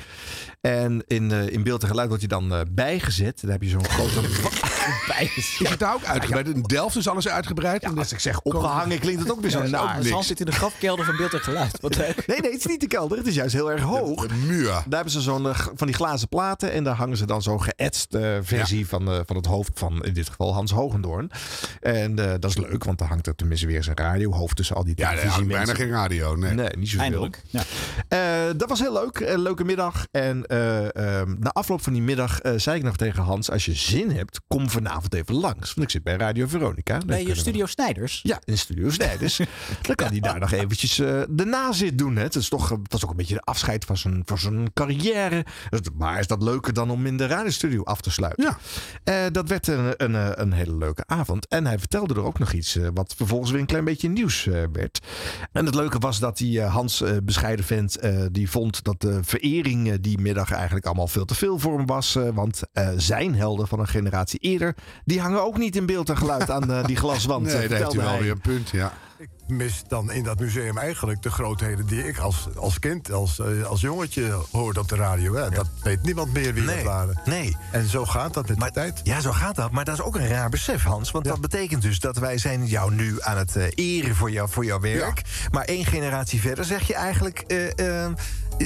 En in, uh, in beeld en geluid wordt hij dan uh, bijgezet. Dan heb je zo'n grote... bijgezet. Is het daar ook uitgebreid? In Delft is alles uitgebreid? Ja, als ik zeg opgehangen klinkt het ook weer zo ja, naar. Dus Hans zit in de grafkelder van beeld en geluid. Wat nee, nee, het is niet de kelder. Het is juist heel erg hoog. De, de muur. Daar hebben ze zo'n uh, van die glazen platen. En daar hangen ze dan zo'n geëtst uh, versie ja. van, uh, van het hoofd van in dit geval Hans Hogendoorn. En uh, dat is leuk, want dan hangt er tenminste weer zijn radiohoofd tussen al die televisie. Ja, er bijna geen radio. Nee, nee niet zoveel. Eindelijk. Ja. Uh, dat was heel leuk. Een leuke middag. En uh, uh, na afloop van die middag uh, zei ik nog tegen Hans, als je zin hebt, kom vanavond even langs. Want ik zit bij Radio Veronica. Bij je Studio Snijders? Ja, in Studio Snijders. Dan kan hij daar nog eventjes uh, de nazit doen. Hè. Het is toch, dat is ook een beetje de afscheid van zijn, van zijn carrière. Maar is dat leuker dan om in de radiostudio af te sluiten? Ja. Uh, dat werd een, een, een hele leuke avond. En hij vertelde er ook nog iets uh, wat vervolgens weer een klein beetje nieuws uh, werd. En het leuke was dat die uh, Hans, uh, bescheiden vent, uh, die vond dat de verering uh, die middag eigenlijk allemaal veel te veel voor hem was. Uh, want uh, zijn helden van een generatie eerder, die hangen ook niet in beeld en geluid aan uh, die glaswand. Nee, daar heeft hij wel weer een punt, ja. Ik mis dan in dat museum eigenlijk de grootheden die ik als, als kind, als, uh, als jongetje hoorde op de radio. Hè. Ja. Dat weet niemand meer wie nee, dat waren. Nee. En zo gaat dat met maar, de tijd. Ja, zo gaat dat. Maar dat is ook een raar besef, Hans. Want ja. dat betekent dus dat wij zijn jou nu aan het uh, eren voor, jou, voor jouw werk. Ja. Maar één generatie verder zeg je eigenlijk... Uh, uh,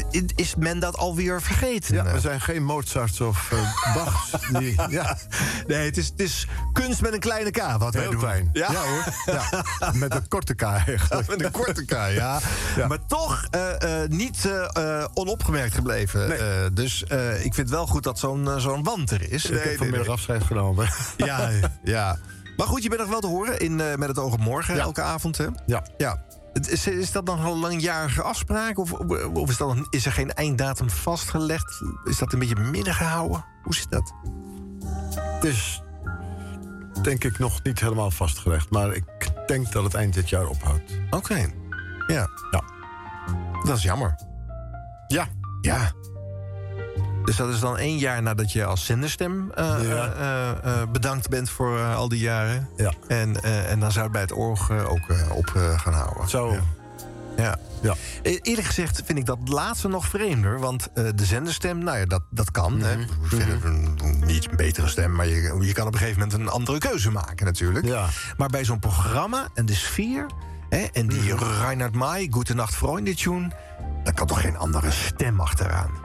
is men dat alweer vergeten? Ja, we zijn geen Mozarts of uh, Bachs. Die, ja. Nee, het is, het is kunst met een kleine K wat wij Heel doen. klein. Ja, ja hoor. Ja. Met een korte K eigenlijk. Ja, met een korte K, ja. ja. Maar toch uh, uh, niet uh, uh, onopgemerkt gebleven. Nee. Uh, dus uh, ik vind het wel goed dat zo'n uh, zo'n wand er is. Ik nee, heb vanmiddag nee, afscheid genomen. Ja, ja. Maar goed, je bent nog wel te horen in uh, Met het oog op morgen, ja. elke avond, hè? Ja. Ja. Is, is dat nog een langjarige afspraak? Of, of is, dat nog, is er geen einddatum vastgelegd? Is dat een beetje midden gehouden? Hoe zit dat? Het is, denk ik, nog niet helemaal vastgelegd. Maar ik denk dat het eind dit jaar ophoudt. Oké. Okay. Ja. Ja. Dat is jammer. Ja. Ja. Dus dat is dan één jaar nadat je als zenderstem uh, ja. uh, uh, bedankt bent voor uh, al die jaren. Ja. En, uh, en dan zou het bij het oog uh, ook uh, op uh, gaan houden. Zo. Ja. Ja. Ja. E- eerlijk gezegd vind ik dat laatste nog vreemder. Want uh, de zenderstem, nou ja, dat, dat kan. Mm-hmm. Hè. We vinden een, een iets betere stem. Maar je, je kan op een gegeven moment een andere keuze maken natuurlijk. Ja. Maar bij zo'n programma en de sfeer... Hè, en die mm-hmm. Reinhard May, Gute Nacht Freunde tune... daar kan toch geen andere stem achteraan?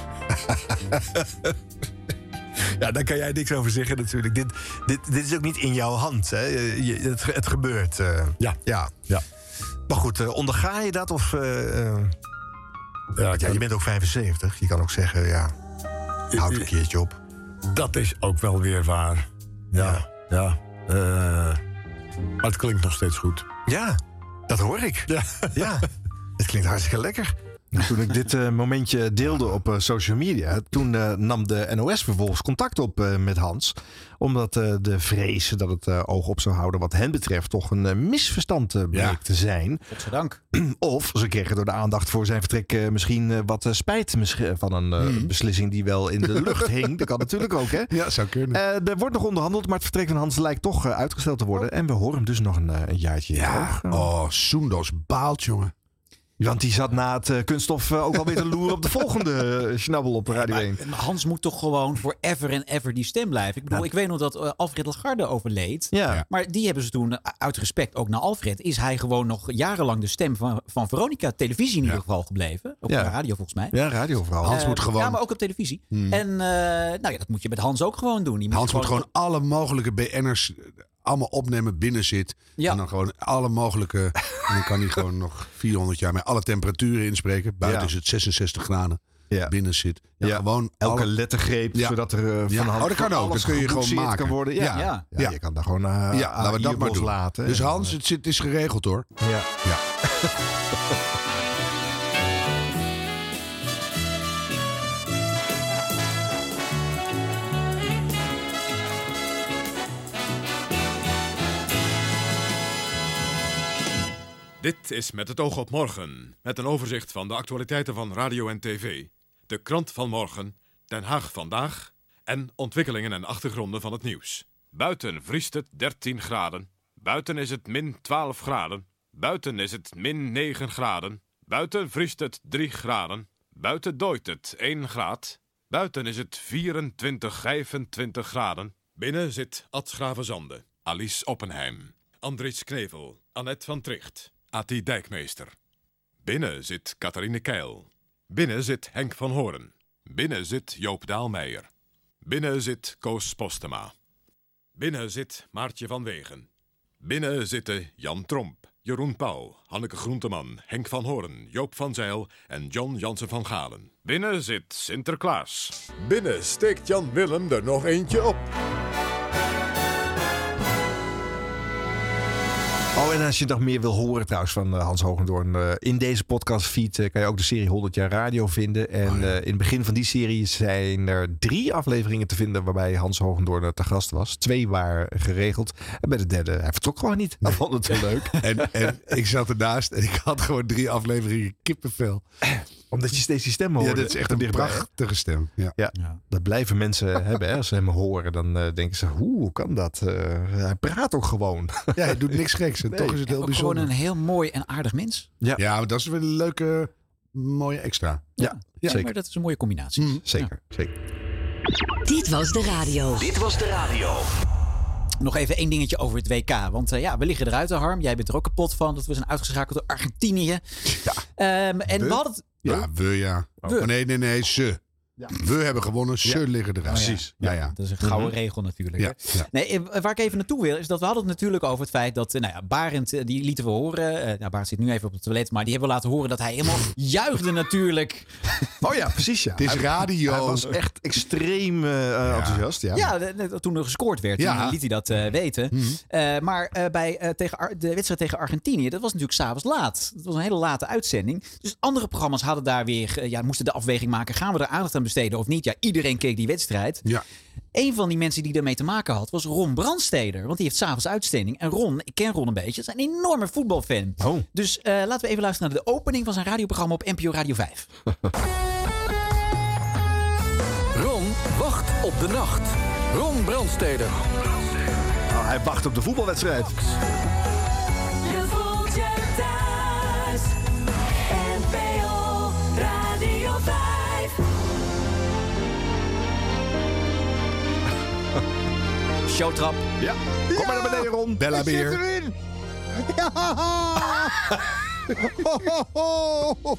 Ja, daar kan jij niks over zeggen natuurlijk. Dit, dit, dit is ook niet in jouw hand. Hè. Je, het, het gebeurt. Uh, ja. ja. ja. Maar goed, uh, onderga je dat? Of, uh, uh, ja, ja, je bent ook vijfenzeventig. Je kan ook zeggen, ja, houd een keertje op. Dat is ook wel weer waar. Ja, ja. ja. Uh, maar het klinkt nog steeds goed. Ja, dat hoor ik. Ja. Ja. Het klinkt hartstikke lekker. Toen ik dit uh, momentje deelde op uh, social media, toen uh, nam de N O S vervolgens contact op uh, met Hans. Omdat uh, de vrees dat het uh, oog op zou houden wat hen betreft toch een uh, misverstand uh, bleek ja. te zijn. Godzijdank. Of ze kregen door de aandacht voor zijn vertrek uh, misschien uh, wat uh, spijt van een uh, mm. beslissing die wel in de lucht hing. Dat kan natuurlijk ook, hè? Ja, zou kunnen. Uh, er wordt nog onderhandeld, maar het vertrek van Hans lijkt toch uh, uitgesteld te worden. En we horen hem dus nog een, uh, een jaartje. Ja, uh, oh, Soendos baalt, jongen. Want die zat na het uh, kunststof uh, ook alweer te loeren op de volgende uh, schnabbel op Radio één. Maar Hans moet toch gewoon forever en ever die stem blijven. Ik bedoel, ja. ik weet nog dat uh, Alfred Lagarde overleed. Ja. Maar die hebben ze toen, uh, uit respect ook naar Alfred, is hij gewoon nog jarenlang de stem van, van Veronica, televisie in ja. ieder geval gebleven. Op ja. de radio volgens mij. Ja, radio vooral. Hans uh, moet gewoon... Ja, maar ook op televisie. Hmm. En uh, nou ja, dat moet je met Hans ook gewoon doen. Die moet Hans gewoon moet gewoon alle mogelijke B N'ers... allemaal opnemen, binnen zit. Ja. En dan gewoon alle mogelijke... en dan kan hij gewoon nog vierhonderd jaar met alle temperaturen inspreken. Buiten ja. is het zesenzestig graden. Ja. Binnen zit. Ja, ja. Gewoon elke alle... lettergreep, ja. zodat er uh, van ja. hand oh, dat kan ook. Dat kun je gewoon maken. Kan worden. Ja. Ja. Ja. Ja. ja, je kan daar gewoon uh, ja, laten we dat maar doen. Laten. Dus Hans, het, het is geregeld hoor. Ja. ja. Dit is Met het oog op morgen, met een overzicht van de actualiteiten van radio en tv. De krant van morgen, Den Haag vandaag en ontwikkelingen en achtergronden van het nieuws. Buiten vriest het dertien graden, buiten is het min twaalf graden, buiten is het min negen graden, buiten vriest het drie graden, buiten dooit het één graad, buiten is het vierentwintig, vijfentwintig graden, binnen zit Ad Gravenzande, Alice Oppenheim, Andries Knevel, Annette van Tricht, Ati Dijkmeester. Binnen zit Catharine Keil. Binnen zit Henk van Hoorn. Binnen zit Joop Daalmeijer. Binnen zit Koos Postema. Binnen zit Maartje van Wegen. Binnen zitten Jan Tromp, Jeroen Pauw, Hanneke Groenteman, Henk van Hoorn, Joop van Zijl en John Jansen van Galen. Binnen zit Sinterklaas. Binnen steekt Jan Willem er nog eentje op. Oh, en als je nog meer wil horen trouwens van uh, Hans Hogendoorn. Uh, in deze podcastfeed uh, kan je ook de serie honderd jaar radio vinden. En oh, ja. uh, in het begin van die serie zijn er drie afleveringen te vinden waarbij Hans Hogendoorn uh, te gast was. Twee waren geregeld. En bij de derde, hij vertrok gewoon niet. Hij vond het wel leuk. En, en ik zat ernaast en ik had gewoon drie afleveringen kippenvel. Omdat je steeds die stem hoort. Ja, dat is echt een prachtige stem. Ja. Ja, ja. Dat blijven mensen hebben. Hè. Als ze hem horen, dan uh, denken ze, hoe kan dat? Uh, hij praat ook gewoon. Ja, hij doet niks geks. En nee. toch is het heel ook bijzonder. Gewoon een heel mooi en aardig mens. Ja, ja, maar dat is wel een leuke, mooie extra. Ja, ja, ja zeker. Maar dat is een mooie combinatie. Mm, zeker, ja. zeker. Dit was de radio. Dit was de radio. Nog even één dingetje over het W K. Want uh, ja, we liggen eruit, Harm. Jij bent er ook kapot van. Dat we zijn uitgeschakeld door Argentinië. Ja. Um, en we? we hadden het... Ja, we ja. We. Oh, nee, nee, nee, ze. Ja. We hebben gewonnen, ze ja. liggen eruit. Precies. Ja, ja. Ja, dat is een gouden mm-hmm. regel natuurlijk. Ja. Ja. Nee, waar ik even naartoe wil, is dat we hadden het natuurlijk over het feit dat, nou ja, Barend, die lieten we horen. Uh, nou, Barend zit nu even op het toilet, maar die hebben we laten horen dat hij helemaal juichte natuurlijk. Oh ja, precies ja. Het is radio. Hij was echt extreem uh, ja. enthousiast. Ja, ja de, de, toen er gescoord werd, ja. toen liet hij dat uh, weten. Mm-hmm. Uh, maar uh, bij uh, tegen Ar- de wedstrijd tegen Argentinië, dat was natuurlijk 's avonds laat. Dat was een hele late uitzending. Dus andere programma's hadden daar weer, uh, ja, moesten de afweging maken. Gaan we er aandacht aan besteden of niet? Ja, iedereen keek die wedstrijd. Ja. Een van die mensen die ermee te maken had, was Ron Brandsteder. Want die heeft 's avonds uitzending. En Ron, ik ken Ron een beetje, is een enorme voetbalfan. Oh. Dus uh, laten we even luisteren naar de opening van zijn radioprogramma op N P O Radio vijf. Ron wacht op de nacht. Ron Brandsteder. Oh, hij wacht op de voetbalwedstrijd. Je voelt je thuis. N P O Radio vijf. Showtrap. Ja. Kom ja. maar naar beneden, Ron. Bella Beer. Ik zit erin. Ja. Ho, ho, ho.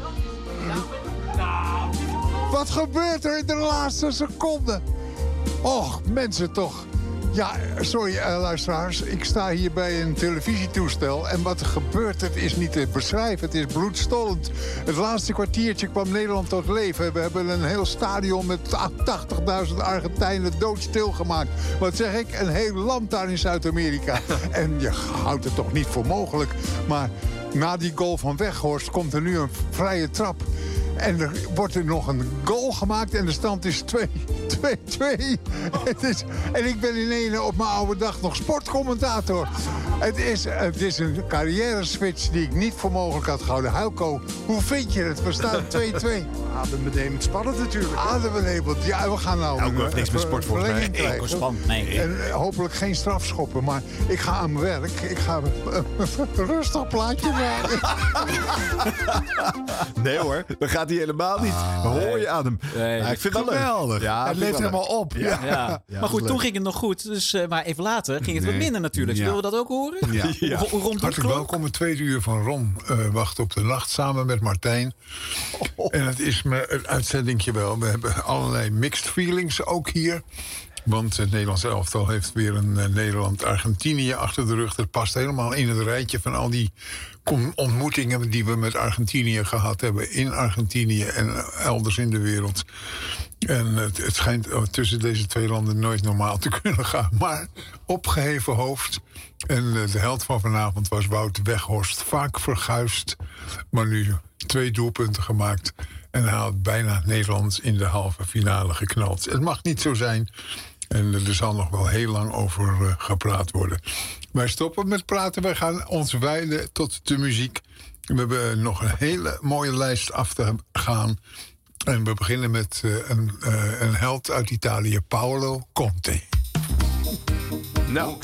Wat gebeurt er in de laatste seconde? Och, mensen toch. Ja, sorry uh, luisteraars. Ik sta hier bij een televisietoestel. En wat er gebeurt, het is niet te beschrijven. Het is bloedstollend. Het laatste kwartiertje kwam Nederland tot leven. We hebben een heel stadion met tachtigduizend Argentijnen doodstil gemaakt. Wat zeg ik? Een heel land daar in Zuid-Amerika. En je houdt het toch niet voor mogelijk. Maar na die goal van Weghorst komt er nu een vrije trap. En er wordt er nog een goal gemaakt en de stand is twee twee. Het is, en ik ben ineens op mijn oude dag nog sportcommentator. Het is, het is een carrière-switch die ik niet voor mogelijk had gehouden. Huilko, hoe vind je het? We staan twee twee. Adembenemend spannend natuurlijk. Adembenemend. Ja, we gaan nou... Huilko heeft niks met sport volgens mij. Hey, spannend, nee. En uh, hopelijk geen strafschoppen, maar ik ga aan mijn werk. Ik ga uh, een rustig plaatje maken. Nee hoor, dat gaat hij helemaal niet. Ah, Hoor je aan hem. Nee, ja, ik vind het wel geweldig. leuk. Ja, het leeft helemaal op. Ja. Ja. Ja. Ja, maar goed, leuk. toen ging het nog goed. Dus, uh, maar even later ging het Nee. wat minder natuurlijk. Ja. Willen we dat ook horen? Ja. Ja. Rond de Hartelijk klok? welkom. Het tweede uur van Ron uh, wacht op de nacht samen met Martijn. Oh. En het is me een uitzendingje wel. We hebben allerlei mixed feelings ook hier. Want het Nederlands elftal heeft weer een uh, Nederland-Argentinië achter de rug. Dat past helemaal in het rijtje van al die ontmoetingen die we met Argentinië gehad hebben. In Argentinië en elders in de wereld. En het, het schijnt oh, tussen deze twee landen nooit normaal te kunnen gaan. Maar opgeheven hoofd. En uh, de held van vanavond was Wout Weghorst. Vaak verguisd, maar nu twee doelpunten gemaakt. En hij had bijna Nederland in de halve finale geknald. Het mag niet zo zijn. En er zal nog wel heel lang over uh, gepraat worden. Wij stoppen met praten. Wij gaan ons wijden tot de muziek. We hebben nog een hele mooie lijst af te gaan. En we beginnen met uh, een, uh, een held uit Italië, Paolo Conte. Nou.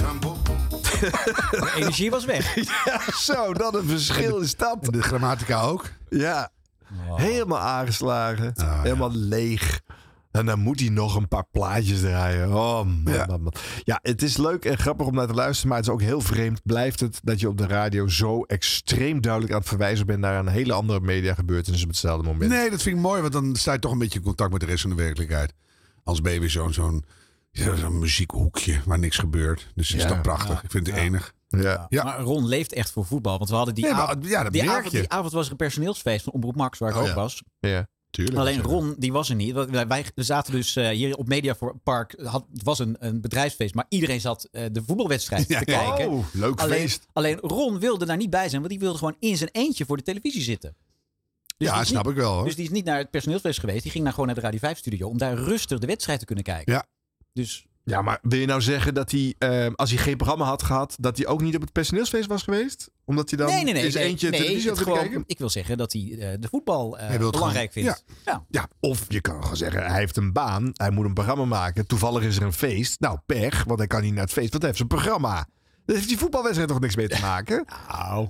De energie was weg. Ja, zo, dat een verschil is dat. En de grammatica ook. Ja, helemaal aangeslagen. Oh, helemaal ja. leeg. En dan moet hij nog een paar plaatjes draaien. Oh, man, Ja. man, man. Ja, het is leuk en grappig om naar te luisteren. Maar het is ook heel vreemd. Blijft het dat je op de radio zo extreem duidelijk aan het verwijzen bent naar een hele andere mediagebeurtenis op hetzelfde moment. Nee, dat vind ik mooi, want dan sta je toch een beetje in contact met de rest van de werkelijkheid. Als baby zo'n zo'n ja, zo'n muziekhoekje waar niks gebeurt. Dus het is Ja. toch prachtig. Ja. Ik vind het Ja. enig. Ja. Ja. Maar Ron leeft echt voor voetbal. Want we hadden die, Nee, maar- avond, ja, dat die, merk avond, je. die avond was er een personeelsfeest van Omroep Max, waar ik Oh, ook ja. was. Ja. Tuurlijk. Alleen Ron, die was er niet. Wij, wij zaten dus uh, hier op Mediapark. Had, het was een, een bedrijfsfeest, maar iedereen zat uh, de voetbalwedstrijd Ja, te ja. kijken. Oh, leuk alleen, feest. alleen Ron wilde daar niet bij zijn, want die wilde gewoon in zijn eentje voor de televisie zitten. Dus Ja, die is snap niet- ik wel, hoor. Dus die is niet naar het personeelsfeest geweest. Die ging naar, gewoon naar de Radio vijf studio om daar rustig de wedstrijd te kunnen kijken. Ja. Dus Ja, maar wil je nou zeggen dat hij, eh, als hij geen programma had gehad, dat hij ook niet op het personeelsfeest was geweest? Omdat hij dan nee, nee, nee. in zijn nee, eentje nee, televisie had het kunnen gewoon- kijken? Ik wil zeggen dat hij uh, de voetbal uh, Hij wil het belangrijk gewoon- vindt. Ja. Ja, of je kan gewoon zeggen, hij heeft een baan, hij moet een programma maken. Toevallig is er een feest. Nou, pech, want hij kan niet naar het feest, want hij heeft zijn programma. Daar heeft die voetbalwedstrijd toch niks mee te maken? Nou.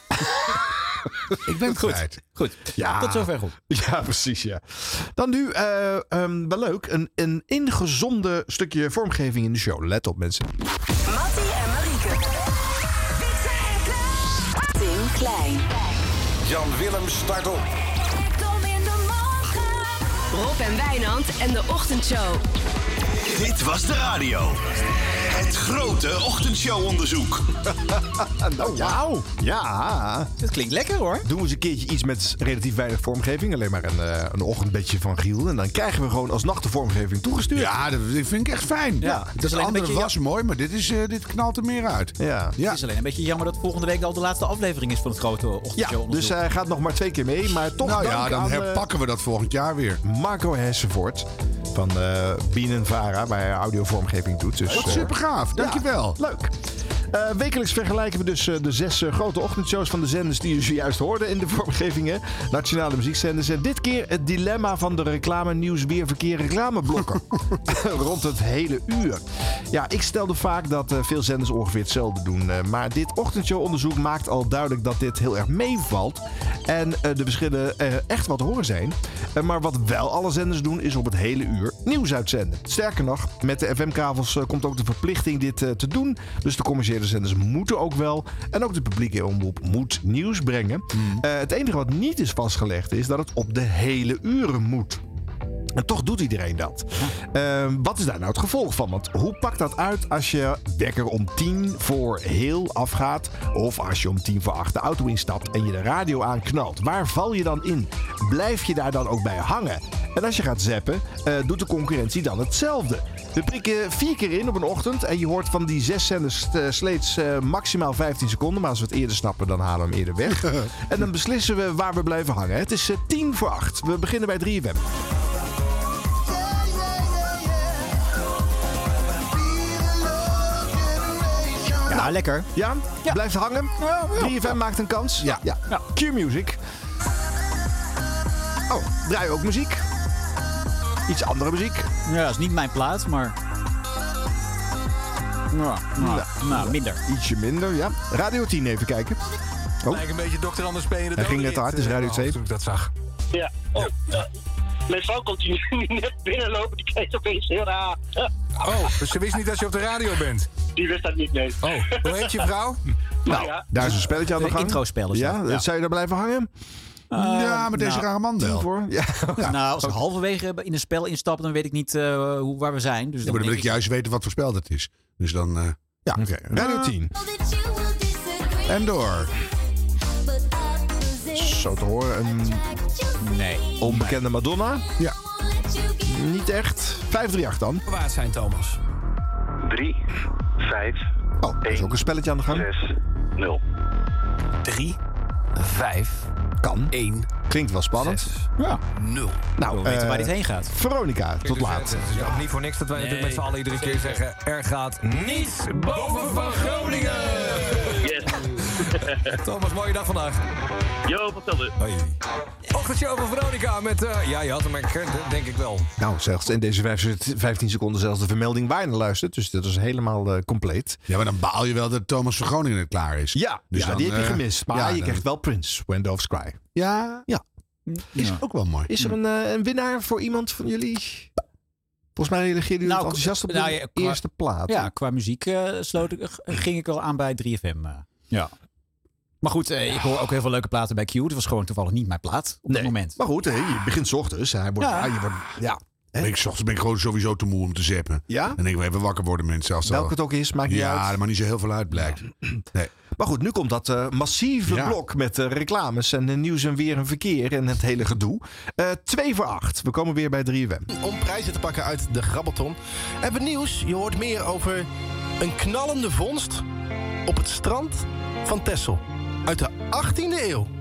Ik ben het Goed. kwijt. Goed, Ja. tot zover goed. Ja, precies, ja. Dan nu, eh, um, wel leuk, een, een ingezonde stukje vormgeving in de show. Let op, mensen. Mattie en Marieke. Tim Klein. Jan Willem start op. Kom in de morgen. Rob en Wijnand en de Ochtendshow. Dit was de radio. Het grote ochtendshow-onderzoek. Nou, wauw. Ja. Dat klinkt lekker hoor. Doen we eens een keertje iets met relatief weinig vormgeving. Alleen maar een, uh, een ochtendbedje van Giel. En dan krijgen we gewoon alsnog de vormgeving toegestuurd. Ja, dat vind ik echt fijn. Ja, Ja, het is het alleen een andere beetje was mooi, maar dit, is, uh, dit knalt er meer uit. Ja. Ja. Het is alleen een beetje jammer dat volgende week al de laatste aflevering is van het grote Ja, ochtendshow. dus hij gaat nog maar twee keer mee. Maar toch Nou dank ja, dan aan, herpakken we dat volgend jaar weer. uh, Marco Hessenvoort van uh, Bien en Vara, waar hij audiovormgeving doet. Dus, Wat uh, super gaaf, dankjewel. Ja, leuk. Uh, wekelijks vergelijken we dus uh, de zes uh, grote ochtendshows van de zenders die u zojuist hoorde in de vormgevingen. Nationale muziekzenders. En dit keer het dilemma van de reclame, nieuws, weer, verkeer, reclameblokken. Rond het hele uur. Ja, ik stelde vaak dat uh, veel zenders ongeveer hetzelfde doen. Uh, maar dit ochtendshow-onderzoek maakt al duidelijk dat dit heel erg meevalt. En uh, de verschillen uh, echt wat te horen zijn. Uh, maar wat wel alle zenders doen, is op het hele uur nieuws uitzenden. Sterker nog, met de F M-kavels uh, komt ook de verplichting dit uh, te doen. Dus de commerciële zenders moeten ook wel. En ook de publieke omroep moet nieuws brengen. Mm. Uh, het enige wat niet is vastgelegd is dat het op de hele uren moet. En toch doet iedereen dat. Uh, wat is daar nou het gevolg van? Want hoe pakt dat uit als je wekker om tien voor heel afgaat? Of als je om tien voor acht de auto instapt en je de radio aanknalt? Waar val je dan in? Blijf je daar dan ook bij hangen? En als je gaat zappen, uh, doet de concurrentie dan hetzelfde. We prikken vier keer in op een ochtend en je hoort van die zes zenders uh, slechts uh, maximaal vijftien seconden. Maar als we het eerder snappen, dan halen we hem eerder weg. En dan beslissen we waar we blijven hangen. Het is uh, tien voor acht. We beginnen bij drie F M. Ja, nou, lekker. Ja? Ja. Blijft hangen? Ja, ja. drie F M maakt een kans? Ja. ja. ja. Q-music. Oh, draai je ook muziek? Iets andere muziek? Ja, dat is niet mijn plaats, maar... Nou, nou, Ja. nou, minder. Ietsje minder, ja. Radio tien even kijken. Oh, Lijkt een beetje dokter Anders P. in de hij ging net te hard, dus Radio twee. Toen ik dat zag. Ja, oh, ja. Mijn vrouw komt hier nu net binnenlopen, die kijkt opeens heel raar. Oh, dus ze wist niet dat je op de radio bent? Die wist dat niet, nee. Oh, hoe heet je vrouw? Nou, ja. daar is een spelletje aan de De gang. introspel is Ja, dat, ja. zou je daar blijven hangen? ja, met deze nou, rare man Tien wel. voor? Ja. Nou, als ik halverwege in een spel instap, dan weet ik niet uh, hoe, waar we zijn. Dus Ja, dan maar dan wil denk ik juist weten wat voor spel dat is. Dus dan... Uh, Ja, oké. Okay. Radio tien. En door. Zo te horen, een nee. onbekende Madonna. Ja. Niet echt. vijf drie acht dan. Waar zijn Thomas? drie, vijf, Oh, er is ook een spelletje aan de gang. zes, nul. drie, vijf, Kan. één, Klinkt wel spannend. zes, Ja. nul. Nou, We weten uh, waar dit heen gaat. Veronica, tot Dus, laat. Het is ook niet voor niks dat wij Nee. natuurlijk met z'n allen iedere keer zeggen... er gaat niets boven van Groningen! Yes. Thomas, mooie dag vandaag. Yo, vertel het. Hoi. Ochtendshow van Veronica met... Uh, ja, je had hem herkend, denk ik wel. Nou, zelfs in deze vijftien seconden zelfs de vermelding waar je naar luistert. Dus dat is helemaal uh, compleet. Ja, maar dan baal je wel dat Thomas van Groningen net klaar is. Ja, Dus ja dan, die heb je uh, gemist. Maar ja, je dan- krijgt wel Prince, When Doves Cry. Ja, Ja. is Ja. ook wel mooi. Is er een, uh, een winnaar voor iemand van jullie? Volgens mij reageerden jullie Nou, enthousiast op de nou ja, qua- eerste plaat. Ja, qua muziek uh, sloot ik, uh, ging ik wel aan bij drie F M. Uh. Ja. Maar goed, uh, ik hoor ook heel veel leuke platen bij Q. Het was gewoon toevallig niet mijn plaat op Nee, dat moment. Maar goed, hè, je begint 's ochtends. Hij wordt, Ja. ja. je wordt, ja. Ben ik, 's ochtends ben ik gewoon sowieso te moe om te zappen. Ja? Dan denk ik, even wakker worden mensen. Als Welke het ook is, maakt niet ja, uit. dat maakt niet zo heel veel uit, blijkt. Nee. Maar goed, nu komt dat uh, massieve Ja. blok met uh, reclames en uh, nieuws en weer en verkeer en het hele gedoe. Uh, twee voor acht. We komen weer bij drie F M. Om prijzen te pakken uit de Grabbelton. En het nieuws, je hoort meer over een knallende vondst op het strand van Texel. Uit de achttiende eeuw.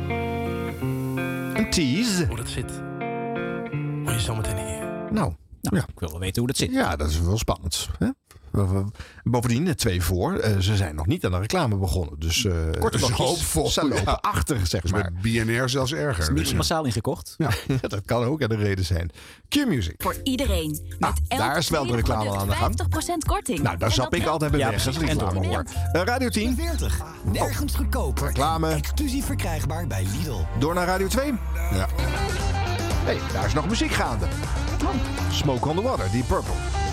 Een tease. Hoe dat zit, hoor je zometeen hier. Nou, Nou, ja. ik wil wel weten hoe dat zit. Ja, dat is wel spannend. Hè? Bovendien, de twee voor. Uh, ze zijn nog niet aan de reclame begonnen. Dus uh, Korte ze bochtjes. hoopvol. Ze lopen Ja. achter, zeg Dus maar. met B N R zelfs erger. Is het Dus, niet massaal ingekocht? Ja, dat kan ook aan de reden zijn. Q-music. Voor iedereen. Met Ah, elk daar is wel de tweede reclame product aan de gang. vijftig procent korting. Nou, daar En zap dat ik altijd bij Ja, weg als precies. ik En reclame hoor. Uh, Radio tien. veertig. Nergens goedkoper. Reclame. Exclusief verkrijgbaar bij Lidl. Door naar Radio twee. ja. Hé, hey, daar is nog muziek gaande. Smoke on the Water, Deep Purple.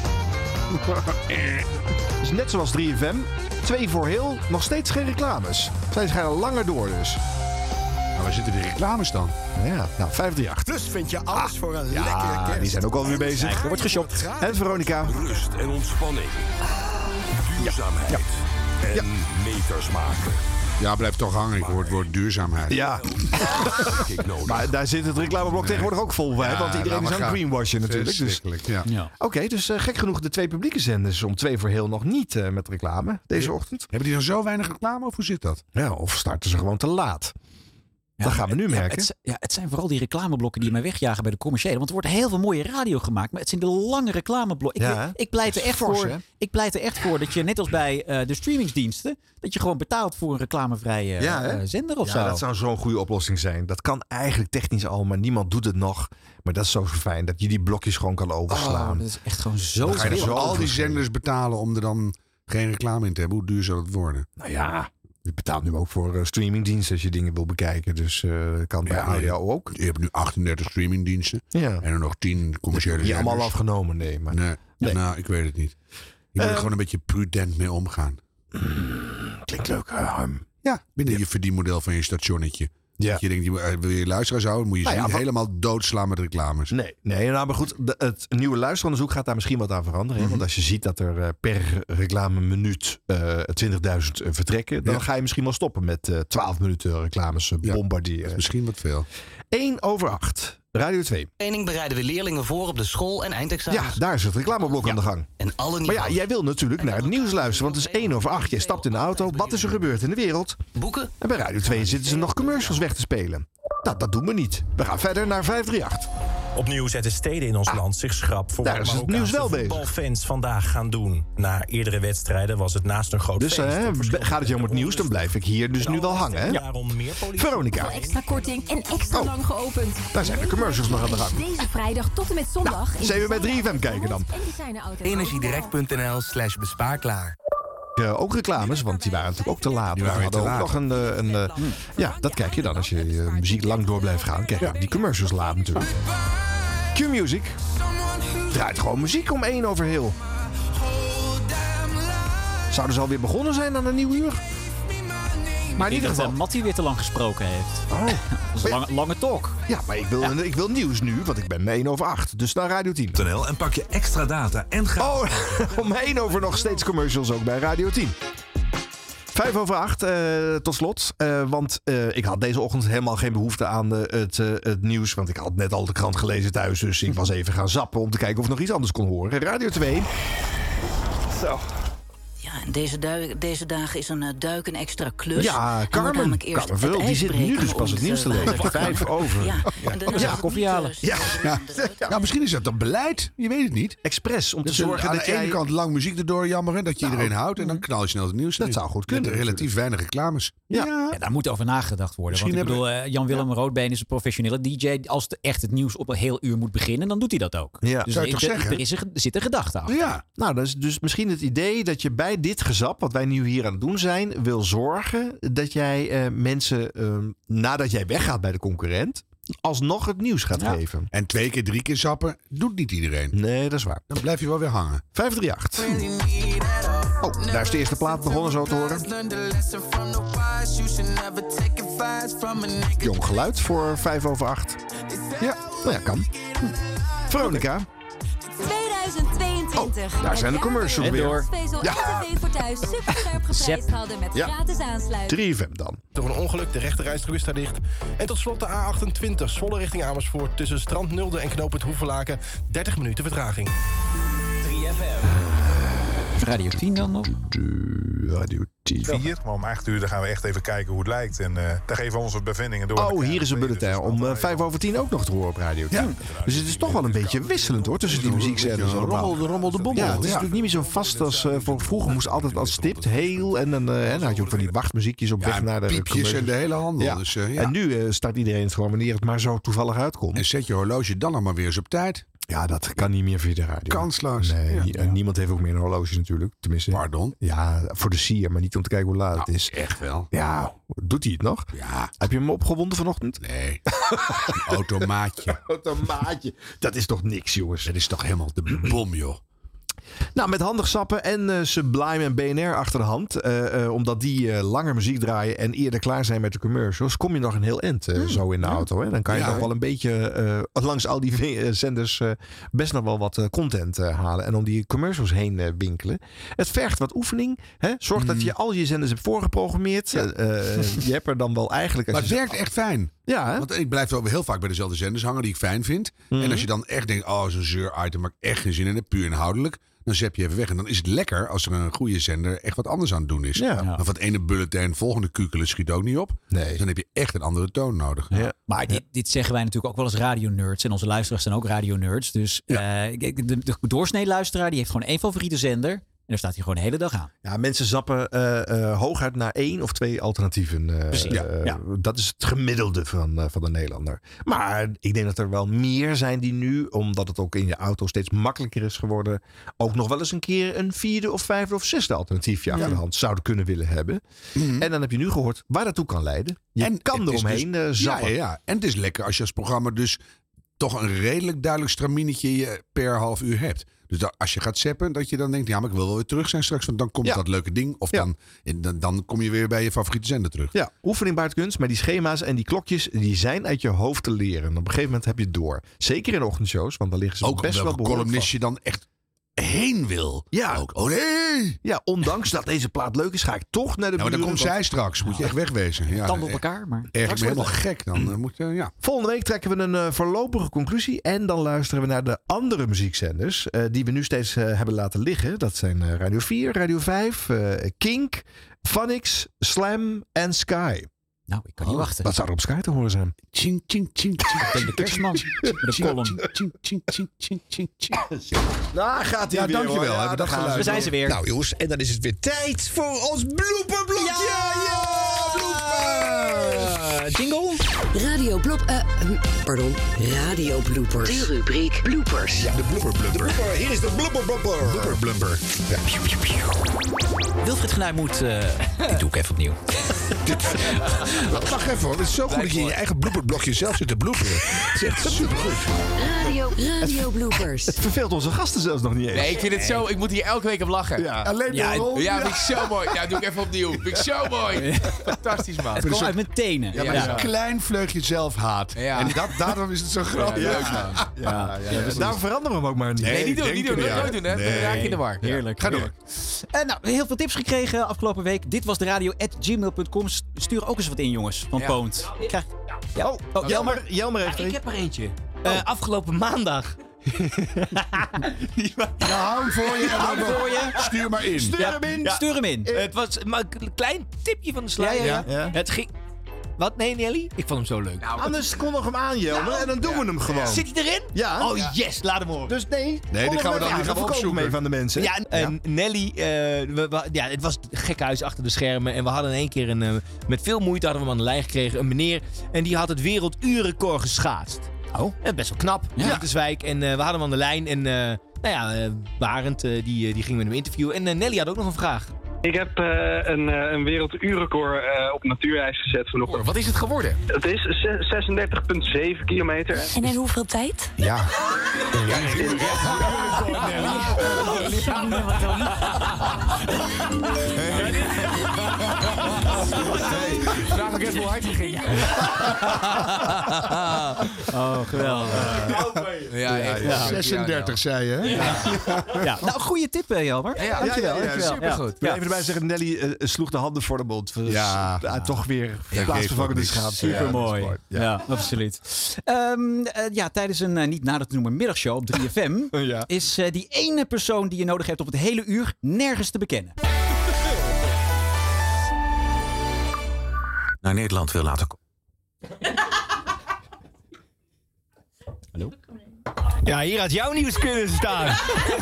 Dus net zoals drie F M. Twee voor heel, nog steeds geen reclames. Zij schijnen langer door dus. Maar waar zitten die reclames dan? Ja, nou, vijf drie acht. Dus vind je alles voor een Ja, lekkere kerst. die zijn ook alweer bezig. Er wordt geshopt. En Veronica. Rust en ontspanning. Duurzaamheid. Ja. En meters maken. Ja, blijf toch hangen. Ik hoor het woord duurzaamheid. Ja. Maar daar zit het reclameblok tegenwoordig ook vol bij. Ja, want iedereen laat is maar aan gaan. greenwashen natuurlijk. Dus. Verschrikkelijk, ja. Ja. Oké, dus uh, gek genoeg de twee publieke zenders om twee voor heel nog niet uh, met reclame deze Ja. ochtend. Hebben die dan zo weinig reclame of hoe zit dat? Ja, of starten ze gewoon te laat. Ja, dat gaan we nu ja, merken. Het, ja, het zijn vooral die reclameblokken die mij wegjagen bij de commerciële. Want er wordt heel veel mooie radio gemaakt. Maar het zijn de lange reclameblokken. Ja, hè? ik, ik, pleit er Dat is echt fors, voor, hè? ik pleit er echt voor dat je net als bij uh, de streamingsdiensten... dat je gewoon betaalt voor een reclamevrije uh, Ja, hè? uh, zender of Ja, zo. dat zou zo'n goede oplossing zijn. Dat kan eigenlijk technisch al, maar niemand doet het nog. Maar dat is zo fijn dat je die blokjes gewoon kan overslaan. Oh, dat is echt gewoon zo Dan ga je veel. dus al die verschil. zenders betalen om er dan geen reclame in te hebben. Hoe duur zal het worden? Nou ja, je betaalt nu ook voor uh, streamingdiensten als je dingen wil bekijken. Dus uh, dat kan bij Ja, audio ook. Je hebt nu achtendertig streamingdiensten. Ja. En er nog tien commerciële Die zenders. allemaal afgenomen, nee. Maar... Nee. Nee. Nou, ik weet het niet. Je moet er Eh, gewoon een beetje prudent mee omgaan. Klinkt leuk, uh, Harm. Ja, binnen je verdienmodel van je stationnetje. Ja. Dat je denkt, je, wil je luisteraars houden, moet je Nou ze ja, niet wat- helemaal doodslaan met reclames. Nee, nee nou, maar goed, de- het nieuwe luisteronderzoek gaat daar misschien wat aan veranderen. Hè? Mhm. Want als je ziet dat er eh, per reclameminuut eh twintigduizend eh, vertrekken, dan Ja. ga je misschien wel stoppen met eh twaalf minuten reclames eh, Ja, bombarderen. Misschien wat veel. één over acht. Radio twee. Training bereiden we leerlingen voor op de school- en eindexamens. Ja, daar is het reclameblok aan de gang. En alle Maar ja, jij wil natuurlijk naar het nieuws luisteren, want het is één over acht. Je stapt in de auto, wat is er gebeurd in de wereld? Boeken. En bij Radio twee zitten ze nog commercials weg te spelen. Nou, dat doen we niet. We gaan verder naar vijf drie acht. Opnieuw zetten steden in ons land zich schrap voor daar wat is het nieuws wel bezig. voetbalfans vandaag gaan doen. Na eerdere wedstrijden was het naast een groot Dus feest. eh, be- gaat het je om het nieuws, dan blijf ik hier dus nu wel hangen. Hè? Daarom meer politie. Veronica, Extra korting en extra Oh. lang geopend. daar zijn de commercials nog aan de gang. Deze vrijdag tot en met zondag. Zijn we bij drie F M kijken dan? Energiedirect.nl slash bespaarklaar. Uh, ook reclames, want die waren natuurlijk ook te laat. We hadden ook nog een... eh, een eh, ja, dat kijk je dan als je eh, muziek lang door blijft gaan. Kijk je ook die commercials laat natuurlijk. Q-Music draait gewoon muziek om één over heel. Zouden ze alweer begonnen zijn aan een nieuw uur? Maar in Ik ieder denk dat geval... uh, Mattie weer te lang gesproken heeft. Oh. Dat is een lange, lange talk. Ja, maar ik wil, ik wil nieuws nu, want ik ben één over acht. Dus naar Radio tien. En pak je extra data en ga... Oh, om één over nog steeds commercials ook bij Radio tien. Vijf over acht, eh, tot slot. Eh, want eh, ik had deze ochtend helemaal geen behoefte aan eh, het, eh, het nieuws. Want ik had net al de krant gelezen thuis. Dus ik was even gaan zappen om te kijken of ik nog iets anders kon horen. Radio twee. Zo. Ja, en deze, dui- deze dagen is een uh, duik een extra klus. Ja, Er wordt Carmen. namelijk eerst Carmen Vul, het die zit ijs nu breken dus pas om het nieuws te uh, lezen. water te Vijf gaan. over. Ja, en daarna Ja, is het koffie niet, halen. uh, Ja. Ja. Nou, misschien is dat dan beleid. Je weet het niet. Expres, om te Dus zorgen aan dat de jij... ene kant lang muziek erdoor jammeren, dat je Nou, iedereen houdt. En dan knal je snel het nieuws. dat erin. zou goed kunnen, Met relatief weinig reclames. Ja. Ja, daar moet over nagedacht worden. Misschien Want ik bedoel, hebben eh, Jan-Willem Roodbeen is een professionele D J. Als de, echt het nieuws op een heel uur moet beginnen, dan doet hij dat ook. Ja. Dus Zou je ik- toch er, zeggen? er, is een, er zit een gedachte achter. Ja. Nou, dat is dus misschien het idee dat je bij dit gezap, wat wij nu hier aan het doen zijn, wil zorgen dat jij eh, mensen, eh, nadat jij weggaat bij de concurrent, alsnog het nieuws gaat Ja. geven. En twee keer, drie keer zappen doet niet iedereen. Nee, dat is waar. Dan blijf je wel weer hangen. vijf drie acht. Oh, daar is de eerste plaat begonnen zo te horen. Jong geluid voor vijf over acht. Ja, nou ja, kan. Hm. Veronica. tweeduizend tweeëntwintig. Oh, daar zijn de commercials En weer. door. Vezel Ja. R T V voor thuis superscherp geprijsd hadden met Ja. gratis aansluiting. drie F M dan. Door een ongeluk, de rechterrijstrook is daar dicht. En tot slot de A achtentwintig, Zwolle richting Amersfoort... tussen Strand Nulde en knooppunt Hoevelaken. dertig minuten vertraging. drie F M. Radio tien dan nog? Radio tien. Vier, maar om acht uur dan gaan we echt even kijken hoe het lijkt. En uh, dan geven we onze bevindingen door. Oh, hier is een bulletin om uh, vijf over tien ook nog te horen op Radio tien. Ja. Dus het is toch wel een beetje wisselend hoor, tussen die muziekzenders. Rommel, de rommel, de bommel. Ja, het is Ja. natuurlijk niet meer zo vast als uh, voor vroeger. Moest altijd als stipt, heel. En dan, uh, en dan had je ook van die wachtmuziekjes op Ja, weg naar de piepjes commercials. en de hele handel. Ja. Dus, uh, ja. En nu uh, start iedereen het gewoon wanneer het maar zo toevallig uitkomt. En zet je horloge dan nog maar weer eens op tijd. Ja, dat kan niet meer via de radio. Kansloos. Nee, Ja. nie- en niemand heeft ook meer een horloge natuurlijk. Tenminste. Pardon? Ja, voor de sier, maar niet om te kijken hoe laat Nou, het is. echt wel. Ja, doet hij het nog? Ja. Heb je hem opgewonden vanochtend? Nee. Een automaatje. Automaatje. Dat is toch niks, jongens. Dat is toch helemaal de bom, joh. Nou, met handig sappen en uh, Sublime en B N R achter de hand. Uh, uh, omdat die uh, langer muziek draaien en eerder klaar zijn met de commercials. Kom je nog een heel eind uh, mm, zo in de ja. auto. Hè? Dan kan je ja, nog wel een beetje uh, langs al die uh, zenders uh, best nog wel wat uh, content uh, halen. En om die commercials heen uh, winkelen. Het vergt wat oefening. Hè? Zorg mm. dat je al je zenders hebt voorgeprogrammeerd. Ja. Uh, je hebt er dan wel eigenlijk... Als maar het je werkt echt fijn. Ja, hè? Want ik blijf wel heel vaak bij dezelfde zenders hangen die ik fijn vind. Mm-hmm. En als je dan echt denkt, oh, zo'n zeur-item waar ik echt geen zin in heb, puur inhoudelijk. Dan zet je even weg. En dan is het lekker als er een goede zender echt wat anders aan het doen is. Ja. Maar van het ene bulletin, volgende kukelen schiet ook niet op. Nee. Dus dan heb je echt een andere toon nodig. Ja. Maar dit, dit zeggen wij natuurlijk ook wel als radio-nerds. En onze luisteraars zijn ook radio-nerds. Dus ja. uh, de, de, de doorsnee luisteraar die heeft gewoon één favoriete zender. En daar staat hij gewoon de hele dag aan. Ja, mensen zappen uh, uh, hooguit naar één of twee alternatieven. Uh, Precies. Ja. Uh, ja. Dat is het gemiddelde van, uh, van de Nederlander. Maar ik denk dat er wel meer zijn die nu, omdat het ook in je auto steeds makkelijker is geworden, ook nog wel eens een keer een vierde of vijfde of zesde alternatiefje achter ja. de hand zouden kunnen willen hebben. Mm-hmm. En dan heb je nu gehoord waar dat toe kan leiden. Je en kan eromheen dus, uh, zappen. Ja, ja, en het is lekker als je als programma dus toch een redelijk duidelijk straminetje je per half uur hebt. Dus dat, als je gaat zappen, dat je dan denkt, ja, maar ik wil wel weer terug zijn straks, want dan komt Ja. dat leuke ding. Of Ja. dan, dan, dan kom je weer bij je favoriete zender terug. Ja, oefening baart kunst, maar die schema's en die klokjes, die zijn uit je hoofd te leren. En op een gegeven moment heb je het door. Zeker in de ochtendshows, want dan liggen ze Ook best wel welke behoorlijk columnist je dan echt heen wil. Ja. Ook. Oh nee! Ja, ondanks dat deze plaat leuk is, ga ik toch naar de Ja, maar dan buren, komt want- zij straks. Moet je echt wegwezen. Ja, Tanden op elkaar, maar... Erg me straks helemaal wordt het- gek. Dan uh, moet je, ja. Volgende week trekken we een uh, voorlopige conclusie. En dan luisteren we naar de andere muziekzenders. Uh, die we nu steeds uh, hebben laten liggen. Dat zijn uh, Radio vier, Radio vijf, uh, Kink, Phonics, Slam en Sky. Nou, ik kan niet wachten. Wat zou er op Sky te horen zijn? Ching, ching, ching, ching. Ik denk de kerstman. Met de column. Ching, ching, ching, ching, ching, ching. Nou, gaat hij Ja, weer. dankjewel. hoor. Hebben we dat daar gaan geluid. We zijn ze weer. Nou jongens, en dan is het weer tijd voor ons blooperblokje. Uh, jingle? Radio Blop... eh, hm, pardon, Radio Bloopers. De rubriek Bloopers. Ja, de blooper blumper. De blooper, hier is de blooper blumper. Blooper blumper. Ja. Wilfried Genuij moet... Uh, dit doe ik even opnieuw. Wacht even hoor. Het is zo goed dat je in je eigen blooperblokje zelf zit te bloeperen. Het is echt supergoed. Radio, Radio Bloopers. Het verveelt onze gasten zelfs nog niet eens. Nee, ik vind het zo... Ik moet hier elke week op lachen. Ja. Alleen Ja, maar ja, vind ik zo mooi. Ja, doe ik even opnieuw. Vind ik zo mooi. Fantastisch, man. Het komt uit mijn tenen. Ja, maar Ja. een klein vleugje zelfhaat. Ja. En dat, daarom is het zo grappig. Ja, Ja, leuk, man. Ja, ja, ja. Daarom veranderen we hem ook maar niet. Nee, niet doen, denk niet doen. ik Nooit niet. doen, hè. Dan Nee. raak je in de war. Heerlijk. Ga door. heerlijk. Uh, nou, heel veel tips gekregen afgelopen week. Dit was de radio at gmail punt com. Stuur ook eens wat in, jongens. Van Ja. Poont. Ik krijg... Ja. Oh, oh, Jelmer, Jelmer heeft er Ik een. heb er eentje. Uh, afgelopen maandag. Nou, hou hem voor je. en Hou dan- hem voor je. Stuur maar in. Stuur hem in. Ja. Stuur hem in. Uh, het was maar een klein tipje van de sluier. Ja, ja, ja. Het ging... Wat? Nee, Nelly? Ik vond hem zo leuk. Anders kondig hem aan, Jelmer. En dan doen we hem gewoon. Zit hij erin? Ja. Oh yes, laat hem horen. Dus nee. Nee, die gaan we dan die gaan we verkopen opzoeken. mee van de mensen. Ja, en Nelly, uh, we, we, ja, het was gekhuis achter de schermen. En we hadden in één keer, een, uh, met veel moeite hadden we hem aan de lijn gekregen. Een meneer, en die had het werelduurrecord geschaatst. Oh. En best wel knap, Ja. ja. Zwijk. En uh, we hadden hem aan de lijn. En uh, nou ja, uh, Barend, uh, die, uh, die ging met hem interviewen. En uh, Nelly had ook nog een vraag. Ik heb uh, een, uh, een werelduurrecord uh, op natuurijs gezet vanochtend. Wat is het geworden? Het is zesendertig komma zeven kilometer. En in hoeveel tijd? Ja. Vraag ook even hoe hard je ging. Oh, geweldig. Ja, echt. Ja. zesendertig zei je, hè? Ja. Nou, goede tip, eh, Jelmer. Ja, Dankjewel. ja, ja, dankjewel. supergoed. Ik wil even erbij zeggen, Nelly uh, sloeg de handen voor de mond. Ja. Ja, toch weer geeft plaatsvervangende ook niks. schaamte. Super mooi. Ja, Ja, dat is mooi. absoluut. Um, uh, ja, tijdens een uh, niet nader te noemen middagshow op drie F M Ja. is uh, die ene persoon die je nodig hebt op het hele uur nergens te bekennen. Naar Nederland wil laten komen. Hallo? Ja, hier had jouw nieuws kunnen staan.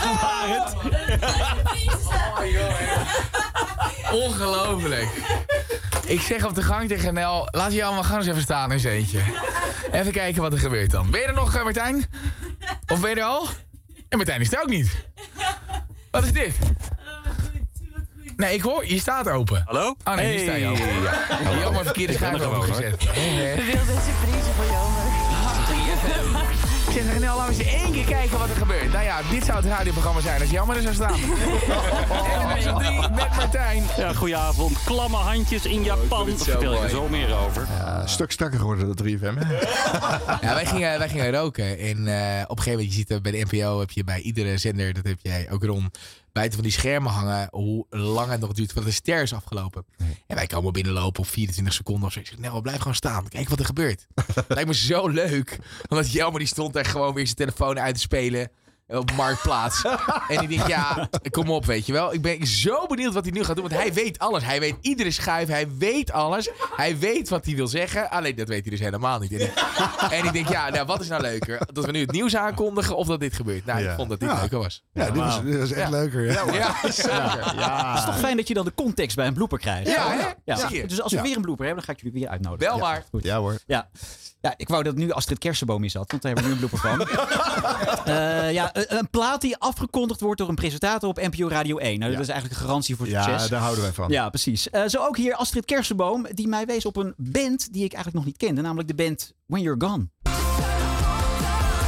Ongelooflijk. Ik zeg op de gang tegen Nel, laat je allemaal gaan eens even staan in z'n eentje. Even kijken wat er gebeurt dan. Ben je er nog, uh, Martijn? Of ben je er al? En Martijn is er ook niet. Wat is dit? Nee, ik hoor, je staat open. Hallo? Oh nee, hier sta je al. Ja. Jammer, verkeerde schuif overgezet. Ik wil deze prijzen voor Jelmer. Ik zeg tegen Nel, laten we eens één keer kijken wat er gebeurt. Nou ja, dit zou het radioprogramma zijn als Jammer er zou staan. En met z'n drie, met Martijn. Ja, goedenavond. Klamme handjes in Japan. Daar vertel ik er zo meer over. Ja, een stuk strakker geworden, dat drie F M. Ja, wij gingen, wij gingen roken. En uh, op een gegeven moment, je ziet er bij de N P O, heb je bij iedere zender, dat heb jij ook Ron, buiten van die schermen hangen, hoe lang het nog duurt voordat de ster is afgelopen. Nee. En wij komen binnenlopen op vierentwintig seconden of zo. Ik zeg, nou, blijf gewoon staan. Kijk wat er gebeurt. Het lijkt me zo leuk. Omdat Jelmer die stond daar gewoon weer zijn telefoon uit te spelen. Op Marktplaats. En ik denk, ja, kom op, weet je wel. Ik ben zo benieuwd wat hij nu gaat doen. Want hij weet alles. Hij weet iedere schuif. Hij weet alles. Hij weet wat hij wil zeggen. Alleen dat weet hij dus helemaal niet. En ik, en ik denk, ja, nou, wat is nou leuker? Dat we nu het nieuws aankondigen of dat dit gebeurt? Nou, Ja. ik vond dat dit Ja. leuker was. Ja, dit was, dit was echt Ja. leuker. Ja, Ja, ja, zeker. Het is toch fijn dat je dan de context bij een blooper krijgt. Ja, hè? ja. Zie je. Dus als we Ja. weer een blooper hebben, dan ga ik jullie weer uitnodigen. Wel Ja, maar. goed. Ja hoor. Ja. Ja, ik wou dat nu Astrid Kersenboom is zat, want daar hebben we nu een blooper van. uh, ja, een, een plaat die afgekondigd wordt door een presentator op N P O Radio één. Nou, dat is eigenlijk een garantie voor succes. Ja, daar houden wij van. Ja, precies. Uh, zo ook hier Astrid Kersenboom, die mij wees op een band die ik eigenlijk nog niet kende. Namelijk de band When You're Gone.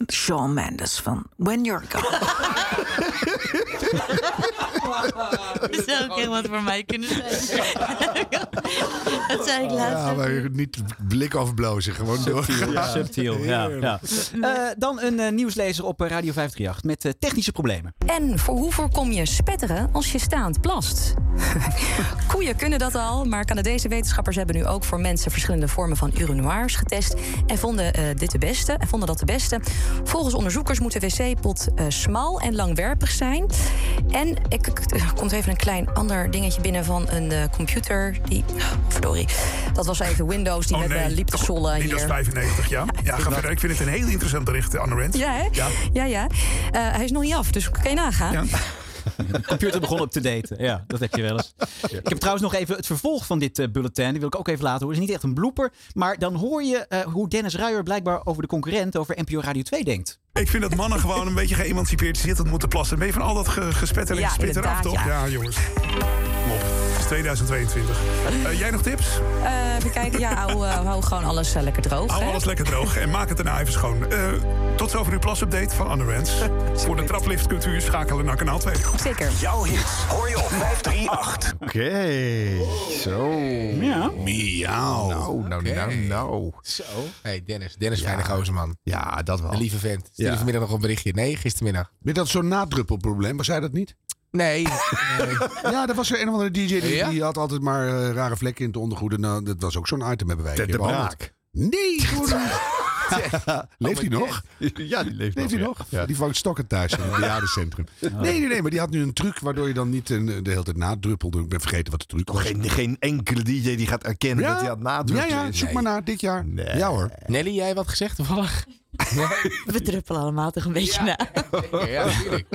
Shawn Mendes van When You're Gone. Dat zou ook heel wat voor mij kunnen zijn. Dat zei ik laatst. Ja, maar niet blik afblozen, gewoon door. Ja, subtiel, ja. ja. Uh, dan een uh, nieuwslezer op Radio vijf drie acht met uh, technische problemen. En voor hoe voorkom je spetteren als je staand plast? Koeien kunnen dat al, maar Canadese wetenschappers hebben nu ook voor mensen verschillende vormen van urinoirs getest en vonden uh, dit de beste. En vonden dat de beste. Volgens onderzoekers moet de wc-pot uh, smal en langwerpig zijn. En ik, er komt even een klein ander dingetje binnen van een uh, computer. Die, oh, verdorie, dat was even Windows die oh, met nee. uh, liep te sollen hier. Windows vijfennegentig, ja. Ja, ja ga verder. Ik vind het een heel interessant bericht, Anne Rent. Ja, hè? Ja, ja. ja. Uh, hij is nog niet af, dus kan je nagaan. Ja. De computer begon op te daten. Ja, dat heb je wel eens. Ik heb trouwens nog even het vervolg van dit uh, bulletin. Die wil ik ook even laten horen. Het is niet echt een blooper. Maar dan hoor je uh, hoe Dennis Ruijer blijkbaar over de concurrent, over N P O Radio twee denkt. Ik vind dat mannen gewoon een beetje geëmancipeerd zitten moeten plassen. Ben je van al dat ge gespet en ja, gespit eraf, toch? Ja, ja jongens. Mop. Het is tweeduizend tweeëntwintig. Uh, jij nog tips? Uh, even kijken. Ja, hou, uh, hou gewoon alles uh, lekker droog. Hou hè? alles lekker droog en maak het daarna even schoon. Uh, tot zover uw plasupdate van Anne Rens. Voor de traplift kunt u schakelen naar kanaal twee. Zeker. Jouw hits hoor je op vijf drie acht. Oké, okay. Zo. Ja. Miauw. Nou, nou, Okay. nou, nou. Zo. Hey Dennis. Dennis Ja. fijne gozer, man. Ja, dat wel. Een lieve vent. Stuurde Ja. vanmiddag nog een berichtje. Nee, gistermiddag. Met dat zo'n nadruppelprobleem, was zij dat niet? Nee. Ja, dat was er een of andere D J die, Ja? die had altijd maar uh, rare vlekken in het ondergoed. Nou, dat was ook zo'n item hebben wij. De, een de keer behandeld. braak. Nee, gewoon. Leeft hij nog? Ja, die leeft, Leeft nog. hij ja. nog? Ja. Die vangt stokken thuis in het bejaardencentrum. Nee, nee, nee, maar die had nu een truc waardoor je dan niet uh, de hele tijd nadruppelde. Ik ben vergeten wat de truc was. Geen, geen enkele D J die gaat erkennen Ja? dat hij aan het nadrukken Ja, ja, is. zoek Nee. maar naar dit jaar. Nee. Ja hoor. Nelly, jij wat gezegd toevallig? We druppelen allemaal toch een beetje Ja. na. Ja, natuurlijk.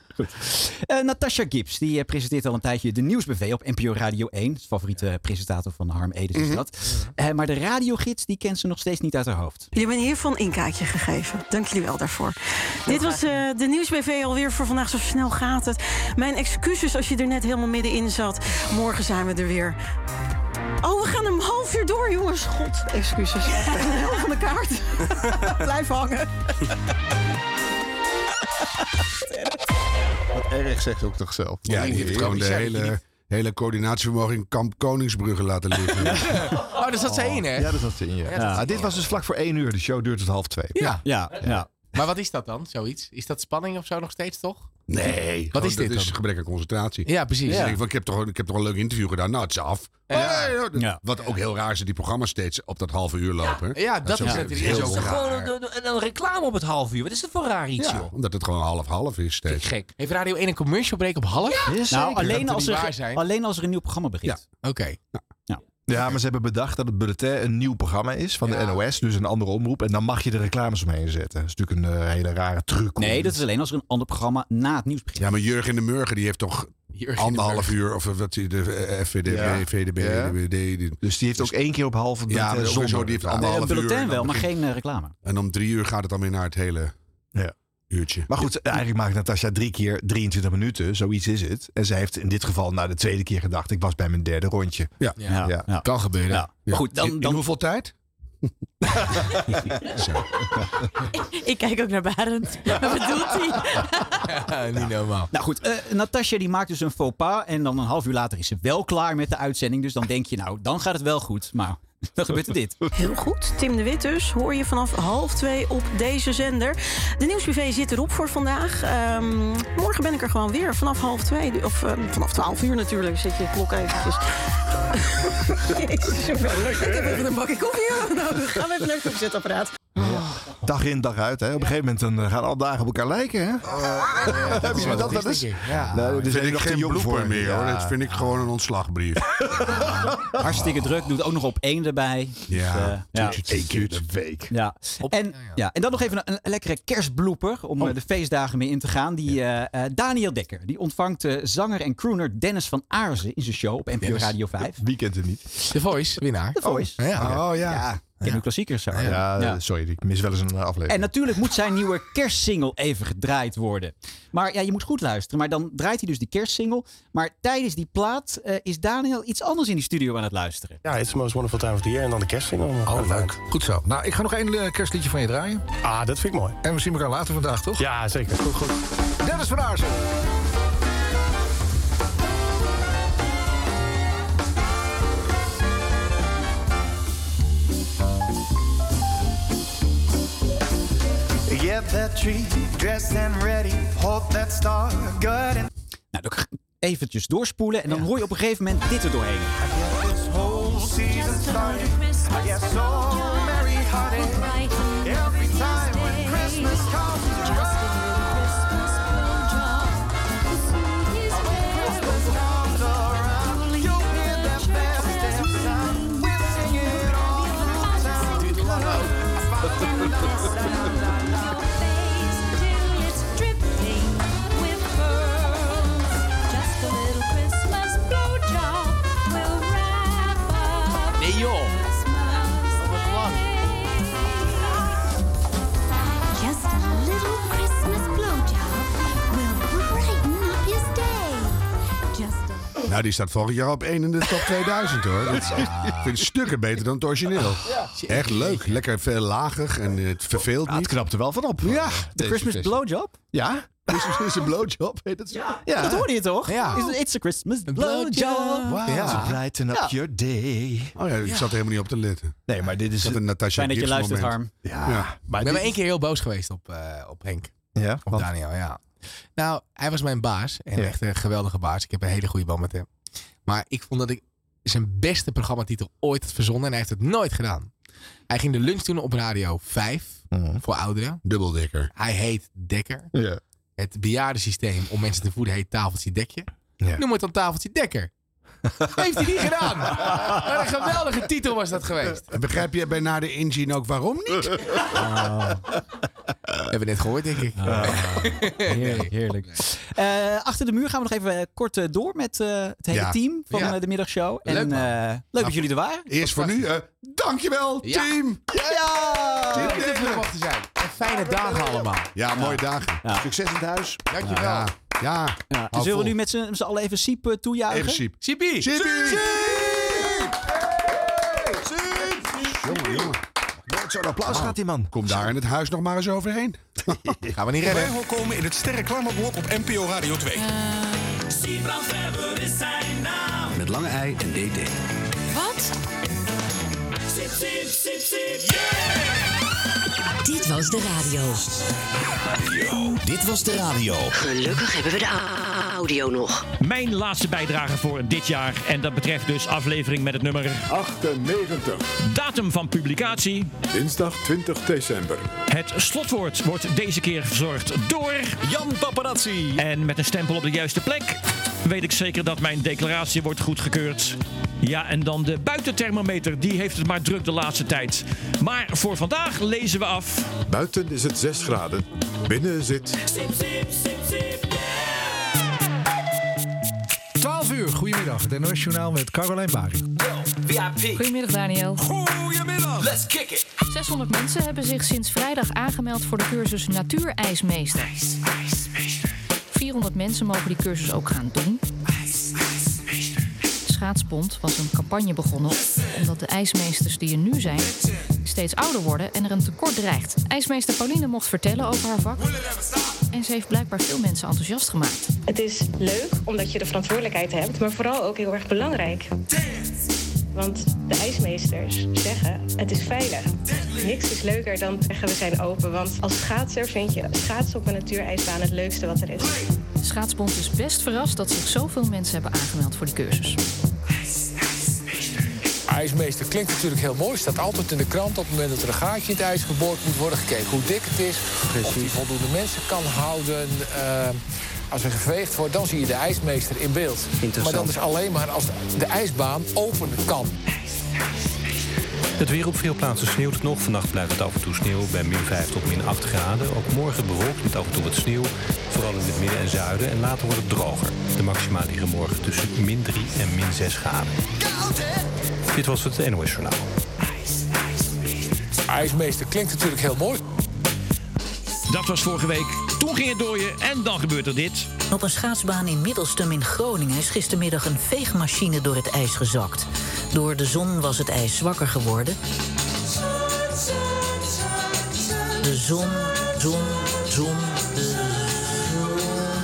Uh, Natasha Gibbs, die uh, presenteert al een tijdje de Nieuws B V op N P O Radio één. De favoriete presentator van Harm Edens is dat. Uh, maar de radiogids, die kent ze nog steeds niet uit haar hoofd. Jullie hebben hiervan een inkijkje gegeven. Dank jullie wel daarvoor. Dit was uh, de Nieuws B V alweer voor vandaag. Zo snel gaat het. Mijn excuses als je er net helemaal middenin zat. Morgen zijn we er weer. Oh, we gaan een half uur door, jongens. God, excuses. De helft van de kaart. Blijf hangen. Wat erg zegt ook toch zelf. Ja, die heeft gewoon de hele, hele coördinatievermogen in kamp Koningsbrugge laten liggen. Oh, daar zat ze in, hè? Ja, dat zat ze in, ja. Ja, dat Ah, is- dit was dus vlak voor één uur. De show duurt tot half twee. Ja. Ja, ja. Maar wat is dat dan, zoiets? Is dat spanning of zo nog steeds, toch? Nee, Wat gewoon, is dit dat is dan? gebrek aan concentratie. Ja, precies. Dus Ja. ik denk van, ik, heb toch, ik heb toch een leuk interview gedaan. Nou, het is af. Ja. Oh, nee, Ja. Wat ook heel raar is, dat die programma's steeds op dat halve uur lopen. hè? Ja, dat ook- is is natuurlijk heel zo Het is toch raar. gewoon een, een, een reclame op het half uur. Wat is dat voor raar iets, Ja, joh? omdat het gewoon half-half is steeds. Gek. Heeft Radio één een commercial break op half? Nou, Dat alleen moet als, niet er, waar zijn. alleen als er een nieuw programma begint. Oké. Ja, maar ze hebben bedacht dat het bulletin een nieuw programma is van de N O S. Dus een andere omroep. En dan mag je de reclames omheen zetten. Dat is natuurlijk een uh, hele rare truc. Nee, dat is alleen als er een ander programma na het nieuws begint. Ja, maar Jurgen de Murgen die heeft toch Jurgen de anderhalf Murgen. uur, of wat de eh, F V D B, Ja. V D B, Ja. D W D. die- Dus die heeft ook één keer op half het Ja, maar bulletin sowieso, zonder die heeft reclame. Een anderhalf uur. bulletin en wel, dan maar begint- geen uh, reclame. En om drie uur gaat het dan weer naar het hele Ja. uurtje. Maar goed, eigenlijk maakt Natasja drie keer drieëntwintig minuten. Zoiets is het. En zij heeft in dit geval na de tweede keer gedacht... ik was bij mijn derde rondje. Ja, Ja. Ja. Ja. Kan gebeuren. Ja. Maar goed, In, dan, in dan, hoeveel tijd? Zo. Ik kijk ook naar Barend. Wat bedoelt hij? Ja, niet normaal. nou goed, uh, Natasja die maakt dus een faux pas. En dan een half uur later is ze wel klaar met de uitzending. Dus dan denk je, nou, dan gaat het wel goed. Maar dan gebeurt er dit. Heel goed. Tim de Wit dus. Hoor je vanaf half twee op deze zender. De Nieuws B V zit erop voor vandaag. Um, morgen ben ik er gewoon weer vanaf half twee. Of um, vanaf twaalf uur natuurlijk. Zet je de klok eventjes. Jezus, zo lekker. Ik heb even een bakje koffie nodig. Gaan we even naar het koffiezetapparaat. Dag in, dag uit. Hè. Op een gegeven moment dan gaan alle dagen op elkaar lijken. Hè? Heb je dat wel eens? Ja. Nou, Dat dus vind ik nog te geen jong blooper voor. meer, hoor. Ja. Dat vind ik gewoon een ontslagbrief. Hartstikke druk. Doet ook nog op één erbij. Dus, Ja, uh, ja. Eén keer de week. Ja. En, ja, en dan nog even een, een lekkere kerstblooper om Oh. uh, de feestdagen mee in te gaan. Die uh, uh, Daniel Dekker, die ontvangt uh, zanger en crooner Dennis van Aarzen in zijn show op N P O Dennis. Radio vijf. Wie kent het niet? The Voice, winnaar. The Voice. Ja. Oh ja. Ja. ken uw klassiekers zo. Ja, ja, sorry, ik mis wel eens een aflevering. En natuurlijk moet zijn nieuwe kerstsingle even gedraaid worden. Maar ja, je moet goed luisteren. Maar dan draait hij dus die kerstsingle. Maar tijdens die plaat uh, is Daniel iets anders in die studio aan het luisteren. Ja, It's the Most Wonderful Time of the Year en dan de kerstsingle. Oh, leuk. Goed zo. Nou, ik ga nog één uh, kerstliedje van je draaien. Ah, dat vind ik mooi. En we zien elkaar later vandaag, toch? Ja, zeker. Goed, goed. Dennis van Aarsen. Get that tree dressed and ready. Hope that star good. And... Nou, dan eventjes doorspoelen en dan hoor je op een gegeven moment dit er doorheen. This whole season started. I get so merry hearted. Every time when Christmas comes around. Nee joh. Oh, wat lang. Just a little Christmas blowjob will brighten up his day. Just a... Nou, die staat volgend jaar op één in de top tweeduizend hoor. Dat is, ik vind het stukken beter dan het origineel. Ja. Echt leuk. Lekker veel lager en het verveelt Ja, niet. het knapt er wel van op. Ja. De Christmas blowjob? Ja. Christmas is een blowjob. Heet het zo? Ja. Ja. Dat hoorde je toch? Ja. Is het It's a Christmas blowjob. Wow. Ja. To brighten up Ja. your day. Oh ja, ik zat er helemaal niet op te letten. Nee, maar dit is... Dat een Natasha Fijn dat je Gibbs luistert, moment. Harm. Ja, Ja. maar Ik ben dit maar één is- keer heel boos geweest op, uh, op Henk. Ja, Op want- Daniel, ja. Nou, hij was mijn baas. En Ja. echt een geweldige baas. Ik heb een hele goede band met hem. Maar ik vond dat ik zijn beste programmatitel ooit had verzonnen. En hij heeft het nooit gedaan. Hij ging de lunch doen op Radio vijf. Mhm. Voor ouderen. Dubbeldekker. Hij heet Dekker. Ja. Het bejaardensysteem om mensen te voeden heet tafeltje dekje. Ja. Noem het dan tafeltje dekker. Heeft hij niet gedaan. Wat een geweldige titel was dat geweest. En begrijp je bij Na de Engine ook waarom niet? Oh. Hebben we net gehoord, denk ik. Oh. Heerlijk, heerlijk. Uh, achter de muur gaan we nog even kort uh, door met uh, het hele Ja. team van Ja. uh, de middagshow. Leuk, en man. uh, leuk dat jullie er waren. Eerst voor nu, uh, dankjewel Ja. team! Ja! Leuk dat we er mochten zijn. En fijne dagen allemaal. Ja, mooie dagen. Ja. Succes in het huis. Dankjewel. Ja, ja. Ja. Hou Dus zullen we vol. nu met z'n z'n allen even Siep uh, toejuichen? Even Siep. Siepie. Siepie! Jongen, jongen. Nooit zo'n applaus gaat die man. Kom daar in het huis nog maar eens overheen. Gaan we niet redden. Wij komen in het sterreclameblok op N P O Radio twee. Siebrand Weber is zijn naam. Met lange ei en D D. Wat? Sip, sip, sip, sip, yeah! Dit was de radio. Dit was de radio. Gelukkig hebben we de audio nog. Mijn laatste bijdrage voor dit jaar. En dat betreft dus aflevering met het nummer... achtennegentig. Datum van publicatie. Dinsdag twintig december. Het slotwoord wordt deze keer verzorgd door... Jan Paparazzi. En met een stempel op de juiste plek... weet ik zeker dat mijn declaratie wordt goedgekeurd. Ja, en dan de buitenthermometer. Die heeft het maar druk de laatste tijd. Maar voor vandaag lezen we af... Buiten is het zes graden. Binnen zit... Sip, sip, sip, sip, twaalf uur, goedemiddag. Het N O S-journaal met Caroline Bari. V I P. Goedemiddag Daniel. Goedemiddag. Let's kick it. zeshonderd mensen hebben zich sinds vrijdag aangemeld voor de cursus Natuurijsmeester. vierhonderd mensen mogen die cursus ook gaan doen. De Schaatsbond was een campagne begonnen omdat de ijsmeesters die er nu zijn steeds ouder worden en er een tekort dreigt. IJsmeester Pauline mocht vertellen over haar vak en ze heeft blijkbaar veel mensen enthousiast gemaakt. Het is leuk omdat je de verantwoordelijkheid hebt, maar vooral ook heel erg belangrijk. Want de ijsmeesters zeggen, het is veilig. Niks is leuker dan zeggen we zijn open. Want als schaatser vind je schaatsen op een natuurijsbaan het leukste wat er is. De Schaatsbond is best verrast dat zich zoveel mensen hebben aangemeld voor de cursus. IJsmeester klinkt natuurlijk heel mooi. Staat altijd in de krant op het moment dat er een gaatje in het ijs geboord moet worden. Gekeken hoe dik het is. Of die voldoende mensen kan houden. Uh, als er geveegd wordt, dan zie je de ijsmeester in beeld. Maar dat is alleen maar als de ijsbaan open kan. Het weer op veel plaatsen sneeuwt het nog. Vannacht blijft het af en toe sneeuw bij min vijf tot min acht graden. Ook morgen bewolkt met af en toe wat sneeuw. Vooral in het midden en zuiden. En later wordt het droger. De maxima liggen morgen tussen min drie en min zes graden. Dit was het N O S Journaal. IJsmeester klinkt natuurlijk heel mooi. Dat was vorige week. Toen ging het dooien en dan gebeurt er dit. Op een schaatsbaan in Middelstum in Groningen is gistermiddag een veegmachine door het ijs gezakt. Door de zon was het ijs zwakker geworden. De zon, zon, zon, de zon.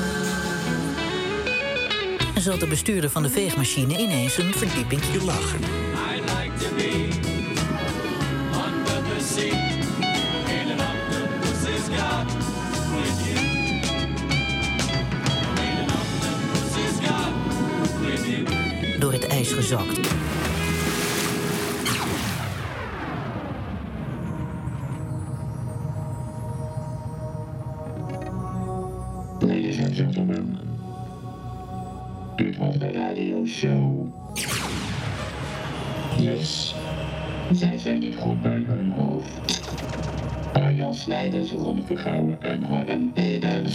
En zat de bestuurder van de veegmachine ineens een verdieping te lachen. I'd like to be under the sea. In an octopus is God with you. In an octopus is God with you. Door het ijs gezakt. Ladies and gentlemen, dit was de radioshow. Yes, zij zijn niet goed bij hun hoofd. Arjan Snijders, Ron Vergouwen en Harm Edens.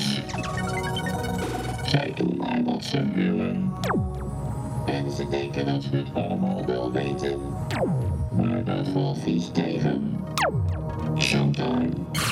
Zij doen maar wat ze willen. En ze denken dat we het allemaal wel weten. Maar dat valt vies tegen. Showtime.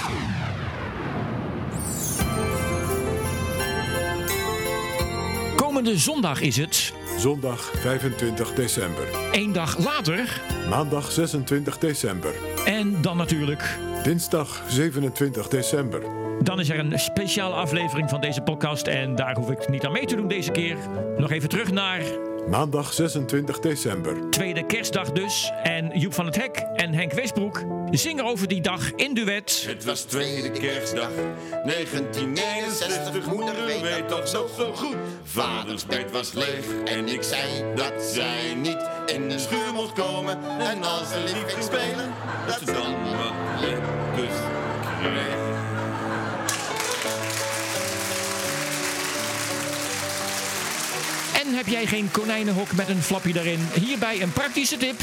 Komende zondag is het. Zondag vijfentwintig december. Eén dag later. Maandag zesentwintig december. En dan natuurlijk. Dinsdag zevenentwintig december. Dan is er een speciale aflevering van deze podcast. En daar hoef ik niet aan mee te doen deze keer. Nog even terug naar. Maandag zesentwintig december. Tweede kerstdag dus. En Joep van het Hek en Henk Westbroek zingen over die dag in duet. Het was tweede kerstdag, negentien eenenzestig. Moeder weet dat nog zo goed. Vaders bed was leeg en ik zei dat zij niet in de schuur mocht komen. En als ze lief ging spelen, dat ze dan wat lekkers kreeg. En heb jij geen konijnenhok met een flapje daarin? Hierbij een praktische tip.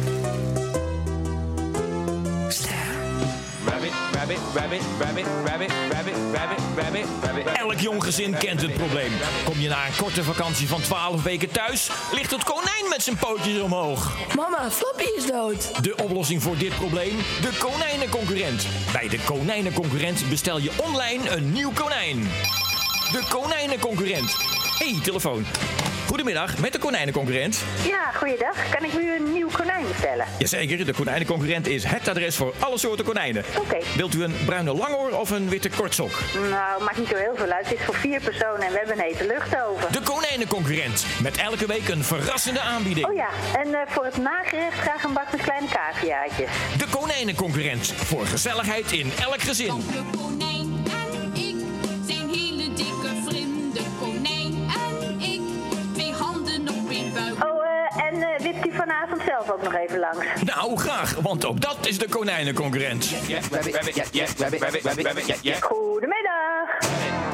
Rabbit, rabbit, rabbit, rabbit, rabbit, rabbit, rabbit, rabbit, rabbit. Elk jong gezin kent het probleem. Kom je na een korte vakantie van twaalf weken thuis, ligt het konijn met zijn pootjes omhoog. Mama, Flappy is dood. De oplossing voor dit probleem? De konijnenconcurrent. Bij de konijnenconcurrent bestel je online een nieuw konijn. De konijnenconcurrent. Hé, hey, telefoon. Goedemiddag, met de konijnenconcurrent. Ja, goeiedag. Kan ik u een nieuw konijn bestellen? Jazeker, de konijnenconcurrent is het adres voor alle soorten konijnen. Oké. Okay. Wilt u een bruine langoor of een witte kortsok? Nou, maakt niet zo heel veel uit. Het is voor vier personen en we hebben een hete luchtoven. De konijnenconcurrent, met elke week een verrassende aanbieding. Oh ja, en uh, voor het nagerecht graag een bak met kleine caviaatjes. De konijnenconcurrent, voor gezelligheid in elk gezin. De konijn en ik zijn hele dikke vrienden. Konijn en ik, twee handen op één buik. Oh, uh, en uh, wipt u vanavond zelf ook nog even langs? Nou, graag, want ook dat is de konijnenconcurrent. Yeah, rabbit, rabbit, yeah, yeah, rabbit, rabbit, rabbit, rabbit, yeah, yeah. Goedemiddag.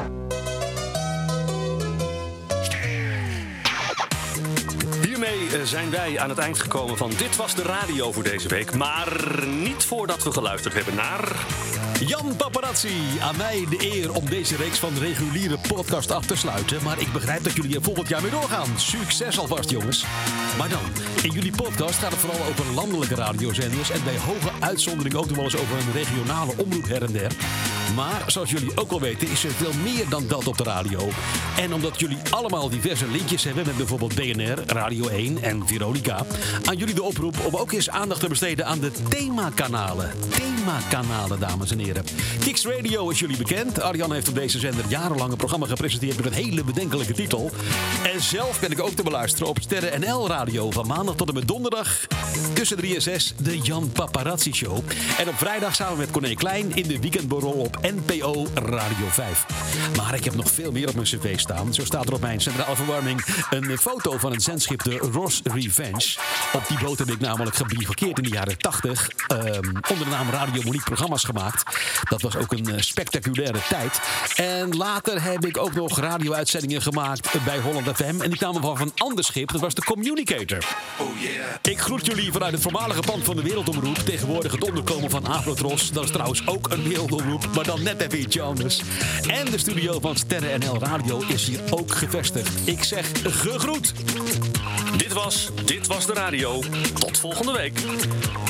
Hiermee zijn wij aan het eind gekomen van Dit Was De Radio voor deze week. Maar niet voordat we geluisterd hebben naar... Jan Paparazzi, aan mij de eer om deze reeks van reguliere podcast af te sluiten. Maar ik begrijp dat jullie er volgend jaar mee doorgaan. Succes alvast, jongens. Maar dan, in jullie podcast gaat het vooral over landelijke radiozenders. En bij hoge uitzondering ook nog wel eens over een regionale omroep her en der. Maar zoals jullie ook wel weten is er veel meer dan dat op de radio. En omdat jullie allemaal diverse linkjes hebben met bijvoorbeeld B N R, Radio één en Veronica, aan jullie de oproep om ook eens aandacht te besteden aan de themakanalen. Themakanalen, dames en heren. Kicks Radio is jullie bekend. Arjan heeft op deze zender jarenlang een programma gepresenteerd met een hele bedenkelijke titel. En zelf ben ik ook te beluisteren op Sterren N L Radio van maandag tot en met donderdag tussen drie en zes, de Jan Paparazzi Show. En op vrijdag samen met Corné Klein in de weekendborrel op N P O Radio vijf. Maar ik heb nog veel meer op mijn cv staan. Zo staat er op mijn centrale verwarming een foto van een zendschip, de Ross Revenge. Op die boot heb ik namelijk gebivakkeerd in de jaren tachtig. Um, onder de naam Radio Monique programma's gemaakt. Dat was ook een uh, spectaculaire tijd. En later heb ik ook nog radio-uitzendingen gemaakt bij Holland F M. En die kwamen van een ander schip. Dat was de Communicator. Oh yeah. Ik groet jullie vanuit het voormalige pand van de Wereldomroep. Tegenwoordig het onderkomen van Agrotros. Dat is trouwens ook een Wereldomroep, maar dan net even iets anders. En de studio van Sterren N L Radio is hier ook gevestigd. Ik zeg gegroet. Dit was Dit Was De Radio. Tot volgende week.